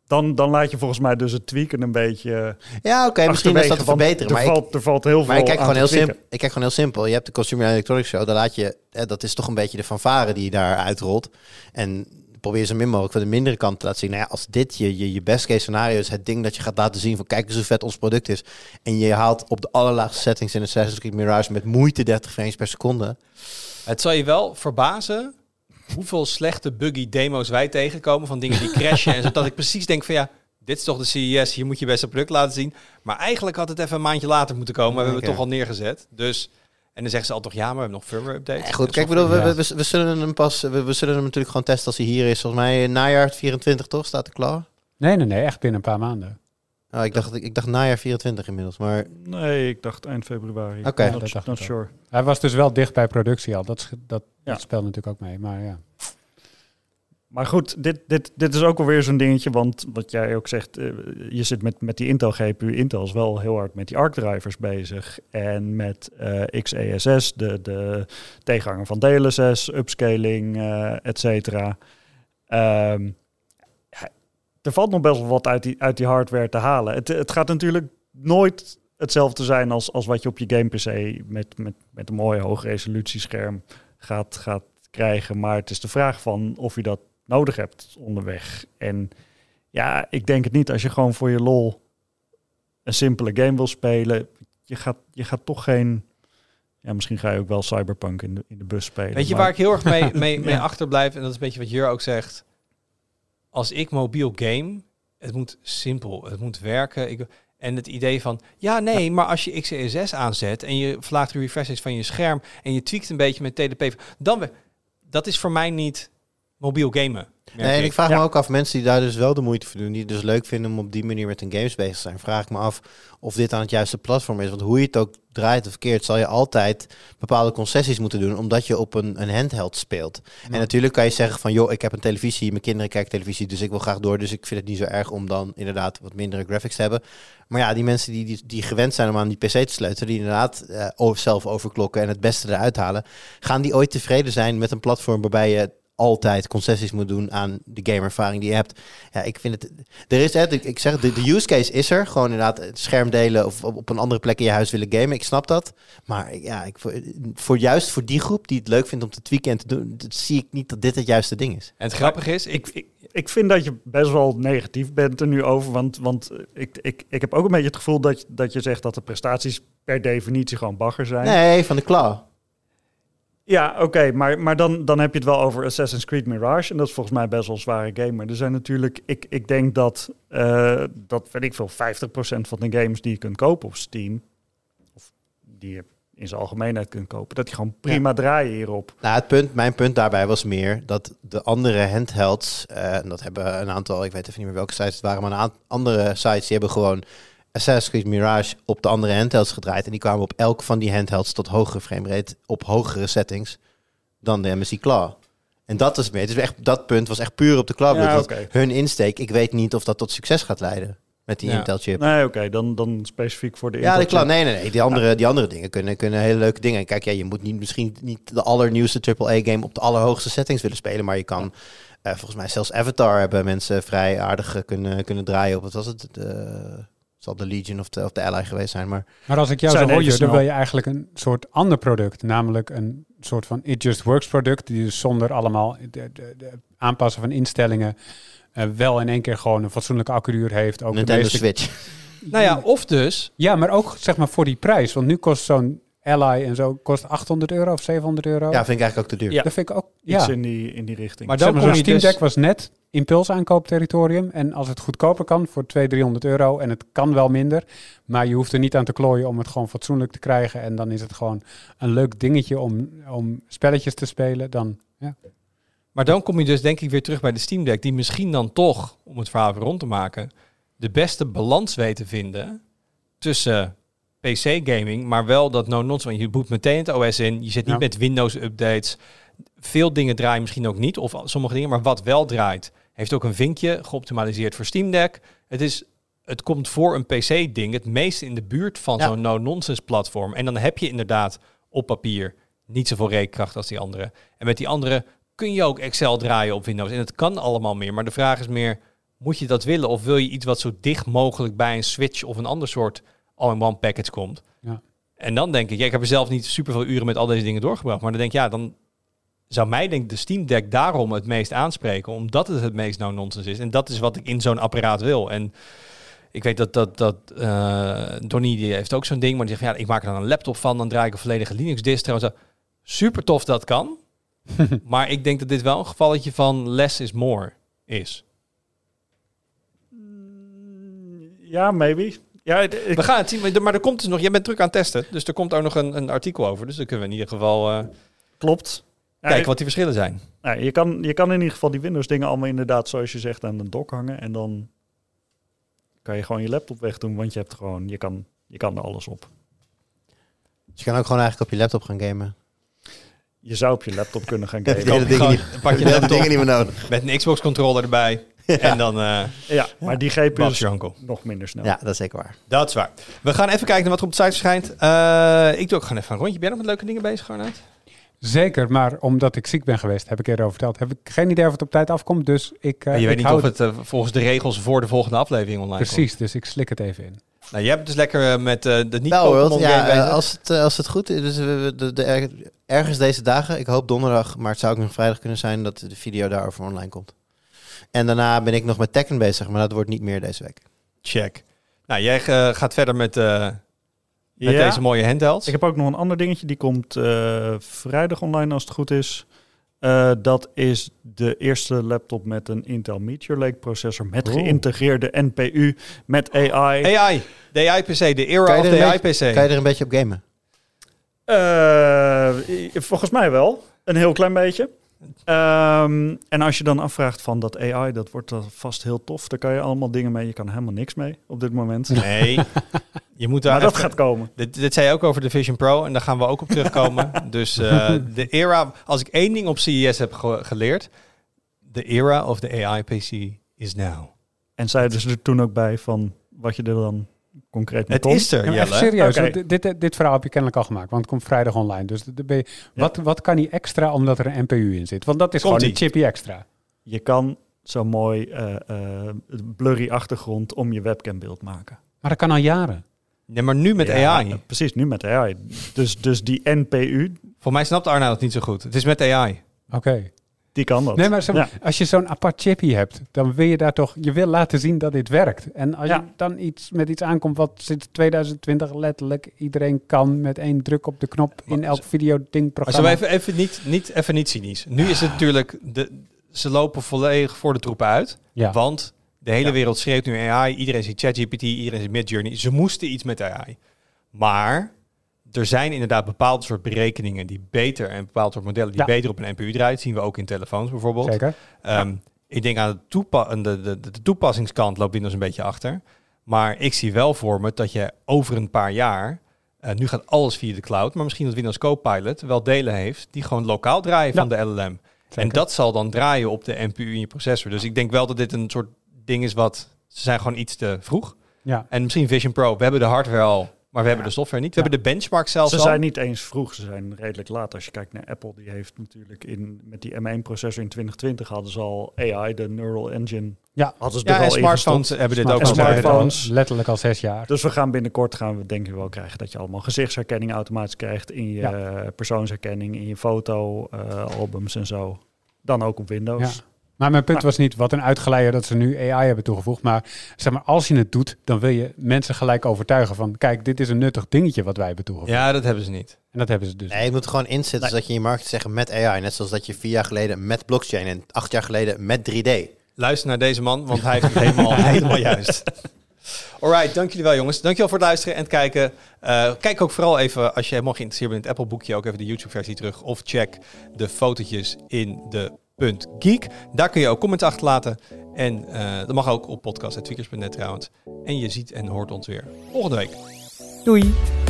[SPEAKER 6] Dan laat je volgens mij dus het tweaken een beetje.
[SPEAKER 4] Ja, oké, misschien is dat te verbeteren. Maar
[SPEAKER 6] er valt heel veel.
[SPEAKER 4] Maar ik kijk
[SPEAKER 6] aan
[SPEAKER 4] gewoon heel simpel. Je hebt de Consumer Electronics Show. Daar laat je, dat is toch een beetje de fanfare die je daar uitrolt. En probeer zo min mogelijk van de mindere kant te laten zien. Nou ja, als dit je best case scenario is, het ding dat je gaat laten zien van kijk eens hoe vet ons product is. En je haalt op de allerlaagste settings in Assassin's Creed Mirage met moeite 30 frames per seconde.
[SPEAKER 5] Het zal je wel verbazen hoeveel slechte buggy demo's wij tegenkomen van dingen die crashen. En zodat ik precies denk van ja, dit is toch de CES, hier moet je best een product laten zien. Maar eigenlijk had het even een maandje later moeten komen. We hebben het toch al neergezet. Dus, en dan zeggen ze al toch ja, maar we hebben nog firmware updates.
[SPEAKER 4] Goed, kijk, we zullen hem we zullen hem natuurlijk gewoon testen als hij hier is. Volgens mij najaar 24 toch? Staat er klaar?
[SPEAKER 3] Nee, echt binnen een paar maanden.
[SPEAKER 4] Oh, ik dacht najaar 24 inmiddels, maar...
[SPEAKER 6] Nee, ik dacht eind februari.
[SPEAKER 4] Oké.
[SPEAKER 6] Not sure.
[SPEAKER 3] Hij was dus wel dicht bij productie al. Dat speelt natuurlijk ook mee, maar ja.
[SPEAKER 6] Maar goed, dit is ook alweer zo'n dingetje, want wat jij ook zegt, je zit met die Intel GPU. Intel is wel heel hard met die ARC-drivers bezig. En met XeSS, de tegenhanger van DLSS, upscaling, et cetera. Er valt nog best wel wat uit die hardware te halen. Het gaat natuurlijk nooit hetzelfde zijn als wat je op je game PC met een mooi hoog resolutiescherm gaat krijgen. Maar het is de vraag van of je dat nodig hebt onderweg. En ja, ik denk het niet. Als je gewoon voor je lol een simpele game wil spelen, je gaat toch geen... Ja, misschien ga je ook wel Cyberpunk in de bus spelen.
[SPEAKER 5] Weet je waar ik heel erg mee achterblijf? En dat is een beetje wat Jur ook zegt. Als ik mobiel game, het moet simpel, het moet werken. En het idee van, maar als je XeSS aanzet en je verlaagt de refresh rate van je scherm en je tweakt een beetje met TDP, dat is voor mij niet mobiel gamen.
[SPEAKER 4] Nee, en ik vraag me ook af, mensen die daar dus wel de moeite voor doen, die het dus leuk vinden om op die manier met hun games bezig te zijn, vraag ik me af of dit aan het juiste platform is. Want hoe je het ook draait of verkeerd, zal je altijd bepaalde concessies moeten doen, omdat je op een handheld speelt. Ja. En natuurlijk kan je zeggen van, joh, ik heb een televisie, mijn kinderen kijken televisie, dus ik wil graag door, dus ik vind het niet zo erg om dan inderdaad wat mindere graphics te hebben. Maar ja, die mensen die gewend zijn om aan die PC te sleutelen, die inderdaad zelf overklokken en het beste eruit halen, gaan die ooit tevreden zijn met een platform waarbij je altijd concessies moet doen aan de gameervaring die je hebt. Ja, ik vind het... Er is, ik zeg, de use case is er. Gewoon inderdaad het scherm delen of op een andere plek in je huis willen gamen. Ik snap dat. Maar ja, juist voor die groep die het leuk vindt om te tweaken en te doen, zie ik niet dat dit het juiste ding is.
[SPEAKER 5] En het grappige is,
[SPEAKER 6] ik vind dat je best wel negatief bent er nu over. Want ik heb ook een beetje het gevoel dat je zegt dat de prestaties per definitie gewoon bagger zijn.
[SPEAKER 4] Nee, van de klaar.
[SPEAKER 6] Ja, oké, maar dan heb je het wel over Assassin's Creed Mirage. En dat is volgens mij best wel een zware game. Maar er zijn natuurlijk... Ik denk dat weet ik veel, 50% van de games die je kunt kopen op Steam, of die je in zijn algemeenheid kunt kopen, dat die gewoon prima draaien hierop.
[SPEAKER 4] Nou, mijn punt daarbij was meer dat de andere handhelds, en dat hebben een aantal, ik weet even niet meer welke sites het waren, maar andere sites die hebben gewoon Assassin's Creed Mirage op de andere handhelds gedraaid. En die kwamen op elk van die handhelds tot hogere framerate op hogere settings dan de MSI Claw. En dat is meer. Dat punt was echt puur op de Claw.
[SPEAKER 6] Ja, okay.
[SPEAKER 4] Hun insteek, ik weet niet of dat tot succes gaat leiden met die Intel chip.
[SPEAKER 6] Nee, oké, dan specifiek voor de
[SPEAKER 4] Intel chip. Ja, nee. Die andere dingen kunnen hele leuke dingen. En kijk, je moet misschien niet de allernieuwste AAA-game op de allerhoogste settings willen spelen, maar je kan volgens mij zelfs Avatar hebben mensen vrij aardig kunnen draaien op. Wat was het? Zal de Legion of de Ally geweest zijn. Maar
[SPEAKER 3] als ik jou zo hoor, dan wil je eigenlijk een soort ander product. Namelijk een soort van It Just Works product. Die dus zonder allemaal de aanpassen van instellingen wel in één keer gewoon een fatsoenlijke accuduur heeft. Ook
[SPEAKER 4] Nintendo Switch.
[SPEAKER 5] Nou ja, of dus...
[SPEAKER 3] Ja, maar ook zeg maar voor die prijs. Want nu kost zo'n Ally en zo kost €800 of €700.
[SPEAKER 4] Ja, vind ik eigenlijk ook te duur.
[SPEAKER 6] Ja,
[SPEAKER 3] dat vind ik ook
[SPEAKER 6] iets in die richting.
[SPEAKER 3] Maar dan zo'n Steam Deck was net impulsaankoopterritorium. En als het goedkoper kan voor €200-300 en het kan wel minder, maar je hoeft er niet aan te klooien om het gewoon fatsoenlijk te krijgen. En dan is het gewoon een leuk dingetje om spelletjes te spelen. Dan, ja.
[SPEAKER 5] Maar dan kom je dus denk ik weer terug bij de Steam Deck, die misschien dan toch, om het verhaal weer rond te maken, de beste balans weet te vinden tussen PC-gaming, maar wel dat no-nonsense. Want je boet meteen het OS in, je zit niet met Windows-updates. Veel dingen draaien misschien ook niet, of sommige dingen, maar wat wel draait, heeft ook een vinkje geoptimaliseerd voor Steam Deck. Het komt voor een PC-ding het meest in de buurt van zo'n no-nonsense platform. En dan heb je inderdaad op papier niet zoveel rekenkracht als die andere. En met die andere kun je ook Excel draaien op Windows. En het kan allemaal meer, maar de vraag is meer, moet je dat willen? Of wil je iets wat zo dicht mogelijk bij een Switch of een ander soort all-in-one package komt?
[SPEAKER 3] Ja.
[SPEAKER 5] En dan denk ik, ik heb er zelf niet super veel uren met al deze dingen doorgebracht. Maar dan denk ik, dan zou mij denk ik de Steam Deck daarom het meest aanspreken. Omdat het meest no-nonsense is. En dat is wat ik in zo'n apparaat wil. En ik weet dat Donnie die heeft ook zo'n ding. Maar die zegt, ik maak er dan een laptop van. Dan draai ik een volledige Linux distro. En zo. Super tof dat kan. Maar ik denk dat dit wel een gevalletje van less is more is.
[SPEAKER 6] Ja, maybe. Ja,
[SPEAKER 5] We gaan het zien, maar er komt dus nog... Jij bent druk aan het testen, dus er komt ook nog een artikel over. Dus dan kunnen we in ieder geval
[SPEAKER 6] klopt.
[SPEAKER 5] kijken wat die verschillen zijn.
[SPEAKER 6] Ja, je kan in ieder geval die Windows dingen allemaal inderdaad, zoals je zegt, aan een dock hangen. En dan kan je gewoon je laptop wegdoen, want je hebt gewoon, je kan er alles op.
[SPEAKER 4] Dus je kan ook gewoon eigenlijk op je laptop gaan gamen.
[SPEAKER 6] Je zou op je laptop kunnen gaan
[SPEAKER 4] Je
[SPEAKER 6] gamen.
[SPEAKER 4] hebt de
[SPEAKER 5] Pak je
[SPEAKER 4] dingen
[SPEAKER 5] laptop
[SPEAKER 4] niet meer nodig.
[SPEAKER 5] met een Xbox controller erbij. En dan
[SPEAKER 6] Ja, maar die GPU
[SPEAKER 5] was
[SPEAKER 6] is
[SPEAKER 5] je onkel.
[SPEAKER 6] nog minder snel.
[SPEAKER 4] Ja, dat is zeker waar.
[SPEAKER 5] Dat is waar. We gaan even kijken naar wat er op de site verschijnt. Ik doe ook gewoon even een rondje. Ben je nog met leuke dingen bezig, Arnoud?
[SPEAKER 3] Zeker, maar omdat ik ziek ben geweest, heb ik eerder over verteld, heb ik geen idee of het op tijd afkomt. Dus ik
[SPEAKER 5] je weet
[SPEAKER 3] ik
[SPEAKER 5] niet
[SPEAKER 3] hou
[SPEAKER 5] of het volgens de regels voor de volgende aflevering online
[SPEAKER 3] precies, dus ik slik het even in.
[SPEAKER 5] komt. Nou, jij hebt dus lekker met de
[SPEAKER 4] World,
[SPEAKER 5] niet-Pokémon game bezig.
[SPEAKER 4] als het goed is, dus ergens deze dagen, ik hoop donderdag, maar het zou ook nog vrijdag kunnen zijn dat de video daarover online komt. En daarna ben ik nog met Tekken bezig, maar dat wordt niet meer deze week.
[SPEAKER 5] Check. Nou, jij gaat verder met deze mooie handhelds.
[SPEAKER 6] Ik heb ook nog een ander dingetje, die komt vrijdag online als het goed is. Dat is de eerste laptop met een Intel Meteor Lake processor met geïntegreerde NPU met AI.
[SPEAKER 5] AI, de AI-PC, de era of de AI-PC.
[SPEAKER 4] Kan je er een beetje op gamen?
[SPEAKER 6] Volgens mij wel, een heel klein beetje. En als je dan afvraagt van dat AI, dat wordt dan vast heel tof. Daar kan je allemaal dingen mee. Je kan helemaal niks mee op dit moment.
[SPEAKER 5] Nee, je moet daar
[SPEAKER 6] maar dat gaat komen.
[SPEAKER 5] Dit zei je ook over de Vision Pro en daar gaan we ook op terugkomen. Dus de era, als ik één ding op CES heb geleerd, the era of the AI-PC is now.
[SPEAKER 6] En zeiden ze er toen ook bij van wat je er dan concreet mee
[SPEAKER 5] Het
[SPEAKER 6] komt?
[SPEAKER 5] is er,
[SPEAKER 3] Ja,
[SPEAKER 5] Jelle.
[SPEAKER 3] even serieus,
[SPEAKER 6] Oké.
[SPEAKER 3] want dit verhaal heb je kennelijk al gemaakt, want het komt vrijdag online. Dus wat kan hij extra omdat er een NPU in zit? Want dat is gewoon een chippy extra.
[SPEAKER 6] Je kan zo mooi blurry achtergrond om je webcambeeld maken.
[SPEAKER 3] Maar dat kan al jaren.
[SPEAKER 5] Nee, maar nu met AI.
[SPEAKER 6] Precies, nu met AI. Dus die NPU,
[SPEAKER 5] Voor mij snapt Arnoud het niet zo goed. Het is met AI.
[SPEAKER 3] Oké.
[SPEAKER 6] die kan dat.
[SPEAKER 3] Nee, maar als je zo'n apart chippy hebt, dan wil je daar toch... Je wil laten zien dat dit werkt. En als je dan met iets aankomt wat sinds 2020 letterlijk iedereen kan met één druk op de knop in elk videodingprogramma.
[SPEAKER 5] Maar zo even niet cynisch. Nu is het natuurlijk... Ze lopen volledig voor de troepen uit.
[SPEAKER 3] Ja.
[SPEAKER 5] Want de hele wereld schreeuwt nu AI. Iedereen ziet ChatGPT, iedereen ziet Midjourney. Ze moesten iets met AI. Maar er zijn inderdaad bepaalde soort berekeningen die beter... en bepaalde soort modellen die beter op een NPU draaien. Dat zien we ook in telefoons bijvoorbeeld.
[SPEAKER 3] Zeker.
[SPEAKER 5] Ik denk aan de toepassingskant loopt Windows een beetje achter. Maar ik zie wel voor me dat je over een paar jaar... nu gaat alles via de cloud. Maar misschien dat Windows Copilot wel delen heeft... die gewoon lokaal draaien van de LLM. Zeker. En dat zal dan draaien op de NPU in je processor. Dus ik denk wel dat dit een soort ding is wat... Ze zijn gewoon iets te vroeg.
[SPEAKER 3] Ja.
[SPEAKER 5] En misschien Vision Pro. We hebben de hardware al, maar we hebben de software niet. We hebben de benchmark zelfs
[SPEAKER 6] Ze
[SPEAKER 5] al.
[SPEAKER 6] zijn niet eens vroeg, ze zijn redelijk laat. Als je kijkt naar Apple, die heeft natuurlijk met die M1-processor in 2020 hadden ze al AI, de Neural Engine.
[SPEAKER 3] Ja,
[SPEAKER 6] hadden ze
[SPEAKER 5] ja,
[SPEAKER 6] er
[SPEAKER 5] en
[SPEAKER 6] al
[SPEAKER 5] smartphones hebben dit ook al.
[SPEAKER 6] Smartphones.
[SPEAKER 3] Letterlijk al 6 jaar.
[SPEAKER 6] Dus we gaan binnenkort denk ik wel krijgen dat je allemaal gezichtsherkenning automatisch krijgt in je persoonsherkenning, in je foto-albums en zo. Dan ook op Windows.
[SPEAKER 3] Ja. Maar mijn punt was niet wat een uitgeleider dat ze nu AI hebben toegevoegd. Maar zeg maar, als je het doet, dan wil je mensen gelijk overtuigen van... Kijk, dit is een nuttig dingetje wat wij hebben toegevoegd.
[SPEAKER 5] Ja, dat hebben ze niet.
[SPEAKER 3] En dat hebben ze dus.
[SPEAKER 4] Nee, je moet er gewoon inzetten zodat je in je markt zeggen met AI. Net zoals dat je 4 jaar geleden met blockchain en 8 jaar geleden met 3D.
[SPEAKER 5] Luister naar deze man, want hij heeft het helemaal juist. Alright, dank jullie wel jongens. Dankjewel voor het luisteren en het kijken. Kijk ook vooral even, als je helemaal geïnteresseerd bent in het Apple boekje, ook even de YouTube versie terug. Of check de fotootjes in de .geek. Daar kun je ook comments achterlaten. En dat mag ook op podcast@tweakers.net trouwens. En je ziet en hoort ons weer volgende week.
[SPEAKER 3] Doei!